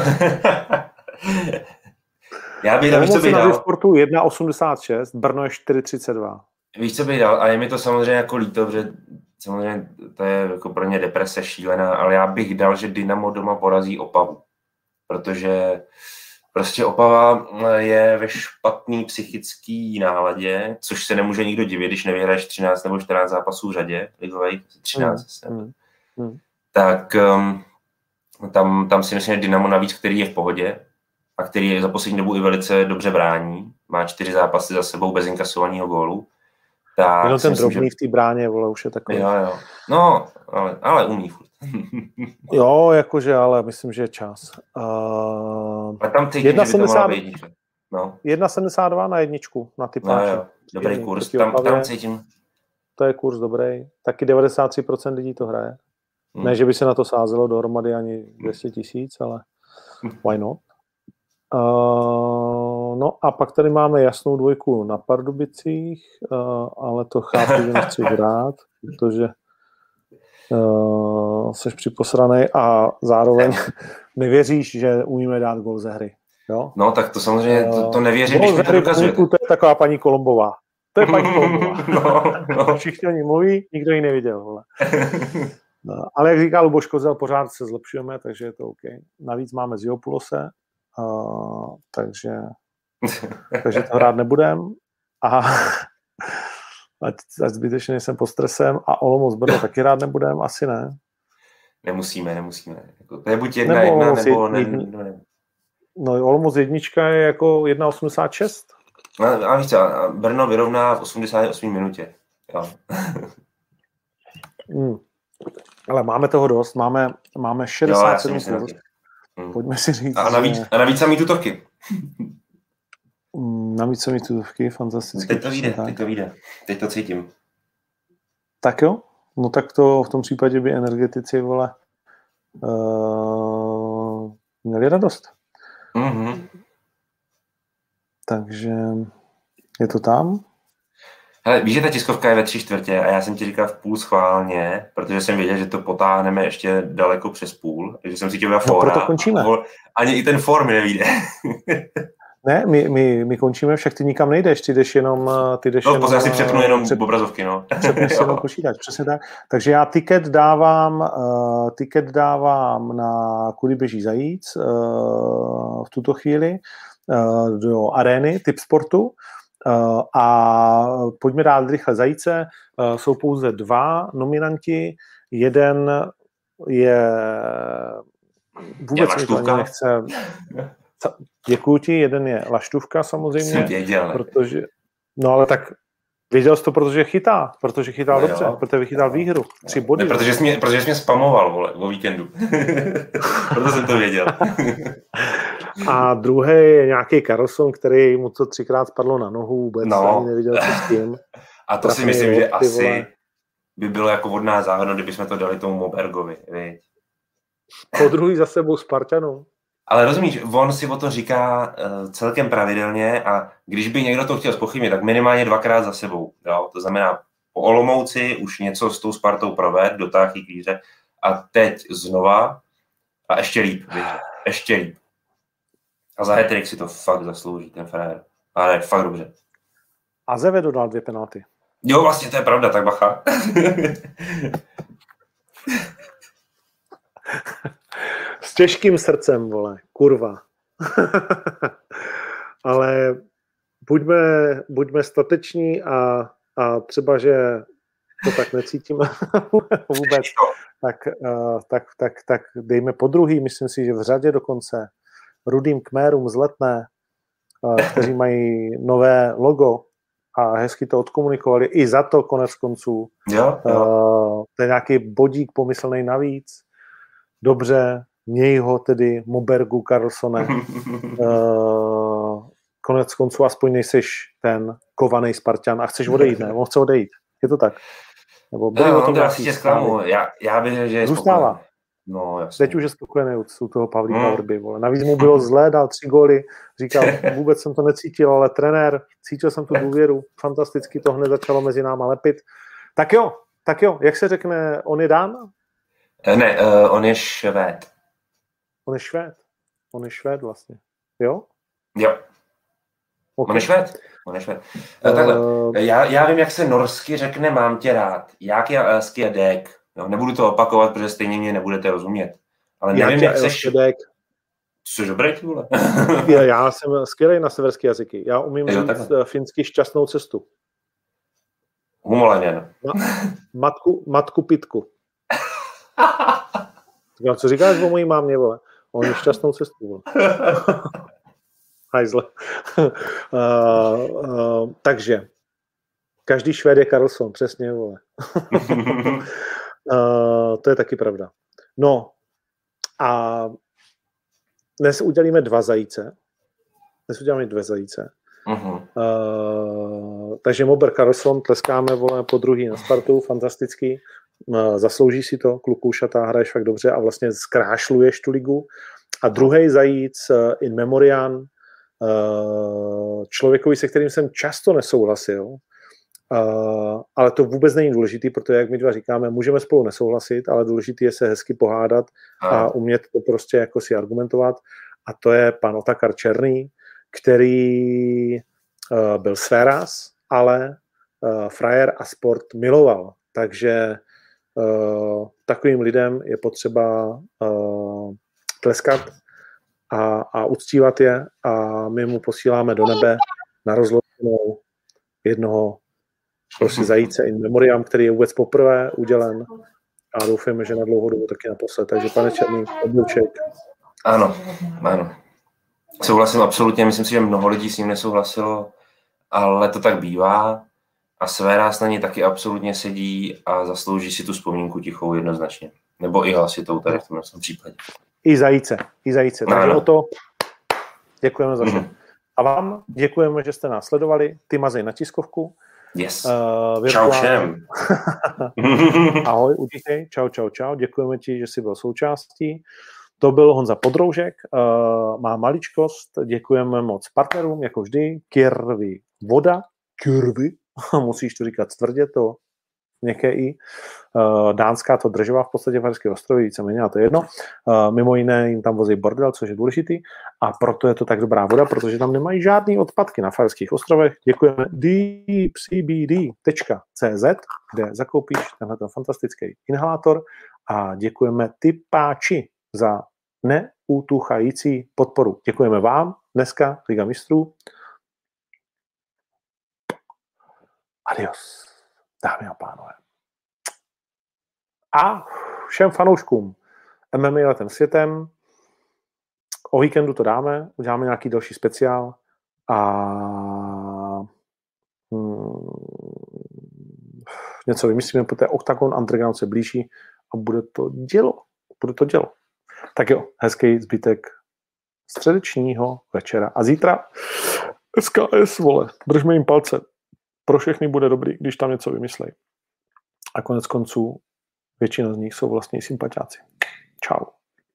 Já bych dal, víš, co bych dal? Sportu jedna osmdesát šest, Brno je čtyři třicet dva. Víš, co bych dal? A je mi to samozřejmě jako líto, protože samozřejmě to je jako pro ně deprese šílená, ale já bych dal, že Dynamo doma porazí Opavu. Protože prostě Opava je ve špatný psychický náladě, což se nemůže nikdo divit, když nevyhraješ třináct nebo čtrnáct zápasů v řadě, ligových, třináct mm, mm, mm. tak um, tam, tam si myslím, že Dynamo navíc, který je v pohodě a který je za poslední dobu i velice dobře brání, má čtyři zápasy za sebou bez inkasovaného gólu. Tak jenom ten myslím, drobný že... v té bráně, vole, už je takový. Jo, jo. No, ale, ale umí furt. Jo, jakože, ale myslím, že je čas. Uh, a tam cítím, že by to mohla být no. jedna sedmdesát dva na jedničku, na ty páče. No, dobrý Jedný, kurz, tam, tam cítím. To je kurz dobrý. Taky devadesát tři procent lidí to hraje. Hmm. Ne, že by se na to sázelo dohromady ani dvě stě tisíc, ale why not? Uh, no a pak tady máme jasnou dvojku na Pardubicích, uh, ale to chápu, že nechci hrát, protože uh, seš připosranej a zároveň nevěříš, že umíme dát gol ze hry. Jo? No tak to samozřejmě, to, to nevěřím, uh, když mi to dokazujete. To je taková paní Kolombová. To je paní Kolombová. no, no. Všichni o ní mluví, nikdo ji neviděl. Vole. No, ale jak říká Luboš Kozel, pořád se zlepšujeme, takže je to OK. Navíc máme Ziopulose, Uh, takže, takže to hrát nebudem a ať, ať zbytečně nejsem pod stresem a Olomouc Brno taky hrát nebudem, asi ne. Nemusíme, nemusíme. Jako, to je buď jedna, nebo jedna, Olomouc nebo ne, jedni, ne. No, Olomouc jednička je jako jedna osmdesát šest. A, a víš co, a Brno vyrovná v osmdesát osmé minutě. Jo. hmm. Ale máme toho dost, máme, máme šedesát sedm kurz. Hmm. Pojďme si říct, a navíc, že... a navíc samý tutovky. Navíc samý tutovky, fantasticky. Teď to vyjde, teď to vyjde. Teď to cítím. Tak jo, no tak to v tom případě by energetici, vole, uh, měli radost. Mm-hmm. Takže je to tam. Hele, víš, že ta tiskovka je ve tři čtvrtě a já jsem ti říkal v půl schválně, protože jsem věděl, že to potáhneme ještě daleko přes půl, takže jsem si chtěl No proto končíme. Ani i ten for mi nevíde. Ne, my, my, my končíme, však ty nikam nejdeš, ty jdeš jenom... Ty jdeš no, jenom, já si přepnu jenom přep, obrazovky, no. Přepneš si jenom počítač, přesně tak. Takže já tiket dávám, uh, tiket dávám na Kudy běží zajíc uh, v tuto chvíli uh, do arény typ sportu uh, a pojďme dát rychle zajíce. Uh, jsou pouze dva nominanti, jeden je... Vůbec mi to ani nechce... Děkuju ti, jeden je Laštůvka samozřejmě, jsem věděl, protože, no ale tak věděl jsi to, protože chytá, protože chytal no dobře, jo. Protože vychytal výhru, tři body. Ne, protože jsi mě, protože jsi mě spamoval, vole, o víkendu, proto jsem to věděl. A druhý je nějaký Carlson, který mu to třikrát spadlo na nohu, vůbec no. Ani nevěděl, co s tím. A to Trafný si myslím, že asi vole. By bylo jako vodná záhoda, kdybychom to dali tomu Mobergovi, viď? Po druhý za sebou Spartanu. Ale rozumíš, on si o to říká uh, celkem pravidelně a když by někdo to chtěl zpochybnit, tak minimálně dvakrát za sebou. Jo? To znamená, po Olomouci už něco s tou Spartou proved, dotáhl jí kvíře a teď znova a ještě líp, víš? Ještě líp. A za hat-trick si to fakt zaslouží, ten frajer. Ale fakt dobře. A Zevedo dal dvě penalty. Jo, vlastně to je pravda, tak bacha. S těžkým srdcem, vole, kurva. Ale buďme, buďme stateční a, a třeba, že to tak necítíme vůbec, tak, tak, tak, tak dejme po druhý, myslím si, že v řadě dokonce rudým kmérům z Letné, kteří mají nové logo a hezky to odkomunikovali, i za to konec konců. Jo, jo. To je nějaký bodík pomyslnej navíc. Dobře, měj ho tedy Mobergu, Carlsone. uh, konec konců aspoň nejseš ten kovaný Spartan a chceš odejít, ne? On chce odejít. Je to tak? Nebo byli no, o tom nějaký zklamu. Já, já bych řekl, že je Zůstává. No, jasně. Teď už je spokojený u toho Pavlíka hmm. Vrby. Vole. Navíc mu bylo zlé, dal tři góly. Říkal, vůbec jsem to necítil, ale trenér, cítil jsem tu důvěru. Fantasticky to hned začalo mezi náma lepit. Tak jo, tak jo. Jak se řekne, on je Dán? Ne, uh, on je Švéd. On je Švéd. On je Švéd vlastně. Jo? Jo. Okay. On je Švéd. On je Švéd. Uh, takhle. Já, já vím, jak se norsky řekne mám tě rád. Jak je alsky je dek. No, nebudu to opakovat, protože stejně mě nebudete rozumět. Ale nevím, jak se... Dek. Jsi dobrý, ty vole. já, já jsem skvělej na severské jazyky. Já umím jo, říct finsky šťastnou cestu. Humolainen. Ma, matku, matku pitku. Co říkáš o mojí mámě, vole? On je šťastnou cestu, vole. Hajzle. uh, uh, takže, každý Švéd je Carlson, přesně, vole. uh, to je taky pravda. No, a dnes udělíme dva zajíce. Dnes uděláme dvě zajíce. Uh-huh. Uh, takže Mober Carlson, tleskáme, vole, po druhý na Spartu, fantastický. Uh, zaslouží si to, kluku šatá, hraješ fakt dobře a vlastně zkrášluješ tu ligu. A druhý zajíc uh, in memoriam, uh, člověkovi, se kterým jsem často nesouhlasil, uh, ale to vůbec není důležitý, protože, jak my dva říkáme, můžeme spolu nesouhlasit, ale důležitý je se hezky pohádat a umět to prostě jako si argumentovat. A to je pan Otakar Černý, který uh, byl sféras, ale uh, frajer a sport miloval. Takže uh, takovým lidem je potřeba uh, tleskat a, a uctívat je a my mu posíláme do nebe na rozloučenou jednoho prostě zajíce in memoriam, který je vůbec poprvé udělen A doufáme, že na dlouhou dobu taky naposled. Takže pane Černý, oblouček. Ano, ano. Souhlasím absolutně, myslím si, že mnoho lidí s ním nesouhlasilo, ale to tak bývá a své nás na ně taky absolutně sedí a zaslouží si tu vzpomínku tichou jednoznačně. Nebo i hlasitou tady v tomhle případě. I zajíce, i zajíce. Takže ano. o to děkujeme za vše. Mm. A vám děkujeme, že jste nás sledovali. Ty mazej na tiskovku. Yes. Uh, čau všem. Ahoj, udíkej. Čau, čau, čau. Děkujeme ti, že jsi byl součástí. To byl Honza Podroužek. Uh, má maličkost. Děkujeme moc partnerům, jako vždy. Kiervy voda. Kiervy. Musíš to říkat tvrdě, to měkké i. Uh, dánská to držová v podstatě Faerské ostrovy, víceméně, a to je jedno. Uh, mimo jiné jim tam vozí bordel, což je důležitý. A proto je to tak dobrá voda, protože tam nemají žádný odpadky na Faerských ostrovech. Děkujeme deep c b d tečka c z, kde zakoupíš tenhle fantastický inhalátor, a děkujeme Typáči za neutuchající podporu. Děkujeme vám. Dneska Liga mistrů. Adios, dámy a pánové. A všem fanouškům M M A letem světem o víkendu to dáme, uděláme nějaký další speciál a hmm, něco vymyslíme, protože Octagon Underground se blíží a bude to dělo. Bude to dělo. Tak jo, hezký zbytek středečního večera. A zítra S K S, vole, držme jim palce. Pro všechny bude dobrý, když tam něco vymyslej. A konec konců většina z nich jsou vlastně sympatiáci. Čau.